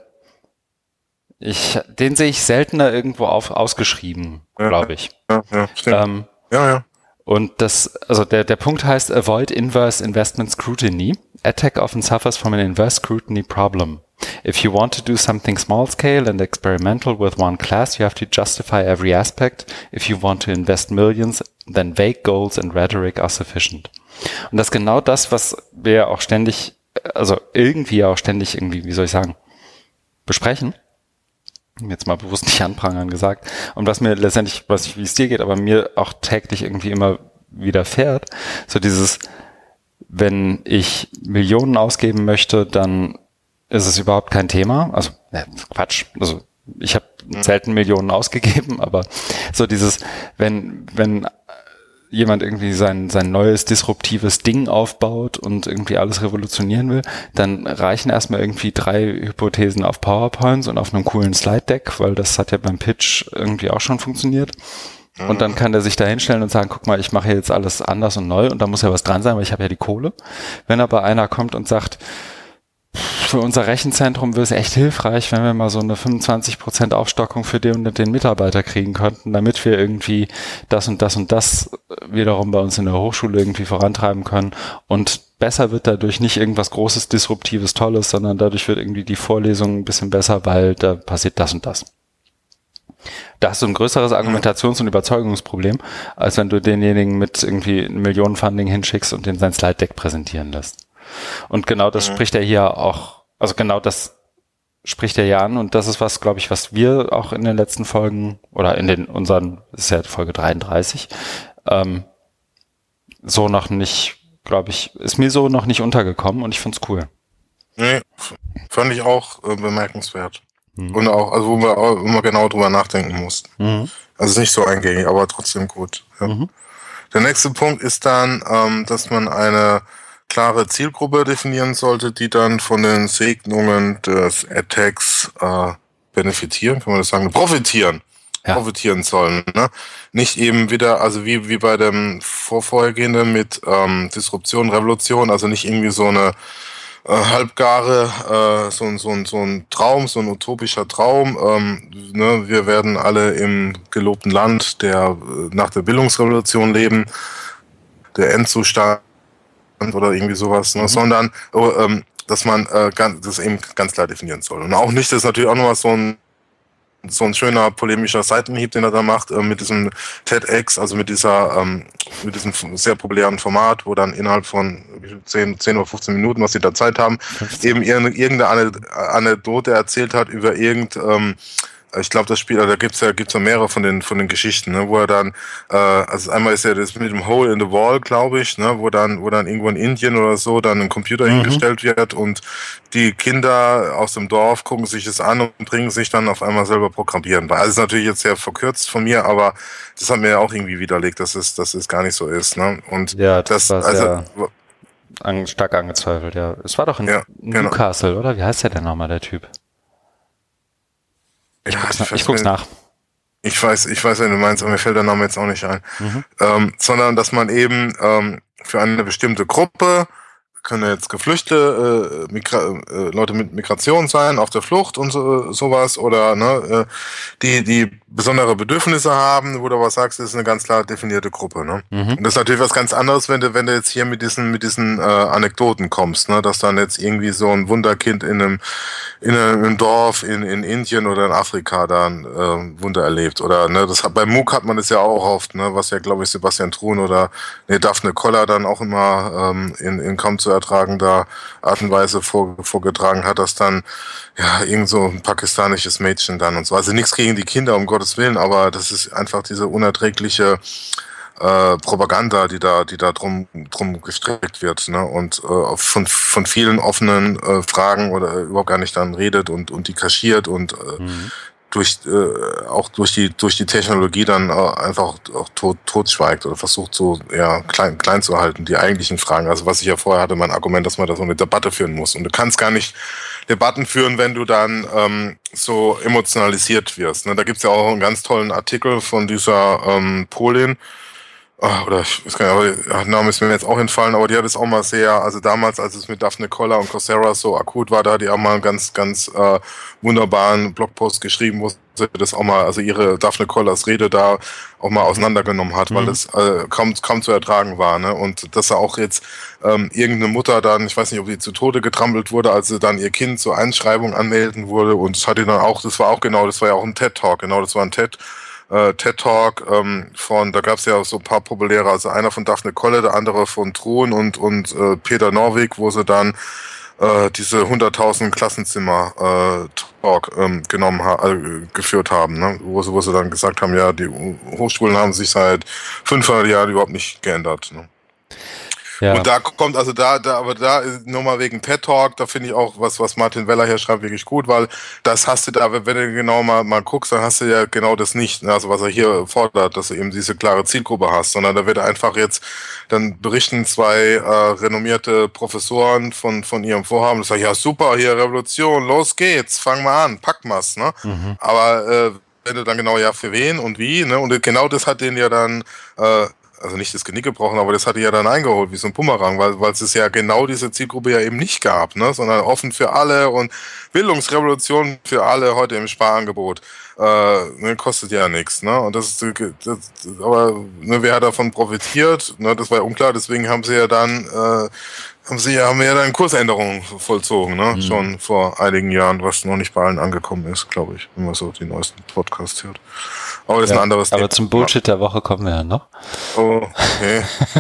den sehe ich seltener irgendwo ausgeschrieben, glaube ich. Ja, stimmt. Und der Punkt heißt Avoid Inverse Investment Scrutiny. AdTech often suffers from an inverse scrutiny problem. If you want to do something small scale and experimental with one class, you have to justify every aspect. If you want to invest millions, then vague goals and rhetoric are sufficient. Und das ist genau das, was wir auch ständig, wie soll ich sagen, besprechen. jetzt mal bewusst nicht anprangern gesagt, und was mir letztendlich, wie es dir geht, aber mir auch täglich irgendwie immer widerfährt, so dieses, wenn ich Millionen ausgeben möchte, dann ist es überhaupt kein Thema, also Quatsch, also ich habe selten Millionen ausgegeben, aber so dieses, wenn jemand irgendwie sein neues disruptives Ding aufbaut und irgendwie alles revolutionieren will, dann reichen erstmal irgendwie 3 Hypothesen auf PowerPoints und auf einem coolen Slide-Deck, weil das hat ja beim Pitch irgendwie auch schon funktioniert. Und dann kann der sich da hinstellen und sagen, guck mal, ich mache jetzt alles anders und neu und da muss ja was dran sein, weil ich habe ja die Kohle. Wenn aber einer kommt und sagt, für unser Rechenzentrum wäre es echt hilfreich, wenn wir mal so eine 25% Aufstockung für den und den Mitarbeiter kriegen könnten, damit wir irgendwie das und das und das wiederum bei uns in der Hochschule irgendwie vorantreiben können. Und besser wird dadurch nicht irgendwas Großes, Disruptives, Tolles, sondern dadurch wird irgendwie die Vorlesung ein bisschen besser, weil da passiert das und das. Da hast du ein größeres Argumentations- und Überzeugungsproblem, als wenn du denjenigen mit irgendwie Millionen-Funding hinschickst und den sein Slide-Deck präsentieren lässt. Und genau das spricht er hier auch, also genau das spricht er ja an und das ist was, glaube ich, was wir auch in den letzten Folgen oder unseren, das ist ja Folge 33, so noch nicht, glaube ich, ist mir so noch nicht untergekommen und ich find's cool. Nee, fand ich auch bemerkenswert. Und auch, also wo man auch immer genau drüber nachdenken muss. Also nicht so eingängig, aber trotzdem gut. Ja. Der nächste Punkt ist dann, dass man eine klare Zielgruppe definieren sollte, die dann von den Segnungen des EdTechs benefitieren, kann man das sagen, profitieren sollen. Ne? Nicht eben wieder, also wie bei dem Vorhergehenden mit Disruption, Revolution, also nicht irgendwie so eine halbgare, so ein Traum, so ein utopischer Traum. Ne? Wir werden alle im gelobten Land nach der Bildungsrevolution leben, der Endzustand oder irgendwie sowas, ne? Sondern dass man das eben ganz klar definieren soll. Und auch nicht, das ist natürlich auch nochmal so ein schöner polemischer Seitenhieb, den er da macht, mit diesem TEDx, also mit diesem sehr populären Format, wo dann innerhalb von 10 oder 15 Minuten, was sie da Zeit haben, eben irgendeine Anekdote erzählt hat über ich glaube, das Spiel, da gibt's ja mehrere von den Geschichten, ne, wo er dann, also einmal ist ja das mit dem Hole in the Wall, glaube ich, ne, wo dann irgendwo in Indien oder so dann ein Computer hingestellt wird und die Kinder aus dem Dorf gucken sich das an und bringen sich dann auf einmal selber programmieren. Also ist natürlich jetzt sehr verkürzt von mir, aber das hat mir ja auch irgendwie widerlegt, dass es gar nicht so ist, ne, und ja, das war also stark angezweifelt, ja. Es war doch in Newcastle, genau. Oder? Wie heißt der denn nochmal, der Typ? Ich guck's nach. Ich weiß, wen du meinst, aber mir fällt der Name jetzt auch nicht ein. Sondern, dass man eben für eine bestimmte Gruppe, können jetzt Geflüchtete, Leute mit Migration sein, auf der Flucht und sowas, oder ne, die besondere Bedürfnisse haben, wo du was sagst, das ist eine ganz klar definierte Gruppe. Ne? Und das ist natürlich was ganz anderes, wenn du jetzt hier mit diesen Anekdoten kommst, ne? Dass dann jetzt irgendwie so ein Wunderkind in einem Dorf in Indien oder in Afrika dann Wunder erlebt. Oder ne, bei MOOC hat man das ja auch oft, ne, was ja, glaube ich, Sebastian Thrun oder Daphne Koller dann auch immer in kaum zu ertragender Art und Weise vorgetragen hat, dass dann ja irgend so ein pakistanisches Mädchen dann und so. Also nichts gegen die Kinder, um Gottes Willen, aber das ist einfach diese unerträgliche Propaganda, die da drum gestrickt wird, ne, und von vielen offenen Fragen oder überhaupt gar nicht dann redet und die kaschiert und durch die Technologie dann einfach auch totschweigt oder versucht so klein zu halten, die eigentlichen Fragen. Also was ich ja vorher hatte, mein Argument, dass man da so eine Debatte führen muss. Und du kannst gar nicht Debatten führen, wenn du dann so emotionalisiert wirst. Ne? Da gibt's ja auch einen ganz tollen Artikel von dieser Polin, oder ich weiß gar nicht, aber der Name ist mir jetzt auch entfallen, aber die hat es auch mal also damals, als es mit Daphne Koller und Coursera so akut war, da hat die auch mal einen ganz, ganz wunderbaren Blogpost geschrieben, wo sie das auch mal, also ihre Daphne Kollers Rede da auch mal auseinandergenommen hat, weil das kaum zu ertragen war, ne? Und dass er auch jetzt irgendeine Mutter dann, ich weiß nicht, ob sie zu Tode getrampelt wurde, als sie dann ihr Kind zur Einschreibung anmelden wurde, und das hatte dann auch, das war ja auch ein TED-Talk, genau, das war ein TED-Talk da gab es ja auch so ein paar populäre, also einer von Daphne Koller, der andere von Thrun und Peter Norvig, wo sie dann diese 100.000 Klassenzimmer Talk geführt haben, ne? Wo sie dann gesagt haben, ja, die Hochschulen haben sich seit 500 Jahren überhaupt nicht geändert. Ne? Ja. Und da kommt, also aber da nur mal wegen TED Talk, da finde ich auch, was Martin Weller hier schreibt, wirklich gut, weil das hast du da, wenn du genau mal guckst, dann hast du ja genau das nicht, also was er hier fordert, dass du eben diese klare Zielgruppe hast, sondern da wird einfach jetzt, dann berichten zwei renommierte Professoren von ihrem Vorhaben, das sagt, ja super, hier Revolution, los geht's, fang mal an, pack mal's, ne? Mhm. Aber wenn du dann genau, ja, für wen und wie, ne? Und genau das hat den ja dann also nicht das Genick gebrochen, aber das hatte ja dann eingeholt, wie so ein Bumerang, weil es ja genau diese Zielgruppe ja eben nicht gab, ne, sondern offen für alle und Bildungsrevolution für alle heute im Sparangebot. Ne, kostet ja nichts, ne, und aber ne, wer hat davon profitiert, ne, das war ja unklar, deswegen haben wir ja dann Kursänderungen vollzogen, ne? Schon vor einigen Jahren, was noch nicht bei allen angekommen ist, glaube ich, wenn man so die neuesten Podcasts hört. Aber das ist ein anderes Thema. Aber zum Bullshit der Woche kommen wir ja noch. Oh, okay.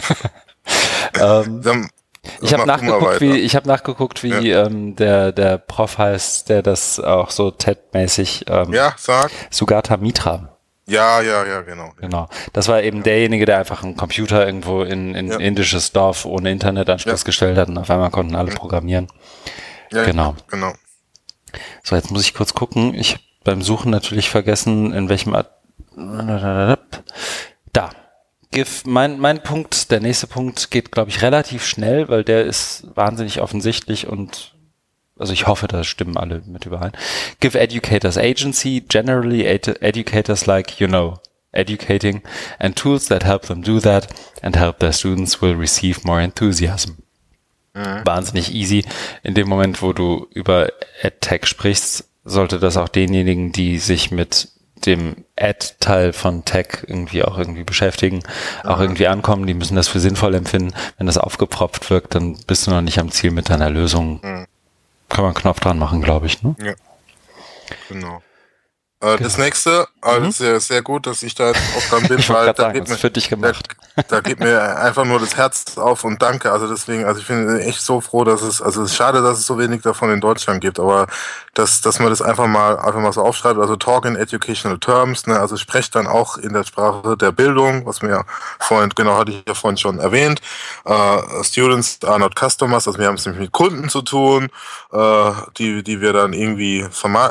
Ich habe nachgeguckt, wie der Prof heißt, der das auch so TED-mäßig Sugata Mitra. Ja, genau. Genau. Das war eben derjenige, der einfach einen Computer irgendwo in ein indisches Dorf ohne Internetanschluss gestellt hat und auf einmal konnten alle programmieren. Ja, genau. So, jetzt muss ich kurz gucken. Ich habe beim Suchen natürlich vergessen, in welchem Da. Mein Punkt, der nächste Punkt geht, glaube ich, relativ schnell, weil der ist wahnsinnig offensichtlich und also ich hoffe, da stimmen alle mit überein. Give educators agency, generally educators like, educating, and tools that help them do that and help their students will receive more enthusiasm. Wahnsinnig easy. In dem Moment, wo du über EdTech sprichst, sollte das auch denjenigen, die sich mit dem Ad-Teil von Tech irgendwie beschäftigen, auch irgendwie ankommen. Die müssen das für sinnvoll empfinden. Wenn das aufgepropft wirkt, dann bist du noch nicht am Ziel mit deiner Lösung. Kann man einen Knopf dran machen, glaube ich, ne? Ja, genau. Das nächste, das ist ja sehr gut, dass ich da jetzt auch dran bin, weil da geht mir einfach nur das Herz auf und danke. Also deswegen, ich bin echt so froh, dass es ist schade, dass es so wenig davon in Deutschland gibt, aber dass man das einfach mal so aufschreibt, also talk in educational terms, ne, also sprecht dann auch in der Sprache der Bildung, was mir ja vorhin, genau, hatte ich ja vorhin schon erwähnt. Students are not customers, also wir haben es nämlich mit Kunden zu tun, die wir dann irgendwie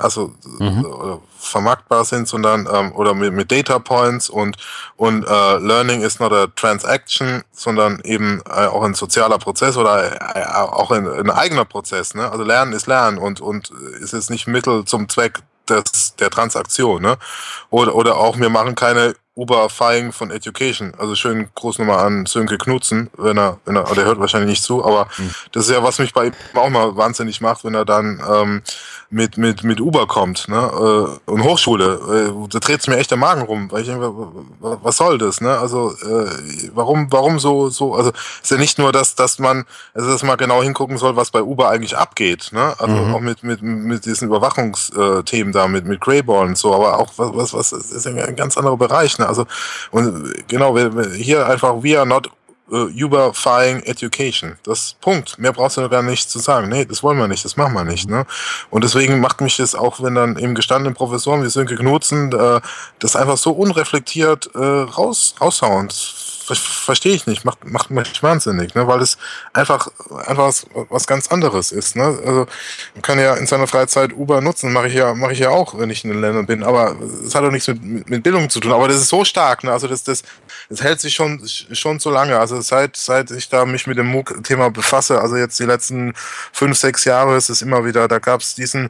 vermarktbar sind, sondern oder mit Data Points und Learning is not a transaction, sondern eben auch ein sozialer Prozess oder auch ein eigener Prozess, ne? Also Lernen ist Lernen und ist jetzt nicht Mittel zum Zweck der Transaktion, ne? Oder auch wir machen keine Uber-Fying von Education. Also schön Gruß nochmal an Sönke Knutzen, wenn er, der hört wahrscheinlich nicht zu, aber das ist ja, was mich bei ihm auch mal wahnsinnig macht, wenn er dann mit Uber kommt, ne? Und Hochschule. Da dreht es mir echt der Magen rum, weil ich denke, was soll das, ne? Also warum so, also ist ja nicht nur, dass man genau hingucken soll, was bei Uber eigentlich abgeht, ne? Also auch mit diesen Überwachungsthemen da, mit Greyball und so, aber auch was ist ja ein ganz anderer Bereich, ne? Also, und genau, hier einfach, we are not Uber-fying education. Das Punkt. Mehr brauchst du doch gar nicht zu sagen. Nee, das wollen wir nicht, das machen wir nicht, ne? Und deswegen macht mich das auch, wenn dann eben gestandene Professoren wie Sönke Knutzen das einfach so unreflektiert raushauen. Verstehe ich nicht, macht mich wahnsinnig, ne, weil es einfach was ganz anderes ist, ne? Also man kann ja in seiner Freizeit Uber nutzen, mache ich ja auch, wenn ich in den Ländern bin, aber es hat doch nichts mit Bildung zu tun, aber das ist so stark, ne? Also das hält sich schon so lange, also seit ich da mich mit dem MOOC-Thema befasse, also jetzt die letzten 5-6 Jahre ist es immer wieder, da gab es diesen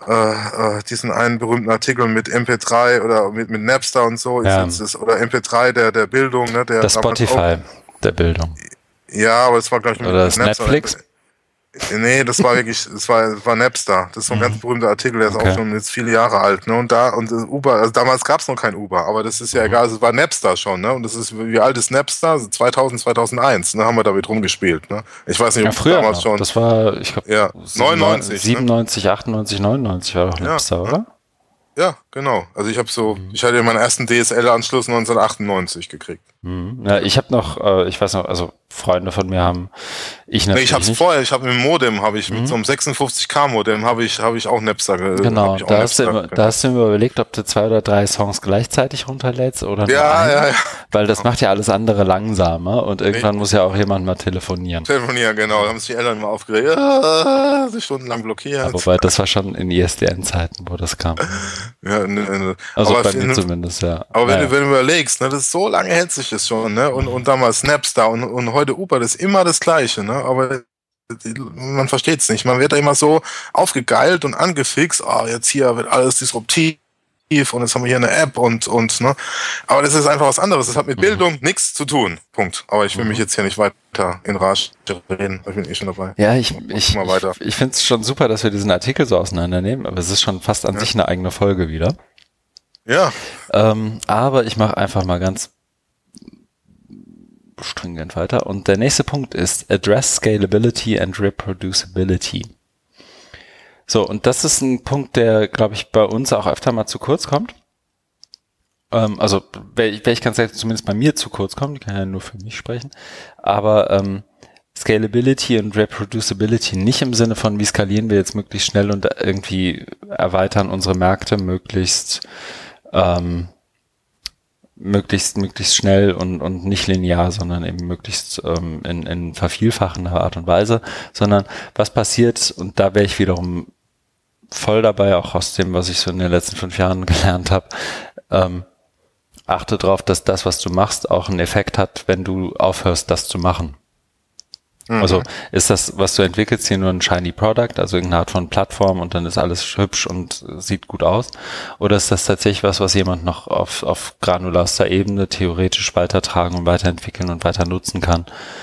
einen berühmten Artikel mit MP3 oder mit Napster und so, oder MP3 der Bildung, ne? Das Spotify der Bildung. Ja, aber das war, glaube ich, oder das Netflix? Nee, das war wirklich, es war Napster. Das ist so ein ganz berühmter Artikel, der ist auch schon jetzt viele Jahre alt, ne? Und Uber, also damals gab es noch kein Uber, aber das ist ja egal, es war Napster schon, ne? Und das ist, wie alt ist Napster? Also 2000, 2001, ne? Haben wir damit rumgespielt, ne? Ich weiß nicht, ob früher damals noch. Schon. Das war, ich glaube, 99. 97, ne? 98, 99 war doch Napster, oder? Ja, genau. Also ich hatte meinen ersten DSL-Anschluss 1998 gekriegt. Ja, ich habe noch, ich weiß noch, also Freunde von mir haben. Ich natürlich ich hab's nicht. vorher, ich habe mit dem Modem, mit so einem 56K Modem habe ich auch Napster. Genau, da hast du immer überlegt, ob du 2 oder 3 Songs gleichzeitig runterlädst oder nur einen, ja. Weil das macht ja alles andere langsamer und irgendwann muss ja auch jemand mal telefonieren. Genau, da haben sich die Eltern mal aufgeregt, sich stundenlang blockiert. Aber wobei, das war schon in ISDN-Zeiten, wo das kam. Ja, also bei mir zumindest, ja. Aber wenn du überlegst, ne, das ist so lange hält sich das schon, ne? Und damals Napster und heute Uber, das ist immer das Gleiche, ne? Aber man versteht es nicht. Man wird da immer so aufgegeilt und angefixt, jetzt hier wird alles disruptiv und jetzt haben wir hier eine App und ne. Aber das ist einfach was anderes. Das hat mit Bildung nichts zu tun. Punkt. Aber ich will mich jetzt hier nicht weiter in Rage reden. Ich bin schon dabei. Ja, ich finde es schon super, dass wir diesen Artikel so auseinandernehmen, aber es ist schon fast an sich eine eigene Folge wieder. Ja. Aber ich mache einfach mal ganz stringent weiter. Und der nächste Punkt ist Address Scalability and Reproducibility. So, und das ist ein Punkt, der, glaube ich, bei uns auch öfter mal zu kurz kommt. Also, ich kann sagen, zumindest bei mir zu kurz kommt, ich kann ja nur für mich sprechen, aber Scalability und Reproducibility nicht im Sinne von, wie skalieren wir jetzt möglichst schnell und irgendwie erweitern unsere Märkte möglichst schnell und nicht linear, sondern eben möglichst in vervielfachender Art und Weise, sondern was passiert, und da wäre ich wiederum voll dabei, auch aus dem, was ich so in den letzten 5 Jahren gelernt habe, achte darauf, dass das, was du machst, auch einen Effekt hat, wenn du aufhörst, das zu machen. Also ist das, was du entwickelst, hier nur ein shiny Product, also irgendeine Art von Plattform und dann ist alles hübsch und sieht gut aus? Oder ist das tatsächlich was jemand noch auf granularster Ebene theoretisch weitertragen und weiterentwickeln und weiter nutzen kann?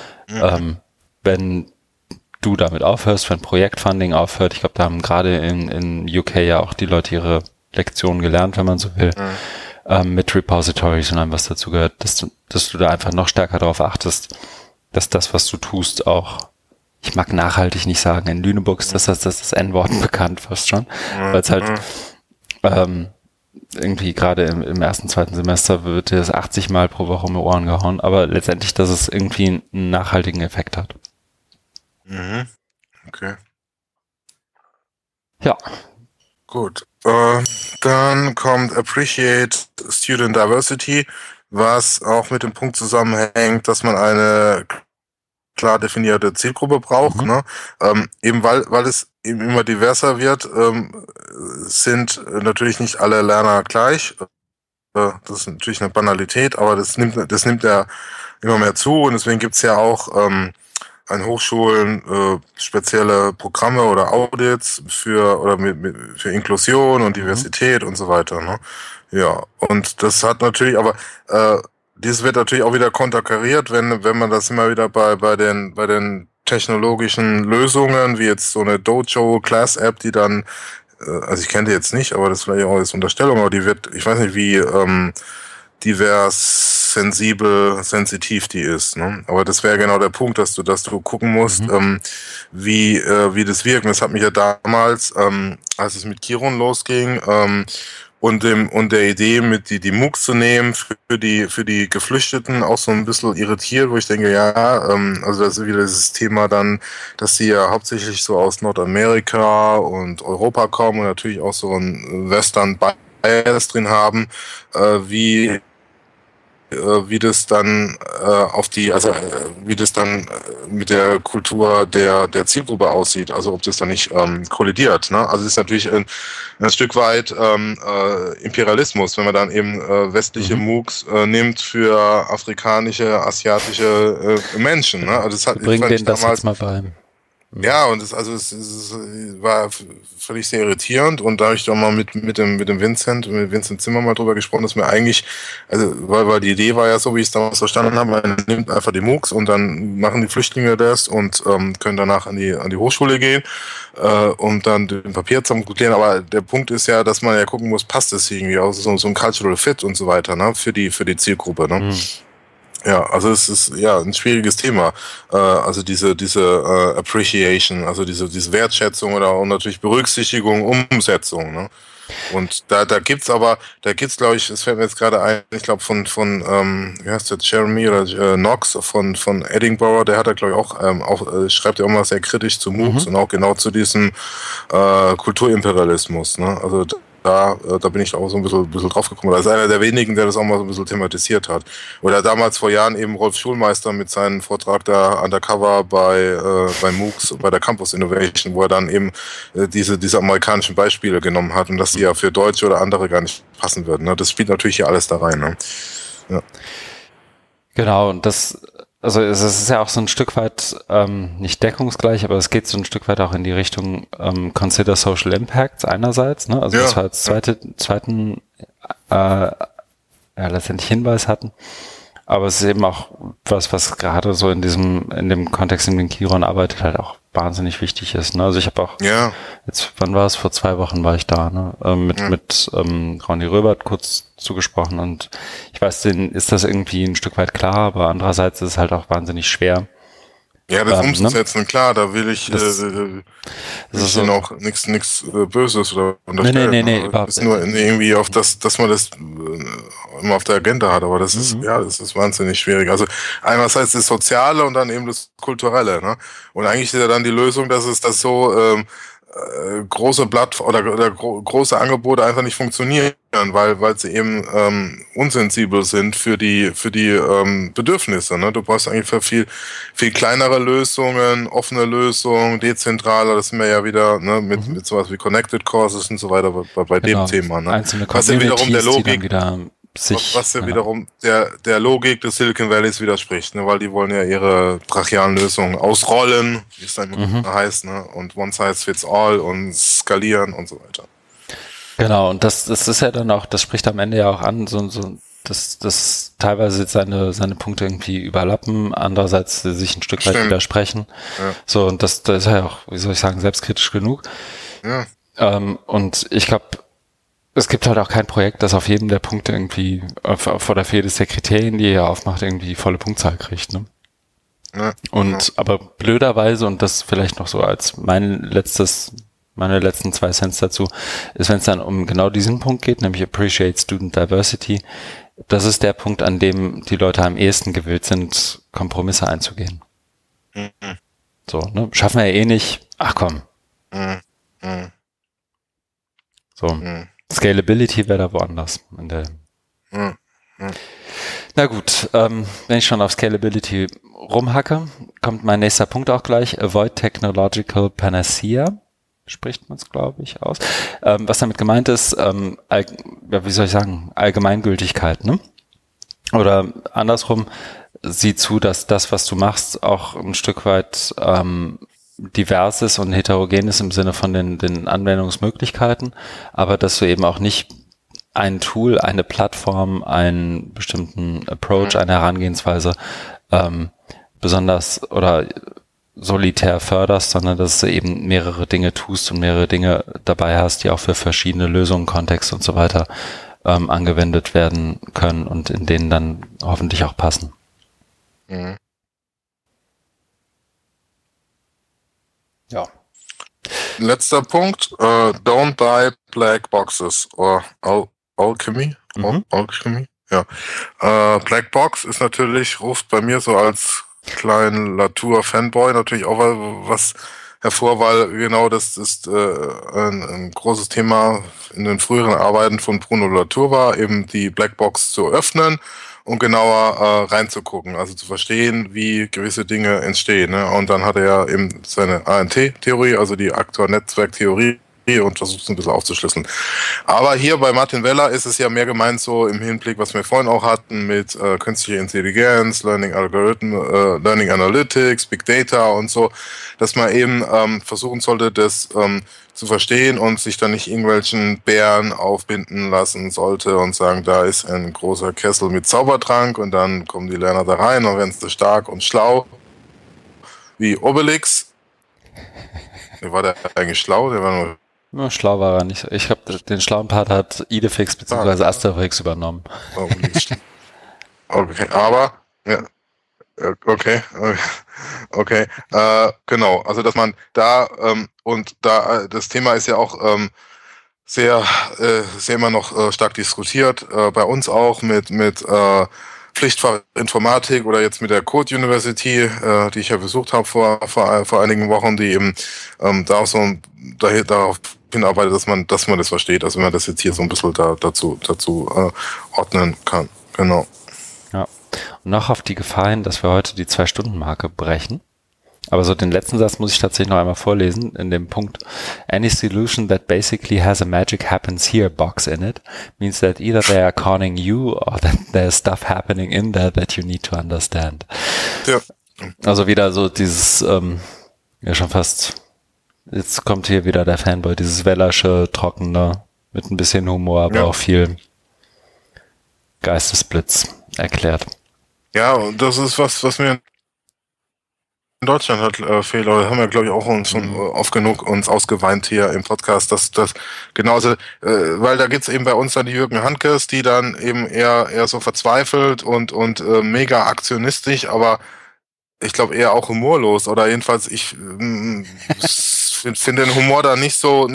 Wenn du damit aufhörst, wenn Projektfunding aufhört, ich glaube, da haben gerade in UK ja auch die Leute ihre Lektionen gelernt, wenn man so will, mit Repositories und allem, was dazu gehört, dass du da einfach noch stärker darauf achtest, dass das, was du tust, auch, ich mag nachhaltig nicht sagen, in Lüneburg ist das N-Wort bekannt fast schon, weil es halt irgendwie gerade im ersten, zweiten Semester wird dir das 80 Mal pro Woche um die Ohren gehauen, aber letztendlich, dass es irgendwie einen nachhaltigen Effekt hat. Okay. Ja. Gut. Dann kommt Appreciate Student Diversity, was auch mit dem Punkt zusammenhängt, dass man eine klar definierte Zielgruppe braucht. Ne? Eben weil es eben immer diverser wird, sind natürlich nicht alle Lerner gleich. Das ist natürlich eine Banalität, aber das nimmt ja immer mehr zu und deswegen gibt's ja auch an Hochschulen spezielle Programme oder Audits für Inklusion und Diversität und so weiter. Ne? Ja, und das hat natürlich, aber dieses wird natürlich auch wieder konterkariert, wenn man das immer wieder bei den technologischen Lösungen, wie jetzt so eine Dojo Class App, die dann, also ich kenne die jetzt nicht, aber das ist vielleicht auch als Unterstellung, aber die wird, ich weiß nicht, wie divers, sensitiv die ist. Ne? Aber das wäre genau der Punkt, dass du gucken musst, wie das wirkt. Und das hat mich ja damals, als es mit Kiron losging, und der Idee, mit die MOOCs zu nehmen für die Geflüchteten auch so ein bisschen irritiert, wo ich denke, also das ist wieder dieses Thema dann, dass sie ja hauptsächlich so aus Nordamerika und Europa kommen und natürlich auch so ein Western Bias drin haben, wie das dann wie das dann mit der Kultur der Zielgruppe aussieht, also ob das dann nicht kollidiert. Ne? Also es ist natürlich ein Stück weit Imperialismus, wenn man dann eben westliche MOOCs nimmt für afrikanische, asiatische Menschen. Ne? Also das bringen denen das jetzt mal bei. Ja, und es war völlig sehr irritierend und da habe ich doch mal mit dem Vincent Zimmer mal drüber gesprochen, dass mir eigentlich, also weil die Idee war ja so, wie ich es damals verstanden habe, man nimmt einfach die MOOCs und dann machen die Flüchtlinge das und können danach an die Hochschule gehen und dann den Papier zusammenklären, aber der Punkt ist ja, dass man ja gucken muss, passt das irgendwie aus, so ein Cultural Fit und so weiter, ne, für die Zielgruppe, ne. Ja, also es ist ja ein schwieriges Thema. Also diese Appreciation, also diese Wertschätzung und natürlich Berücksichtigung, Umsetzung. Ne? Und da gibt's glaube ich, es fällt mir jetzt gerade ein, ich glaube wie heißt der, Jeremy oder Knox von Edinburgh, der hat da glaube ich auch schreibt ja auch mal sehr kritisch zu MOOCs und auch genau zu diesem Kulturimperialismus, ne? Also da bin ich auch so ein bisschen drauf gekommen. Da ist einer der wenigen, der das auch mal so ein bisschen thematisiert hat. Oder damals vor Jahren eben Rolf Schulmeister mit seinem Vortrag da undercover bei MOOCs, bei der Campus Innovation, wo er dann eben diese amerikanischen Beispiele genommen hat und dass die ja für Deutsche oder andere gar nicht passen würden. Ne? Das spielt natürlich hier alles da rein. Ne? Ja. Genau, und also es ist ja auch so ein Stück weit nicht deckungsgleich, aber es geht so ein Stück weit auch in die Richtung Consider Social Impacts einerseits, ne? Also was wir als zweiten letztendlich Hinweis hatten. Aber es ist eben auch was gerade so in dem Kontext, in dem Chiron arbeitet, halt auch wahnsinnig wichtig ist. Ne? Also ich habe auch jetzt, wann war es? Vor 2 Wochen war ich da, ne? Mit Ronny Röbert kurz zugesprochen und ich weiß, denen ist das irgendwie ein Stück weit klar, aber andererseits ist es halt auch wahnsinnig schwer. Ja, das umzusetzen, ne? Klar, da will ich so auch nichts Böses oder unterstellen. Nee, überhaupt ist nur irgendwie auf dass man das immer auf der Agenda hat, aber das ist wahnsinnig schwierig. Also einerseits das Soziale und dann eben das Kulturelle, ne? Und eigentlich ist ja dann die Lösung, dass so große oder große Angebote einfach nicht funktionieren, weil sie eben unsensibel sind für die Bedürfnisse. Ne? Du brauchst eigentlich für viel kleinere Lösungen, offene Lösungen, dezentraler. Das sind wir ja wieder mit sowas wie Connected Courses und so weiter bei dem Thema. Ne? Einzelne was ja wiederum der Logik wiederum der Logik des Silicon Valleys widerspricht, ne? Weil die wollen ja ihre brachialen Lösungen ausrollen, wie es dann heißt, ne? Und one size fits all und skalieren und so weiter. Genau, und das ist ja dann auch, das spricht am Ende ja auch an, dass teilweise seine Punkte irgendwie überlappen, andererseits sich ein Stück weit widersprechen. Ja. So, und das ist ja auch, wie soll ich sagen, selbstkritisch genug. Ja. Und ich glaube, es gibt halt auch kein Projekt, das auf jedem der Punkte irgendwie, oder für jedes der Kriterien, die er aufmacht, irgendwie volle Punktzahl kriegt, ne? Ja, aber blöderweise, und das vielleicht noch so als meine letzten 2 Cents dazu, ist, wenn es dann um genau diesen Punkt geht, nämlich Appreciate Student Diversity, das ist der Punkt, an dem die Leute am ehesten gewillt sind, Kompromisse einzugehen. So, ne? Schaffen wir ja eh nicht. Ach komm. So. Scalability wäre da woanders. Na gut, wenn ich schon auf Scalability rumhacke, kommt mein nächster Punkt auch gleich. Avoid Technological Panacea, spricht man es, glaube ich, aus. Was damit gemeint ist, wie soll ich sagen, Allgemeingültigkeit, ne? Oder andersrum, sieh zu, dass das, was du machst, auch ein Stück weit divers ist und heterogen ist im Sinne von den Anwendungsmöglichkeiten, aber dass du eben auch nicht ein Tool, eine Plattform, einen bestimmten Approach, eine Herangehensweise besonders oder solitär förderst, sondern dass du eben mehrere Dinge tust und mehrere Dinge dabei hast, die auch für verschiedene Lösungen, Kontexte und so weiter angewendet werden können und in denen dann hoffentlich auch passen. Mhm. Ja. Letzter Punkt, don't buy black boxes or alchemy. Alchemy, ja. Black Box ist natürlich, ruft bei mir so als kleinen Latour-Fanboy natürlich auch was hervor, weil genau das ist ein großes Thema in den früheren Arbeiten von Bruno Latour war, eben die Black Box zu öffnen und genauer reinzugucken, also zu verstehen, wie gewisse Dinge entstehen. Ne? Und dann hat er ja eben seine ANT-Theorie, also die Aktor-Netzwerk-Theorie, und versucht es ein bisschen aufzuschlüsseln. Aber hier bei Martin Weller ist es ja mehr gemeint so im Hinblick, was wir vorhin auch hatten mit künstlicher Intelligenz, Learning Algorithmen, Learning Analytics, Big Data und so, dass man eben versuchen sollte, das zu verstehen und sich dann nicht irgendwelchen Bären aufbinden lassen sollte und sagen, da ist ein großer Kessel mit Zaubertrank und dann kommen die Lerner da rein und werden sie stark und schlau wie Obelix. War der eigentlich schlau? Der war nur ja, schlau war er nicht. Ich habe den schlauen Part hat Idefix bzw. Asterix übernommen. Okay, aber ja, okay, genau. Also dass man da und da das Thema ist ja auch sehr immer noch stark diskutiert, bei uns auch mit Pflichtfach Informatik oder jetzt mit der Code University, die ich ja besucht habe vor einigen Wochen, die eben da auch so darauf hinarbeitet, dass man das versteht, also wenn man das jetzt hier so ein bisschen dazu ordnen kann. Genau. Ja. Und noch auf die Gefahr hin, dass wir heute die 2-Stunden-Marke brechen. Aber so den letzten Satz muss ich tatsächlich noch einmal vorlesen, in dem Punkt: Any solution that basically has a magic happens here box in it means that either they are conning you or that there's stuff happening in there that you need to understand. Ja. Also wieder so dieses, ja schon fast, jetzt kommt hier wieder der Fanboy, dieses Wellersche, trockene, mit ein bisschen Humor, aber auch viel Geistesblitz erklärt. Ja, und das ist was mir in Deutschland hat fehlt, aber haben wir, glaube ich, auch uns schon oft genug uns ausgeweint hier im Podcast, dass das genauso, weil da gibt's eben bei uns dann die Jürgen Handkes, die dann eben eher so verzweifelt und mega aktionistisch, aber ich glaube eher auch humorlos, oder jedenfalls ich finde den Humor da nicht so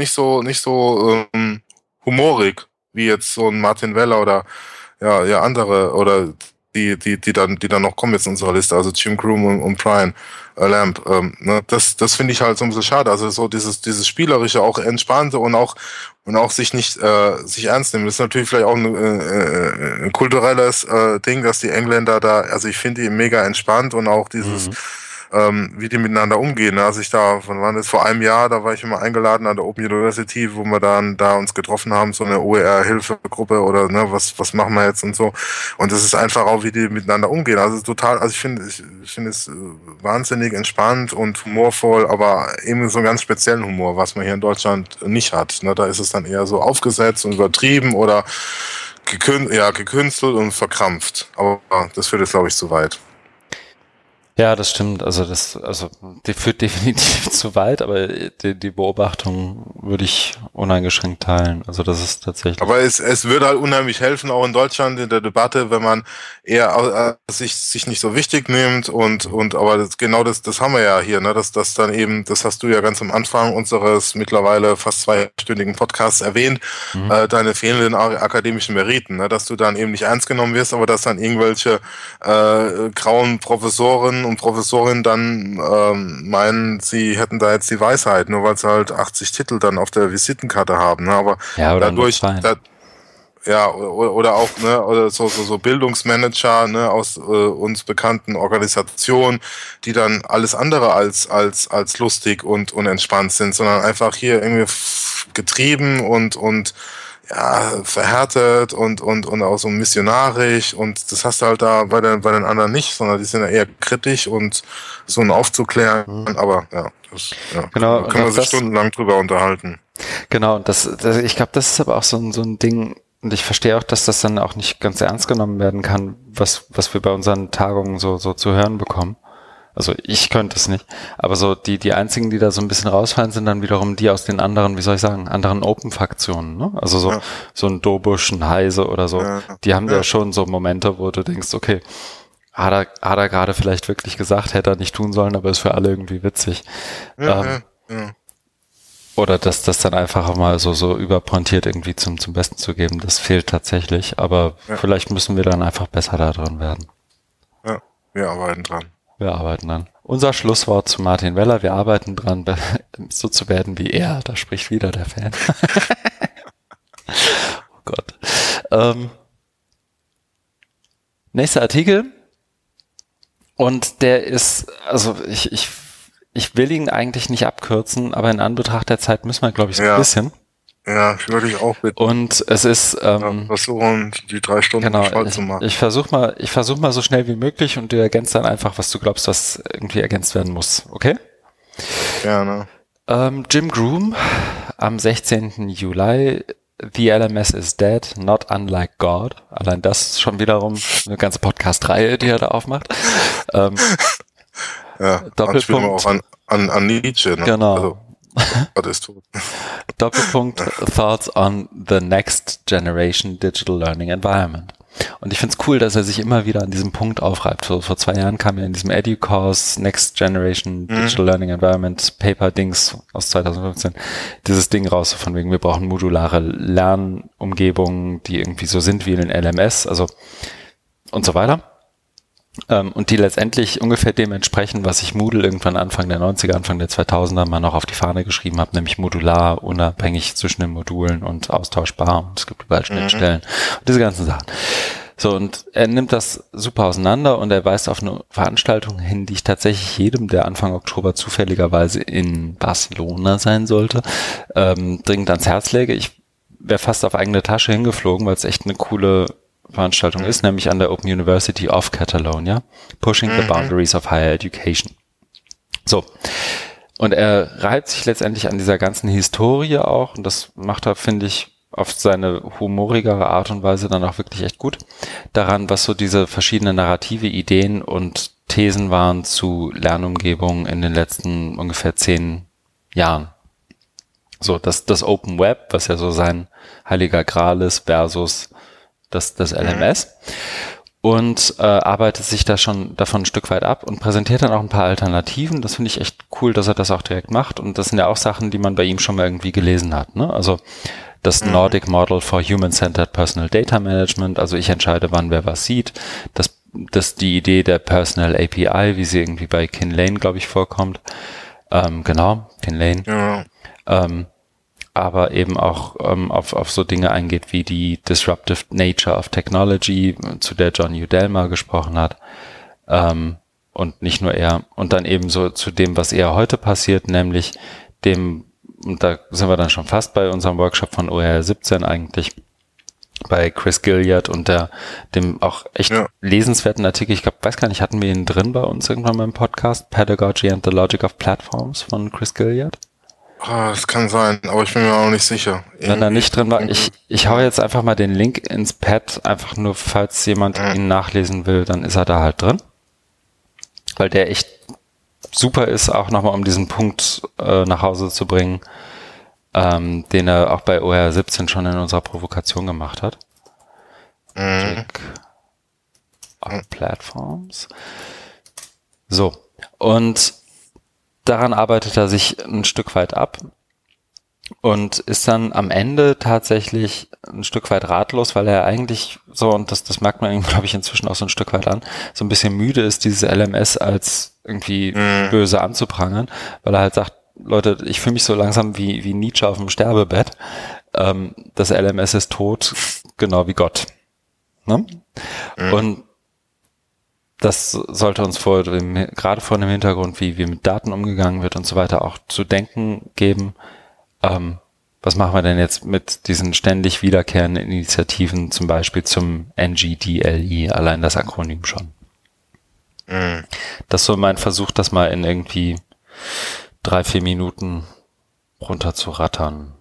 humorig wie jetzt so ein Martin Weller oder ja andere oder die dann noch kommen jetzt in unserer Liste, also Jim Groom und Brian Lamb, ne? Das finde ich halt so ein bisschen schade, also so dieses spielerische, auch entspannte und auch sich nicht sich ernst nehmen. Das ist natürlich vielleicht auch ein kulturelles Ding, dass die Engländer da, also ich finde die mega entspannt und auch dieses wie die miteinander umgehen. Also wann war das, vor einem Jahr, da war ich immer eingeladen an der Open University, wo wir dann da uns getroffen haben, so eine OER-Hilfegruppe oder ne, was machen wir jetzt und so. Und das ist einfach auch, wie die miteinander umgehen. Also total, also ich finde es wahnsinnig entspannt und humorvoll, aber eben so einen ganz speziellen Humor, was man hier in Deutschland nicht hat. Ne, da ist es dann eher so aufgesetzt und übertrieben oder gekünstelt und verkrampft. Aber das führt jetzt, glaube ich, zu weit. Ja, das stimmt. Also die führt definitiv zu weit, aber die Beobachtung würde ich uneingeschränkt teilen. Also das ist tatsächlich. Aber es würde halt unheimlich helfen, auch in Deutschland in der Debatte, wenn man eher sich nicht so wichtig nimmt und aber das haben wir ja hier, ne, dass dann eben, das hast du ja ganz am Anfang unseres mittlerweile fast 2-stündigen Podcasts erwähnt, deine fehlenden akademischen Meriten, ne, dass du dann eben nicht ernst genommen wirst, aber dass dann irgendwelche grauen Professoren und Professorinnen dann meinen, sie hätten da jetzt die Weisheit, nur weil sie halt 80 Titel dann auf der Visitenkarte haben. Ne? Aber ja, oder dadurch, oder auch ne, oder so Bildungsmanager ne, aus uns bekannten Organisationen, die dann alles andere als lustig und entspannt sind, sondern einfach hier irgendwie getrieben und ja, verhärtet und auch so missionarisch, und das hast du halt da bei den anderen nicht, sondern die sind ja eher kritisch und so aufzuklären, aber genau, können wir sich stundenlang drüber unterhalten. Genau, und ich glaube, das ist aber auch so ein Ding, und ich verstehe auch, dass das dann auch nicht ganz ernst genommen werden kann, was wir bei unseren Tagungen so zu hören bekommen. Also ich könnte es nicht, aber so die einzigen, die da so ein bisschen rausfallen, sind dann wiederum die aus den anderen, wie soll ich sagen, anderen Open-Faktionen, ne? Also so ein Dobusch, ein Heise oder so, die haben ja schon so Momente, wo du denkst, okay, hat er gerade vielleicht wirklich gesagt, hätte er nicht tun sollen, aber ist für alle irgendwie witzig. Oder dass das dann einfach mal so überpointiert irgendwie zum Besten zu geben, das fehlt tatsächlich, aber vielleicht müssen wir dann einfach besser da dran werden. Ja, wir arbeiten dran. Unser Schlusswort zu Martin Weller: Wir arbeiten dran, so zu werden wie er. Da spricht wieder der Fan. Oh Gott. Nächster Artikel. Und der ist, also ich will ihn eigentlich nicht abkürzen, aber in Anbetracht der Zeit müssen wir, glaube ich, so ein bisschen. Ja, würde ich auch bitten. Und es ist versuchen, die 3 Stunden voll zu machen. Ich versuch mal so schnell wie möglich, und du ergänzt dann einfach, was du glaubst, was irgendwie ergänzt werden muss. Okay? Gerne. Jim Groom am 16. Juli. The LMS is dead, not unlike God. Allein das ist schon wiederum eine ganze Podcast-Reihe, die er da aufmacht. Doppelpunkt. Auch an Nietzsche. Ne? Genau. Also, Gott ist tot. Doppelpunkt Thoughts on the Next Generation Digital Learning Environment. Und ich finde es cool, dass er sich immer wieder an diesem Punkt aufreibt. Vor 2 Jahren kam er in diesem EduCourse Next Generation Digital Learning Environment Paper Dings aus 2015 dieses Ding raus, von wegen wir brauchen modulare Lernumgebungen, die irgendwie so sind wie in den LMS, also und so weiter. Und die letztendlich ungefähr dem entsprechen, was ich Moodle irgendwann Anfang der 90er, Anfang der 2000er mal noch auf die Fahne geschrieben habe, nämlich modular, unabhängig zwischen den Modulen und austauschbar und es gibt überall Schnittstellen und diese ganzen Sachen. So, und er nimmt das super auseinander und er weist auf eine Veranstaltung hin, die ich tatsächlich jedem, der Anfang Oktober zufälligerweise in Barcelona sein sollte, dringend ans Herz lege. Ich wäre fast auf eigene Tasche hingeflogen, weil es echt eine coole Veranstaltung ist, nämlich an der Open University of Catalonia, Pushing the Boundaries of Higher Education. So. Und er reibt sich letztendlich an dieser ganzen Historie auch, und das macht er, finde ich, auf seine humorigere Art und Weise dann auch wirklich echt gut, daran, was so diese verschiedenen narrative Ideen und Thesen waren zu Lernumgebungen in den letzten ungefähr 10 Jahren. So, das Open Web, was ja so sein heiliger Gral ist, versus das LMS, und arbeitet sich da schon davon ein Stück weit ab und präsentiert dann auch ein paar Alternativen. Das finde ich echt cool, dass er das auch direkt macht, und das sind ja auch Sachen, die man bei ihm schon mal irgendwie gelesen hat, ne? Also das Nordic Model for Human-Centered Personal Data Management, also ich entscheide, wann wer was sieht, das die Idee der Personal API, wie sie irgendwie bei Kinlane, glaube ich, vorkommt, genau, Kinlane, ja. Aber eben auch auf so Dinge eingeht wie die Disruptive Nature of Technology, zu der John Udell mal gesprochen hat, und nicht nur er, und dann eben so zu dem, was eher heute passiert, nämlich dem, und da sind wir dann schon fast bei unserem Workshop von OER 17 eigentlich, bei Chris Gilliard und dem auch echt lesenswerten Artikel, ich glaube, weiß gar nicht, hatten wir ihn drin bei uns irgendwann mal im Podcast, Pedagogy and the Logic of Platforms von Chris Gilliard? Das kann sein, aber ich bin mir auch nicht sicher. Wenn er nicht drin war, ich hau jetzt einfach mal den Link ins Pad, einfach nur, falls jemand ihn nachlesen will, dann ist er da halt drin. Weil der echt super ist, auch nochmal um diesen Punkt nach Hause zu bringen, den er auch bei OER 17 schon in unserer Provokation gemacht hat. Platforms. So, und daran arbeitet er sich ein Stück weit ab und ist dann am Ende tatsächlich ein Stück weit ratlos, weil er eigentlich so, und das merkt man, glaube ich, inzwischen auch so ein Stück weit an, so ein bisschen müde ist, dieses LMS als irgendwie böse anzuprangern, weil er halt sagt, Leute, ich fühle mich so langsam wie Nietzsche auf dem Sterbebett. Das LMS ist tot, genau wie Gott. Ne? Und das sollte uns gerade vor dem Hintergrund, wie mit Daten umgegangen wird und so weiter, auch zu denken geben. Was machen wir denn jetzt mit diesen ständig wiederkehrenden Initiativen, zum Beispiel zum NGDLE, allein das Akronym schon. Das ist so mein Versuch, das mal in irgendwie 3-4 Minuten runterzurattern.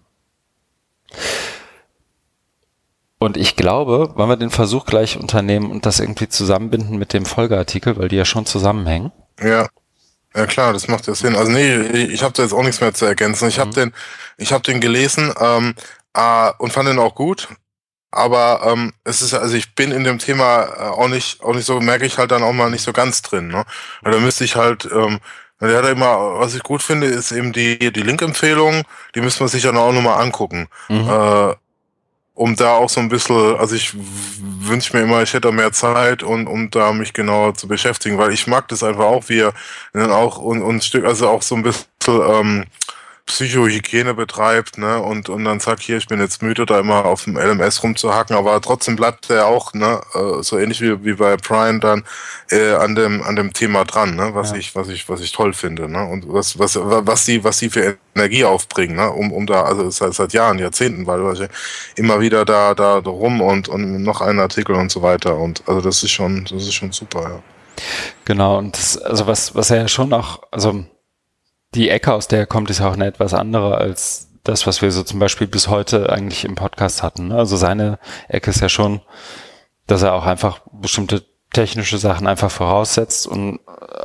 Und ich glaube, wollen wir den Versuch gleich unternehmen und das irgendwie zusammenbinden mit dem Folgeartikel, weil die ja schon zusammenhängen? Ja klar, das macht ja Sinn. Also nee, ich habe da jetzt auch nichts mehr zu ergänzen. Ich habe den gelesen und fand den auch gut. Aber es ist, also ich bin in dem Thema auch nicht so, merke ich halt dann auch mal nicht so ganz drin. Ne? Da müsste ich halt, der hat ja immer, was ich gut finde, ist eben die Link-Empfehlung, die müssen wir sich dann auch nochmal angucken. Um da auch so ein bisschen, also ich wünsche mir immer, ich hätte mehr Zeit und um da mich genauer zu beschäftigen, weil ich mag das einfach auch, wie er dann auch und ein Stück, also auch so ein bisschen Psychohygiene betreibt, ne, und dann sagt, hier, ich bin jetzt müde, da immer auf dem LMS rumzuhacken, aber trotzdem bleibt er auch, ne, so ähnlich wie bei Brian dann an dem Thema dran, ne, was ich toll finde, ne, und was die für Energie aufbringen, ne, um da, also seit Jahren, Jahrzehnten, weil immer wieder da rum und noch einen Artikel und so weiter, und also das ist schon super, ja. Genau, und das, also was er ja schon auch, also die Ecke, aus der er kommt, ist ja auch eine etwas andere als das, was wir so zum Beispiel bis heute eigentlich im Podcast hatten. Also seine Ecke ist ja schon, dass er auch einfach bestimmte technische Sachen einfach voraussetzt und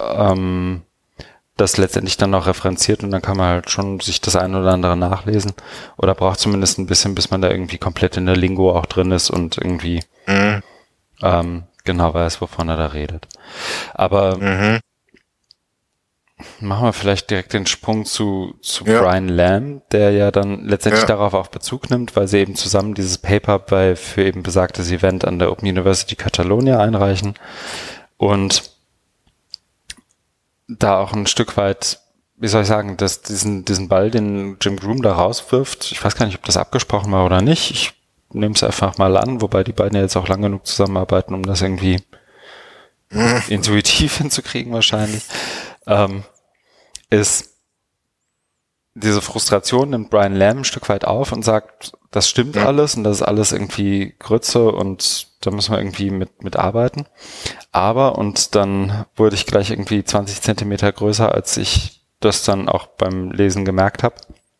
das letztendlich dann auch referenziert, und dann kann man halt schon sich das eine oder andere nachlesen oder braucht zumindest ein bisschen, bis man da irgendwie komplett in der Lingo auch drin ist und irgendwie genau weiß, wovon er da redet. Aber machen wir vielleicht direkt den Sprung zu Brian Lamb, der ja dann letztendlich darauf auch Bezug nimmt, weil sie eben zusammen dieses Paper für eben besagtes Event an der Open University Catalonia einreichen und da auch ein Stück weit, wie soll ich sagen, dass diesen Ball, den Jim Groom da rauswirft, ich weiß gar nicht, ob das abgesprochen war oder nicht, ich nehme es einfach mal an, wobei die beiden ja jetzt auch lang genug zusammenarbeiten, um das irgendwie intuitiv hinzukriegen wahrscheinlich, ist diese Frustration, nimmt Brian Lamb ein Stück weit auf und sagt, das stimmt alles und das ist alles irgendwie Grütze und da müssen wir irgendwie mit arbeiten. Aber, und dann wurde ich gleich irgendwie 20 Zentimeter größer, als ich das dann auch beim Lesen gemerkt habe,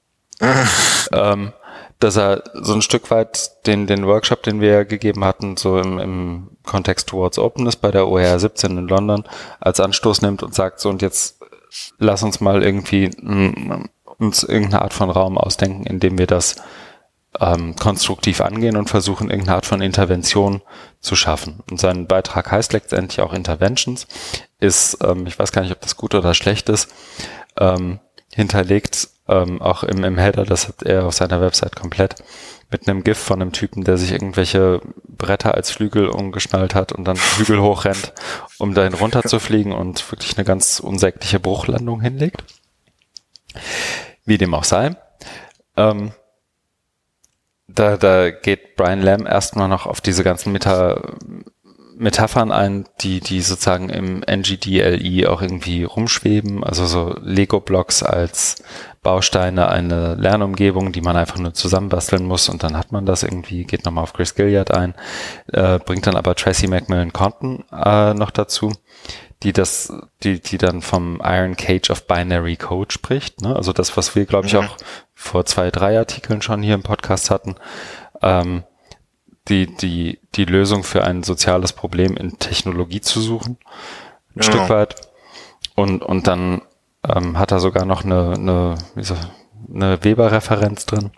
dass er so ein Stück weit den Workshop, den wir gegeben hatten, so im Kontext Towards Openness bei der OER 17 in London, als Anstoß nimmt und sagt, so und jetzt lass uns mal irgendwie uns irgendeine Art von Raum ausdenken, in dem wir das konstruktiv angehen und versuchen, irgendeine Art von Intervention zu schaffen. Und sein Beitrag heißt letztendlich auch Interventions, ist, ich weiß gar nicht, ob das gut oder schlecht ist, hinterlegt auch im Header, das hat er auf seiner Website komplett, mit einem GIF von einem Typen, der sich irgendwelche Bretter als Flügel umgeschnallt hat und dann Hügel hochrennt, um dahin runterzufliegen und wirklich eine ganz unsägliche Bruchlandung hinlegt. Wie dem auch sei. Da geht Brian Lamb erstmal noch auf diese ganzen Metaphern ein, die sozusagen im NGDLI auch irgendwie rumschweben, also so Lego-Blocks als Bausteine, eine Lernumgebung, die man einfach nur zusammenbasteln muss und dann hat man das irgendwie, geht nochmal auf Chris Gilliard ein, bringt dann aber Tracy McMillan Compton noch dazu, die dann vom Iron Cage of Binary Code spricht, ne? Also das, was wir, glaube ich, auch vor 2-3 Artikeln schon hier im Podcast hatten, die Lösung für ein soziales Problem in Technologie zu suchen, ein Stück weit. Und dann hat er sogar noch eine Weber-Referenz drin.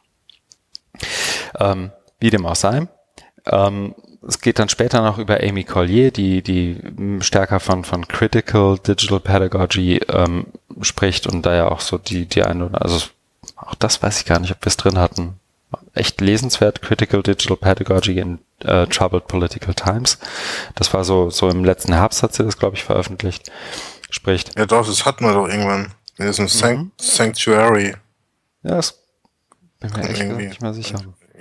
Wie dem auch sei. Es geht dann später noch über Amy Collier, die stärker von Critical Digital Pedagogy spricht und da ja auch so die eine, also auch das weiß ich gar nicht, ob wir es drin hatten. Echt lesenswert, Critical Digital Pedagogy in Troubled Political Times. Das war so im letzten Herbst hat sie das, glaube ich, veröffentlicht. Spricht. Ja doch, das hatten wir doch irgendwann. In diesem Sanctuary. Ja, das bin mir echt nicht mehr sicher.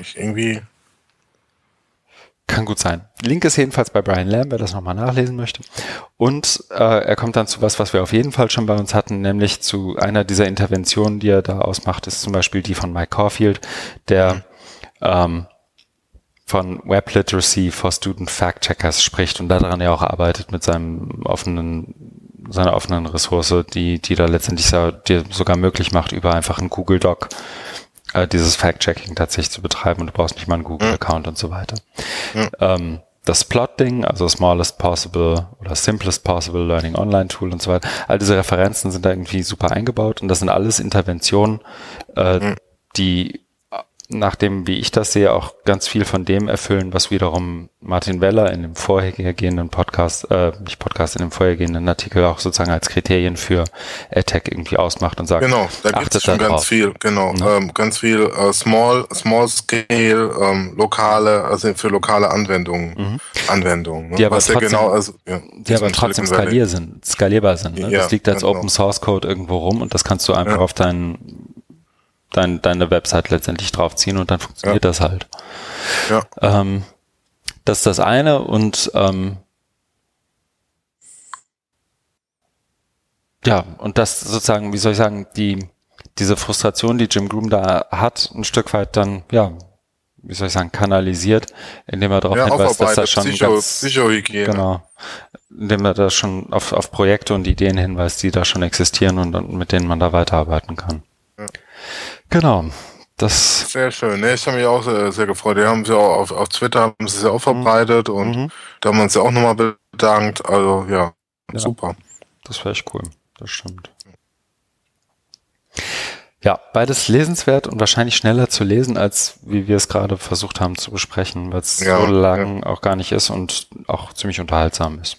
Kann gut sein. Link ist jedenfalls bei Brian Lamb, wer das nochmal nachlesen möchte. Und er kommt dann zu was wir auf jeden Fall schon bei uns hatten, nämlich zu einer dieser Interventionen, die er da ausmacht, ist zum Beispiel die von Mike Caulfield, der von Web Literacy for Student Fact-Checkers spricht und daran ja auch arbeitet mit seiner offenen Ressource, die da letztendlich dir sogar möglich macht, über einfach einen Google Doc dieses Fact-Checking tatsächlich zu betreiben und du brauchst nicht mal einen Google-Account und so weiter. Das Plot-Ding, also Smallest Possible oder Simplest Possible Learning Online Tool und so weiter, all diese Referenzen sind da irgendwie super eingebaut und das sind alles Interventionen, die nach dem, wie ich das sehe, auch ganz viel von dem erfüllen, was wiederum Martin Weller in dem vorhergehenden in dem vorhergehenden Artikel auch sozusagen als Kriterien für EdTech irgendwie ausmacht und sagt, genau, da gibt es schon ganz viel, ganz viel Small Scale, lokale, also für lokale Anwendungen, die aber trotzdem skalierbar sind. Ne? Ja, das liegt als Open Source Code irgendwo rum und das kannst du einfach auf deine Website letztendlich draufziehen und dann funktioniert das halt. Ja. Das ist das eine und und das sozusagen, wie soll ich sagen, diese Frustration, die Jim Groom da hat, ein Stück weit dann, wie soll ich sagen, kanalisiert, indem er darauf hinweist, dass das schon Psychohygiene. Indem er da schon auf Projekte und Ideen hinweist, die da schon existieren und mit denen man da weiterarbeiten kann. Ja. Genau. Das sehr schön. Ne, ich habe mich auch sehr, sehr gefreut. Die haben sie auch auf Twitter haben sie es ja auch verbreitet und da haben wir uns ja auch nochmal bedankt. Also super. Das wäre echt cool. Das stimmt. Ja, beides lesenswert und wahrscheinlich schneller zu lesen, als wie wir es gerade versucht haben zu besprechen, weil es so lang auch gar nicht ist und auch ziemlich unterhaltsam ist.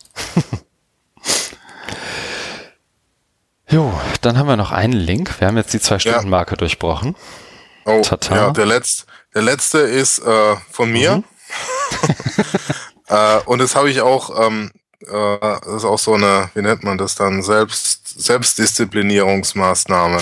Jo, dann haben wir noch einen Link. Wir haben jetzt die 2-Stunden-Marke durchbrochen. Oh, Tata. Ja, der letzte ist von mir. Und das habe ich auch, das ist auch so eine, wie nennt man das dann, Selbstdisziplinierungsmaßnahme.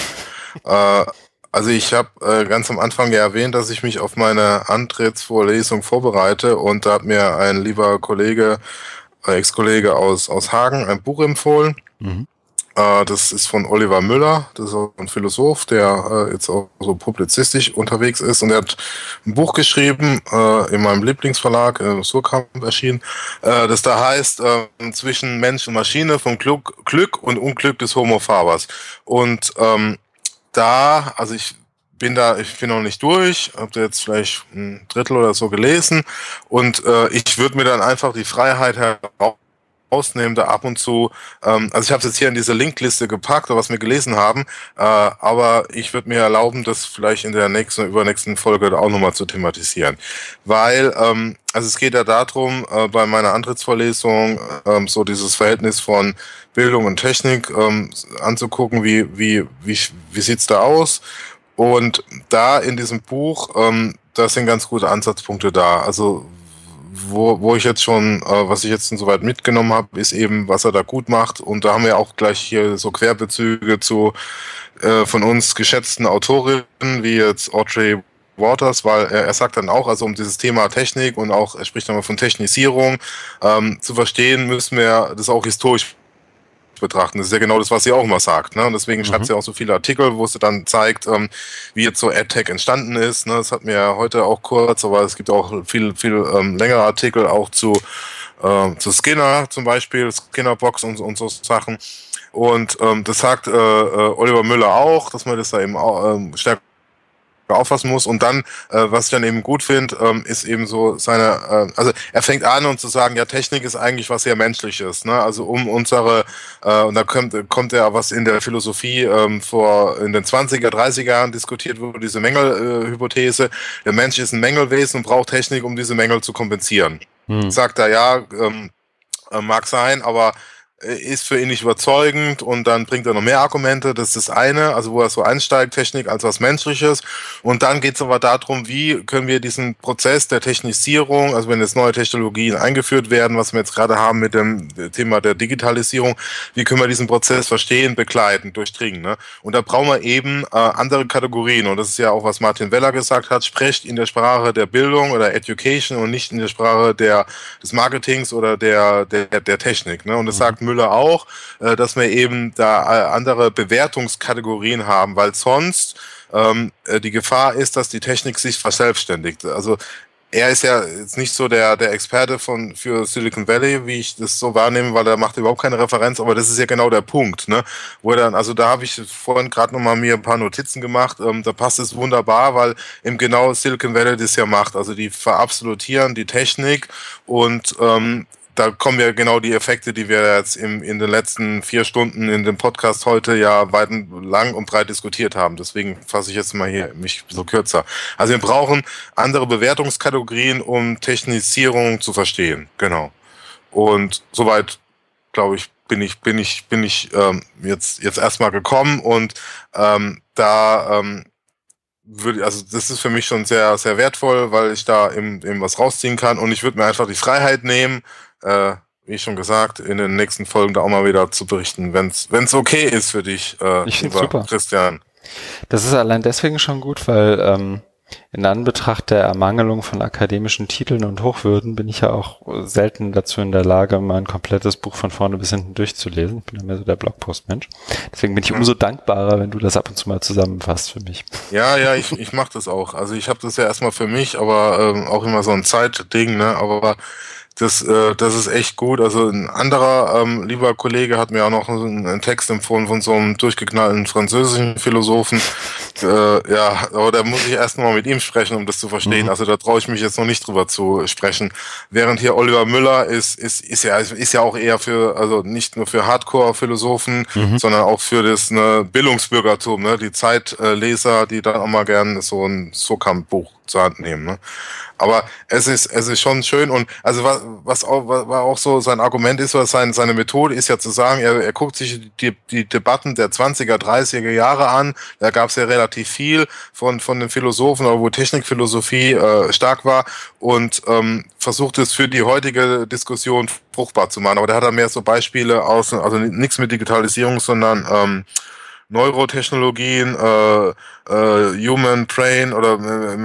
Also ich habe ganz am Anfang ja erwähnt, dass ich mich auf meine Antrittsvorlesung vorbereite, und da hat mir ein lieber Kollege, Ex-Kollege aus Hagen, ein Buch empfohlen. Das ist von Oliver Müller, das ist auch ein Philosoph, der jetzt auch so publizistisch unterwegs ist, und er hat ein Buch geschrieben, in meinem Lieblingsverlag, Surkamp erschienen, das da heißt, zwischen Mensch und Maschine, vom Glück und Unglück des Homo Fabers. Und also ich bin noch nicht durch, habe jetzt vielleicht ein Drittel oder so gelesen, und ich würde mir dann einfach die Freiheit herausnehmen, da ab und zu, also ich habe es jetzt hier in diese Linkliste gepackt, was wir gelesen haben, aber ich würde mir erlauben, das vielleicht in der übernächsten Folge da auch nochmal zu thematisieren. Weil, also es geht ja darum, bei meiner Antrittsvorlesung so dieses Verhältnis von Bildung und Technik anzugucken, wie sieht's da aus? Und da in diesem Buch, da sind ganz gute Ansatzpunkte da. Also wo ich jetzt schon, was ich jetzt soweit mitgenommen habe, ist eben, was er da gut macht. Und da haben wir auch gleich hier so Querbezüge zu von uns geschätzten Autorinnen, wie jetzt Audrey Waters, weil er sagt dann auch, also um dieses Thema Technik und auch, er spricht dann mal von Technisierung, zu verstehen, müssen wir das auch historisch betrachten. Das ist ja genau das, was sie auch immer sagt. Ne? Und deswegen schreibt sie auch so viele Artikel, wo sie dann zeigt, wie jetzt so AdTech entstanden ist. Ne? Das hatten wir ja heute auch kurz, aber es gibt auch viel längere Artikel auch zu Skinner zum Beispiel, Skinnerbox und so Sachen. Und das sagt Oliver Müller auch, dass man das da eben stärker auffassen muss. Und dann, was ich dann eben gut finde, ist eben so seine, also er fängt an und zu sagen, ja, Technik ist eigentlich was sehr Menschliches, ne? Also um unsere, und da kommt ja was in der Philosophie in den 20er, 30er Jahren diskutiert wurde, diese Mängelhypothese. Der Mensch ist ein Mängelwesen und braucht Technik, um diese Mängel zu kompensieren. Sagt er, ja, mag sein, aber ist für ihn nicht überzeugend, und dann bringt er noch mehr Argumente. Das ist das eine, also wo er so einsteigt, Technik als was Menschliches. Und dann geht es aber darum, wie können wir diesen Prozess der Technisierung, also wenn jetzt neue Technologien eingeführt werden, was wir jetzt gerade haben mit dem Thema der Digitalisierung, wie können wir diesen Prozess verstehen, begleiten, durchdringen. Ne? Und da brauchen wir eben andere Kategorien. Und das ist ja auch, was Martin Weller gesagt hat, sprecht in der Sprache der Bildung oder Education und nicht in der Sprache des Marketings oder der Technik. Ne? Und das sagt Müller auch, dass wir eben da andere Bewertungskategorien haben, weil sonst die Gefahr ist, dass die Technik sich verselbstständigt. Also er ist ja jetzt nicht so der Experte für Silicon Valley, wie ich das so wahrnehme, weil er macht überhaupt keine Referenz, aber das ist ja genau der Punkt, ne? Wo er dann, also da habe ich vorhin gerade nochmal mir ein paar Notizen gemacht, da passt es wunderbar, weil eben genau Silicon Valley das ja macht. Also die verabsolutieren die Technik, und da kommen ja genau die Effekte, die wir jetzt in den letzten 4 Stunden in dem Podcast heute ja weit lang und breit diskutiert haben. Deswegen fasse ich jetzt mal hier mich so kürzer. Also wir brauchen andere Bewertungskategorien, um Technisierung zu verstehen. Genau. Und soweit, glaube ich, bin ich jetzt erstmal gekommen, und also das ist für mich schon sehr, sehr wertvoll, weil ich da eben was rausziehen kann, und ich würde mir einfach die Freiheit nehmen, wie schon gesagt, in den nächsten Folgen da auch mal wieder zu berichten, wenn's okay ist für dich, ich find's super, Christian. Das ist allein deswegen schon gut, weil in Anbetracht der Ermangelung von akademischen Titeln und Hochwürden bin ich ja auch selten dazu in der Lage, mal ein komplettes Buch von vorne bis hinten durchzulesen. Ich bin ja mehr so der Blogpost-Mensch. Deswegen bin ich umso dankbarer, wenn du das ab und zu mal zusammenfasst für mich. Ja, ich mache das auch. Also ich habe das ja erstmal für mich, aber auch immer so ein Zeitding, ne? Aber das ist echt gut. Also ein anderer lieber Kollege hat mir auch noch einen Text empfohlen von so einem durchgeknallten französischen Philosophen. Ja, aber da muss ich erst mal mit ihm sprechen, um das zu verstehen. Also da traue ich mich jetzt noch nicht drüber zu sprechen. Während hier Oliver Müller ist ja auch eher für, also nicht nur für Hardcore-Philosophen, sondern auch für das Bildungsbürgertum, ne? Die Zeitleser, die dann auch mal gern so ein Sokamp-Buch zur Hand nehmen, ne? Aber es ist schon schön und also was auch so sein Argument ist oder seine Methode ist ja zu sagen, er guckt sich die Debatten der 20er, 30er Jahre an. Da gab es ja relativ viel von den Philosophen, wo Technikphilosophie stark war und versucht es für die heutige Diskussion fruchtbar zu machen. Aber der hat dann mehr so Beispiele aus, also nichts mit Digitalisierung, sondern Neurotechnologien, Human Brain oder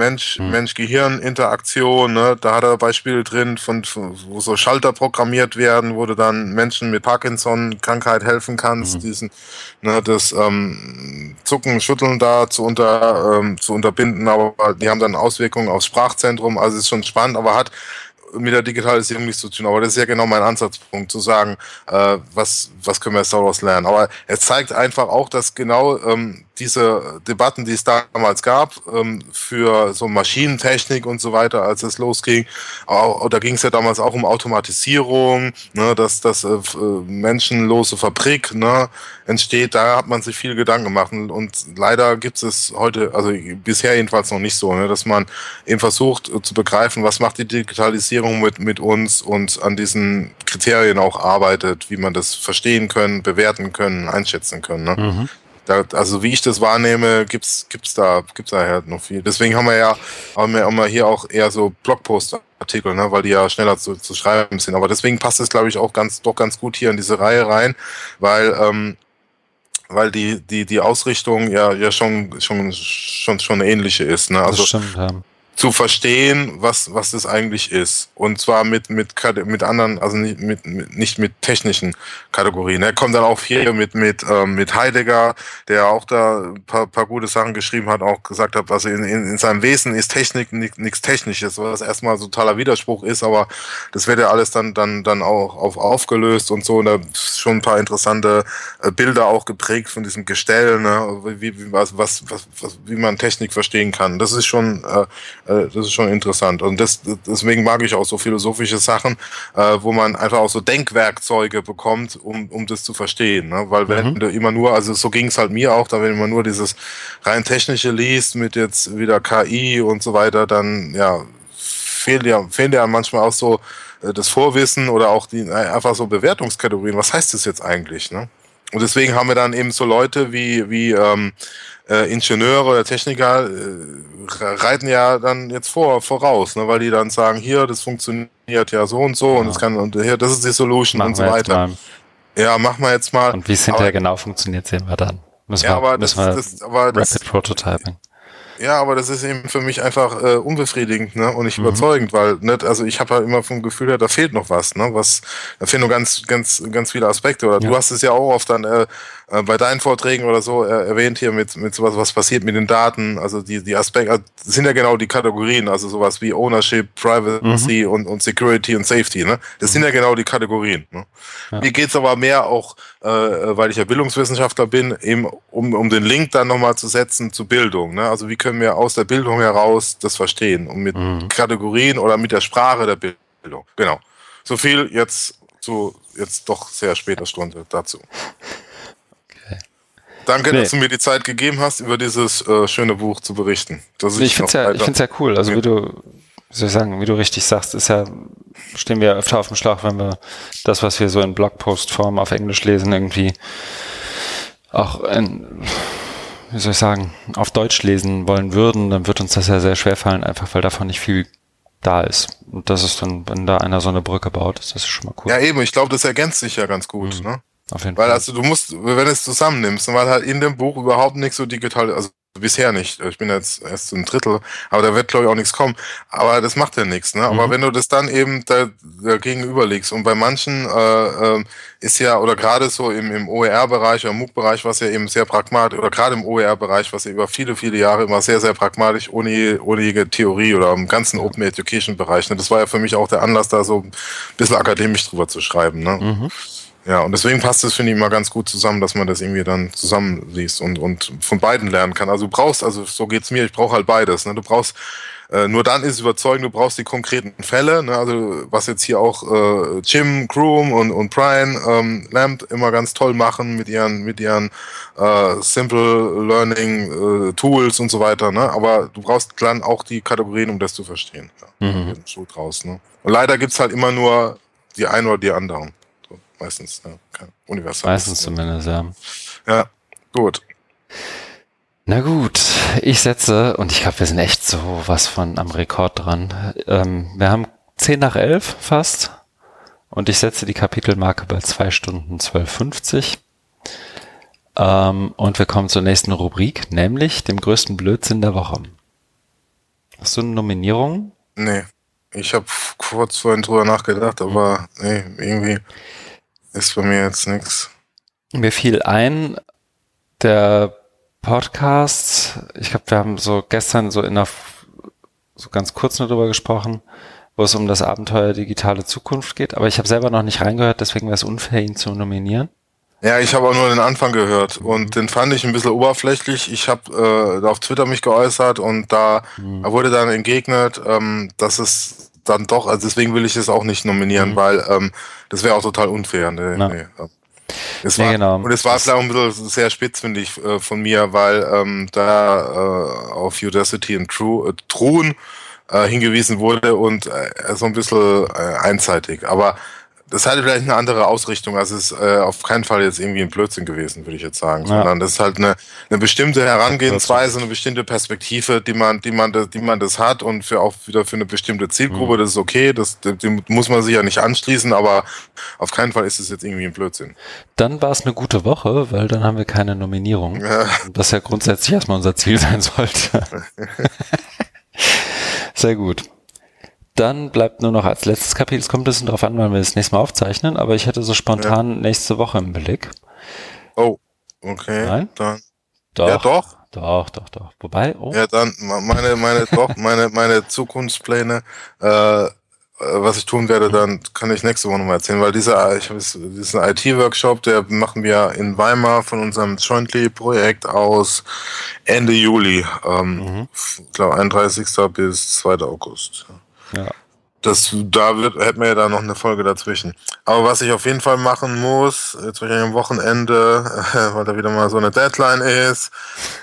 Mensch-Gehirn-Interaktion, ne? Da hat er Beispiele drin, wo so Schalter programmiert werden, wo du dann Menschen mit Parkinson-Krankheit helfen kannst, das Zucken, Schütteln da zu unterbinden, aber die haben dann Auswirkungen aufs Sprachzentrum, also ist schon spannend, aber hat mit der Digitalisierung nichts zu tun. Aber das ist ja genau mein Ansatzpunkt, zu sagen, was können wir jetzt daraus lernen. Aber es zeigt einfach auch, dass genau diese Debatten, die es damals gab, für so Maschinentechnik und so weiter, als es losging, da ging es ja damals auch um Automatisierung, ne, dass menschenlose Fabrik, ne, entsteht, da hat man sich viel Gedanken gemacht und leider gibt es heute, also bisher jedenfalls noch nicht so, ne, dass man eben versucht zu begreifen, was macht die Digitalisierung mit uns und an diesen Kriterien auch arbeitet, wie man das verstehen können, bewerten können, einschätzen können, ne. Also wie ich das wahrnehme, gibt's da halt noch viel. Deswegen haben wir hier auch eher so Blogpost-Artikel, ne, weil die ja schneller zu schreiben sind. Aber deswegen passt es, glaube ich, auch ganz gut hier in diese Reihe rein, weil die Ausrichtung ja schon eine ähnliche ist, ne? Also das stimmt, ja. Zu verstehen, was das eigentlich ist. Und zwar mit anderen, also nicht mit technischen Kategorien. Er kommt dann auch hier mit Heidegger, der auch da ein paar gute Sachen geschrieben hat, auch gesagt hat, also in seinem Wesen ist Technik nichts Technisches, was erstmal so totaler Widerspruch ist, aber das wird ja alles dann auch aufgelöst und so. Und da schon ein paar interessante Bilder auch geprägt von diesem Gestell, ne, wie man Technik verstehen kann. Das ist schon interessant. Und deswegen mag ich auch so philosophische Sachen, wo man einfach auch so Denkwerkzeuge bekommt, um das zu verstehen. Ne? Weil wenn du immer nur, also so ging es halt mir auch, da wenn man nur dieses rein technische liest, mit jetzt wieder KI und so weiter, dann ja, fehlt ja manchmal auch so das Vorwissen oder auch einfach so Bewertungskategorien. Was heißt das jetzt eigentlich? Ne? Und deswegen haben wir dann eben so Leute wie Ingenieure oder Techniker reiten ja dann jetzt voraus, ne, weil die dann sagen, hier, das funktioniert ja so und so und hier, das ist die Solution und so weiter. Ja, machen wir jetzt mal. Und wie es hinterher genau funktioniert, sehen wir dann. Müssen wir Rapid Prototyping. Ja, aber das ist eben für mich einfach unbefriedigend, ne, und nicht überzeugend, weil also ich habe halt immer vom Gefühl her, da fehlt noch was, ne, da fehlen nur ganz viele Aspekte. Oder du hast es ja auch oft dann bei deinen Vorträgen oder so erwähnt hier mit sowas, was passiert mit den Daten, also die Aspekte, das sind ja genau die Kategorien, also sowas wie Ownership, Privacy und Security und Safety, ne, das sind ja genau die Kategorien. Ne? Ja. Mir geht's aber mehr auch, weil ich ja Bildungswissenschaftler bin, eben um den Link dann nochmal zu setzen zur Bildung, ne, also wie können wir aus der Bildung heraus das verstehen und mit Kategorien oder mit der Sprache der Bildung. Genau. So viel jetzt doch sehr später Stunde dazu. Danke, dass du mir die Zeit gegeben hast, über dieses schöne Buch zu berichten. Ich finde es ja cool. Also wie du richtig sagst, stehen wir öfter auf dem Schlauch, wenn wir das, was wir so in Blogpost-Form auf Englisch lesen, irgendwie auch auf Deutsch lesen wollen würden, dann wird uns das ja sehr schwer fallen, einfach weil davon nicht viel da ist. Und das ist dann, wenn da einer so eine Brücke baut, das ist schon mal cool. Ja eben, ich glaube, das ergänzt sich ja ganz gut, ne? Auf jeden Fall. Weil also du musst, wenn du es zusammennimmst, weil halt in dem Buch überhaupt nichts so digital, also bisher nicht, ich bin jetzt erst ein Drittel, aber da wird glaube ich auch nichts kommen, aber das macht ja nichts, ne? Aber wenn du das dann eben dagegen überlegst und bei manchen ist ja, oder gerade so im OER-Bereich oder MOOC-Bereich, was ja eben sehr pragmatisch, oder gerade im OER-Bereich, was ja über viele, viele Jahre immer sehr, sehr pragmatisch, ohne jede Theorie oder im ganzen Open Education-Bereich, ne? Das war ja für mich auch der Anlass, da so ein bisschen akademisch drüber zu schreiben, ne? Ja, und deswegen passt es, finde ich, immer ganz gut zusammen, dass man das irgendwie dann zusammenliest und von beiden lernen kann. Also du brauchst, also so geht's mir, ich brauche halt beides. Ne? Du brauchst, nur dann ist es überzeugend, du brauchst die konkreten Fälle. Ne? Also was jetzt hier auch Jim, Groom und Brian Lamb immer ganz toll machen mit ihren Simple Learning Tools und so weiter. Ne? Aber du brauchst dann auch die Kategorien, um das zu verstehen. Ja, so draus, ne? Und leider gibt's halt immer nur die einen oder die anderen. Meistens, ne? Universal. Meistens zumindest, ja. Ja, gut. Na gut, ich setze, und ich glaube, wir sind echt so was von am Rekord dran. Wir haben 10:11 fast und ich setze die Kapitelmarke bei 2 Stunden 12:50. Und wir kommen zur nächsten Rubrik, nämlich dem größten Blödsinn der Woche. Hast du eine Nominierung? Nee, ich habe kurz vorhin drüber nachgedacht, aber nee, irgendwie ist bei mir jetzt nichts. Mir fiel ein, der Podcast, ich glaube, wir haben so gestern so ganz kurz nur drüber gesprochen, wo es um das Abenteuer digitale Zukunft geht, aber ich habe selber noch nicht reingehört, deswegen wäre es unfair, ihn zu nominieren. Ja, ich habe auch nur den Anfang gehört und den fand ich ein bisschen oberflächlich. Ich habe auf Twitter mich geäußert und da wurde dann entgegnet, dass es dann doch, also deswegen will ich es auch nicht nominieren, weil das wäre auch total unfair. Nee. Es war, genau. Und es war vielleicht auch ein bisschen sehr spitz, finde ich, von mir, weil da auf Udacity und Truhen hingewiesen wurde und so ein bisschen einseitig. Aber das hatte vielleicht eine andere Ausrichtung. Also es ist auf keinen Fall jetzt irgendwie ein Blödsinn gewesen, würde ich jetzt sagen. Ja. Sondern das ist halt eine bestimmte Herangehensweise, eine bestimmte Perspektive, die man das hat und auch wieder für eine bestimmte Zielgruppe. Das ist okay. Dem muss man sich ja nicht anschließen, aber auf keinen Fall ist es jetzt irgendwie ein Blödsinn. Dann war es eine gute Woche, weil dann haben wir keine Nominierung. Ja. Das ja grundsätzlich erstmal unser Ziel sein sollte. Sehr gut. Dann bleibt nur noch als letztes Kapitel, es kommt ein bisschen drauf an, wann wir das nächste Mal aufzeichnen, aber ich hätte so spontan nächste Woche im Blick. Oh, okay. Nein? Dann. Doch. Ja, doch. Doch. Wobei, Ja, dann meine Zukunftspläne, was ich tun werde, dann kann ich nächste Woche nochmal erzählen, weil diesen IT-Workshop, der machen wir in Weimar von unserem Jointly-Projekt aus Ende Juli, ich glaube 31. bis 2. August. Ja. Hätten wir ja da noch eine Folge dazwischen. Aber was ich auf jeden Fall machen muss, jetzt am Wochenende, weil da wieder mal so eine Deadline ist,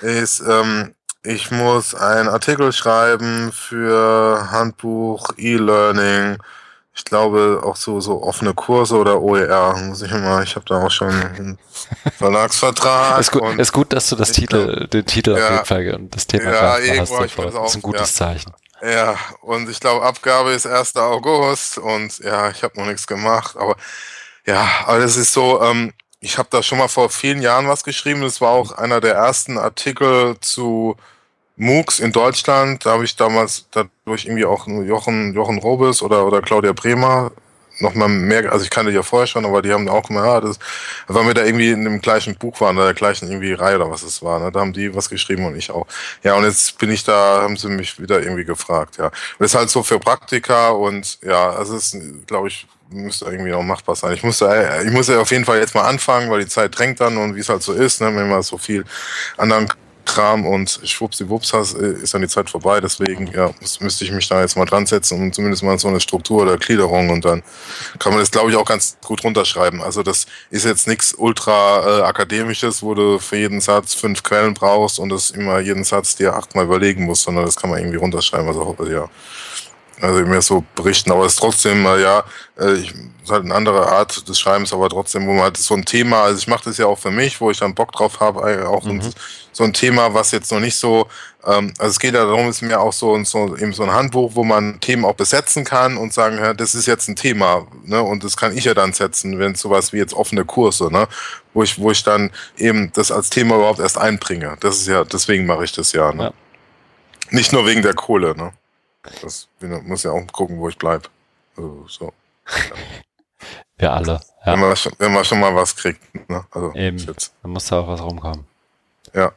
ich muss einen Artikel schreiben für Handbuch, E-Learning. Ich glaube auch so offene Kurse oder OER. Ich habe da auch schon einen Verlagsvertrag. Ist gut, dass du den Titel auf jeden Fall und das Thema hast. Das ist ein gutes Zeichen. Ja, und ich glaube, Abgabe ist 1. August und ja, ich habe noch nichts gemacht, aber das ist so, ich habe da schon mal vor vielen Jahren was geschrieben, das war auch einer der ersten Artikel zu MOOCs in Deutschland, da habe ich damals dadurch irgendwie auch Jochen Robes oder Claudia Bremer noch mal mehr, also ich kannte die ja vorher schon, aber die haben auch gemacht, weil wir da irgendwie in dem gleichen Buch waren, oder der gleichen irgendwie Reihe oder was es war, ne? Da haben die was geschrieben und ich auch. Ja, und jetzt bin ich da, haben sie mich wieder irgendwie gefragt, ja. Und das ist halt so für Praktika und ja, also es ist, glaube ich, müsste irgendwie noch machbar sein. Ich muss ja auf jeden Fall jetzt mal anfangen, weil die Zeit drängt dann und wie es halt so ist, ne, wenn man so viel anderen Kram und schwuppsiwupps ist dann die Zeit vorbei, deswegen müsste ich mich da jetzt mal dran setzen und zumindest mal so eine Struktur oder Gliederung und dann kann man das, glaube ich, auch ganz gut runterschreiben. Also das ist jetzt nichts ultra akademisches, wo du für jeden Satz 5 Quellen brauchst und das immer jeden Satz dir 8-mal überlegen musst, sondern das kann man irgendwie runterschreiben, also mir so berichten, aber es ist trotzdem, ist halt eine andere Art des Schreibens, aber trotzdem, wo man halt so ein Thema, also ich mache das ja auch für mich, wo ich dann Bock drauf habe, auch so ein Thema, was jetzt noch nicht so, also es geht ja darum, ist mir auch so eben so ein Handbuch, wo man Themen auch besetzen kann und sagen, ja, das ist jetzt ein Thema, ne, und das kann ich ja dann setzen, wenn es sowas wie jetzt offene Kurse, ne, wo ich dann eben das als Thema überhaupt erst einbringe. Das ist ja, deswegen mache ich das ja, ne. Ja. Nicht nur wegen der Kohle, ne. Das muss ja auch gucken, wo ich bleibe. Also, so. Ja. Wir alle. Ja. Wenn man schon mal was kriegt. Ne? Also, eben. Dann muss da auch was rumkommen. Ja.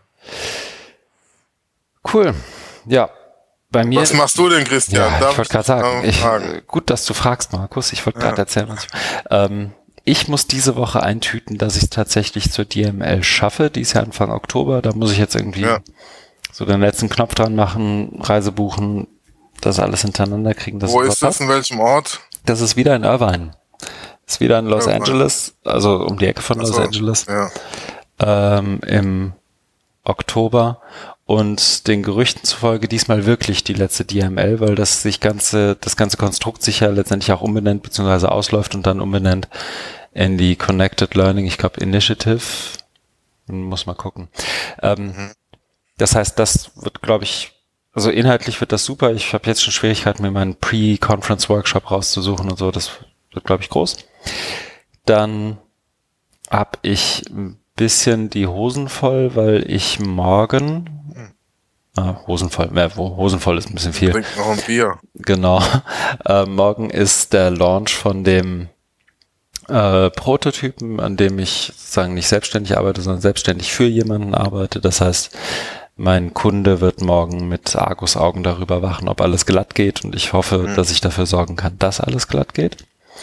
Cool. Ja. Bei mir. Was machst du denn, Christian? Ja, ich wollte gerade sagen. Gut, dass du fragst, Markus. Ich wollte gerade erzählen. ich muss diese Woche eintüten, dass ich es tatsächlich zur DML schaffe. Die ist ja Anfang Oktober. Da muss ich jetzt irgendwie so den letzten Knopf dran machen, Reise buchen, das alles hintereinander kriegen. Wo ist das, in welchem Ort? Das ist wieder in Irvine. Das ist wieder in Los Angeles, also um die Ecke von Los Angeles. Ja. Im Oktober. Und den Gerüchten zufolge diesmal wirklich die letzte DML, weil das ganze Konstrukt sich ja letztendlich auch umbenennt, beziehungsweise ausläuft und dann umbenennt in die Connected Learning, ich glaube Initiative. Muss mal gucken. Das heißt, das wird, glaube ich, also inhaltlich wird das super. Ich habe jetzt schon Schwierigkeiten, mir meinen Pre-Conference-Workshop rauszusuchen und so. Das wird, glaube ich, groß. Dann habe ich ein bisschen die Hosen voll, weil ich morgen Hosen voll ist ein bisschen viel. Trink noch ein Bier. Genau. Morgen ist der Launch von dem Prototypen, an dem ich sozusagen nicht selbstständig arbeite, sondern selbstständig für jemanden arbeite. Das heißt, mein Kunde wird morgen mit Argusaugen darüber wachen, ob alles glatt geht, und ich hoffe, dass ich dafür sorgen kann, dass alles glatt geht.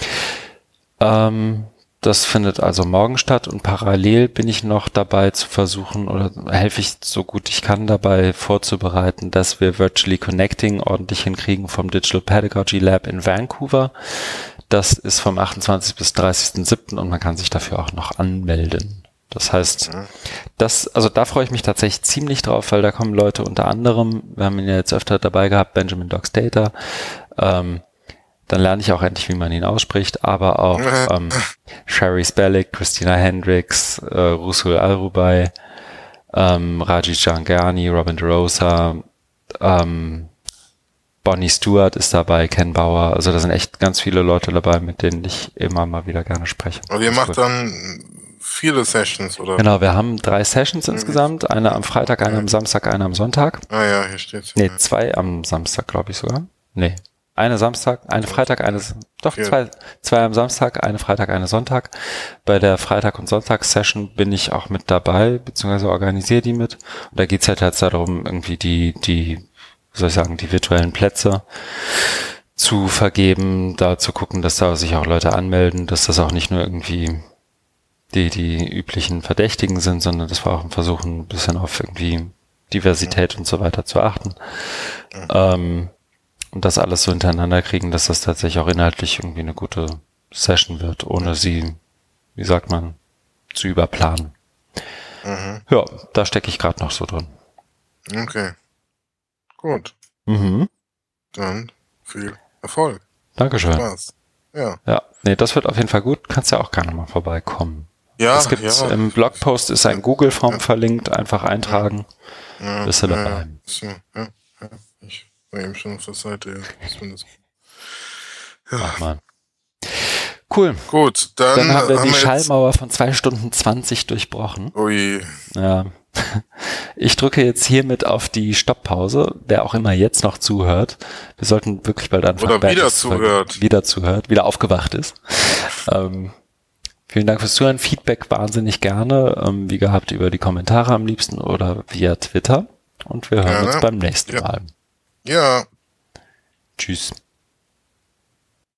Das findet also morgen statt, und parallel bin ich noch dabei zu versuchen, oder helfe ich so gut ich kann dabei vorzubereiten, dass wir Virtually Connecting ordentlich hinkriegen vom Digital Pedagogy Lab in Vancouver. Das ist vom 28. bis 30.07. und man kann sich dafür auch noch anmelden. Das heißt, da freue ich mich tatsächlich ziemlich drauf, weil da kommen Leute unter anderem, wir haben ihn ja jetzt öfter dabei gehabt, Benjamin Docs Data, dann lerne ich auch endlich, wie man ihn ausspricht, aber auch Sherry Spellick, Christina Hendricks, Rusul Al-Rubai, Raji Jangiani, Robin DeRosa, Bonnie Stewart ist dabei, Ken Bauer, also da sind echt ganz viele Leute dabei, mit denen ich immer mal wieder gerne spreche. Und ihr macht dann viele Sessions, oder? Genau, wir haben 3 Sessions insgesamt, eine am Freitag, eine am Samstag, eine am Sonntag. Ah ja, hier steht's. Nee, 2 am Samstag, glaube ich sogar. Nee. Eine Samstag, eine Freitag, zwei am Samstag, eine Freitag, eine Sonntag. Bei der Freitag- und Sonntags-Session bin ich auch mit dabei, beziehungsweise organisiere die mit. Und da geht's halt darum, irgendwie die virtuellen Plätze zu vergeben, da zu gucken, dass da sich auch Leute anmelden, dass das auch nicht nur irgendwie die üblichen Verdächtigen sind, sondern dass wir auch versuchen, ein bisschen auf irgendwie Diversität und so weiter zu achten. Und das alles so hintereinander kriegen, dass das tatsächlich auch inhaltlich irgendwie eine gute Session wird, ohne sie, wie sagt man, zu überplanen. Ja, da stecke ich gerade noch so drin. Okay. Gut. Dann viel Erfolg. Dankeschön. Spaß. Ja. Ja, nee, das wird auf jeden Fall gut. Kannst ja auch gerne mal vorbeikommen. Ja, es gibt im Blogpost ist ein Google-Form verlinkt, einfach eintragen. Bist du dabei. Ja. Ich war eben schon auf der Seite. Ach man. Cool. Gut, dann haben wir die Schallmauer von 2 Stunden 20 durchbrochen. Ui. Ja. Ich drücke jetzt hiermit auf die Stopppause, wer auch immer jetzt noch zuhört. Wir sollten wirklich bald anfangen. Oder wieder zuhört. Wieder aufgewacht ist. Vielen Dank fürs Zuhören. Feedback wahnsinnig gerne. Wie gehabt über die Kommentare am liebsten oder via Twitter. Und wir hören uns beim nächsten Mal. Ja. Tschüss.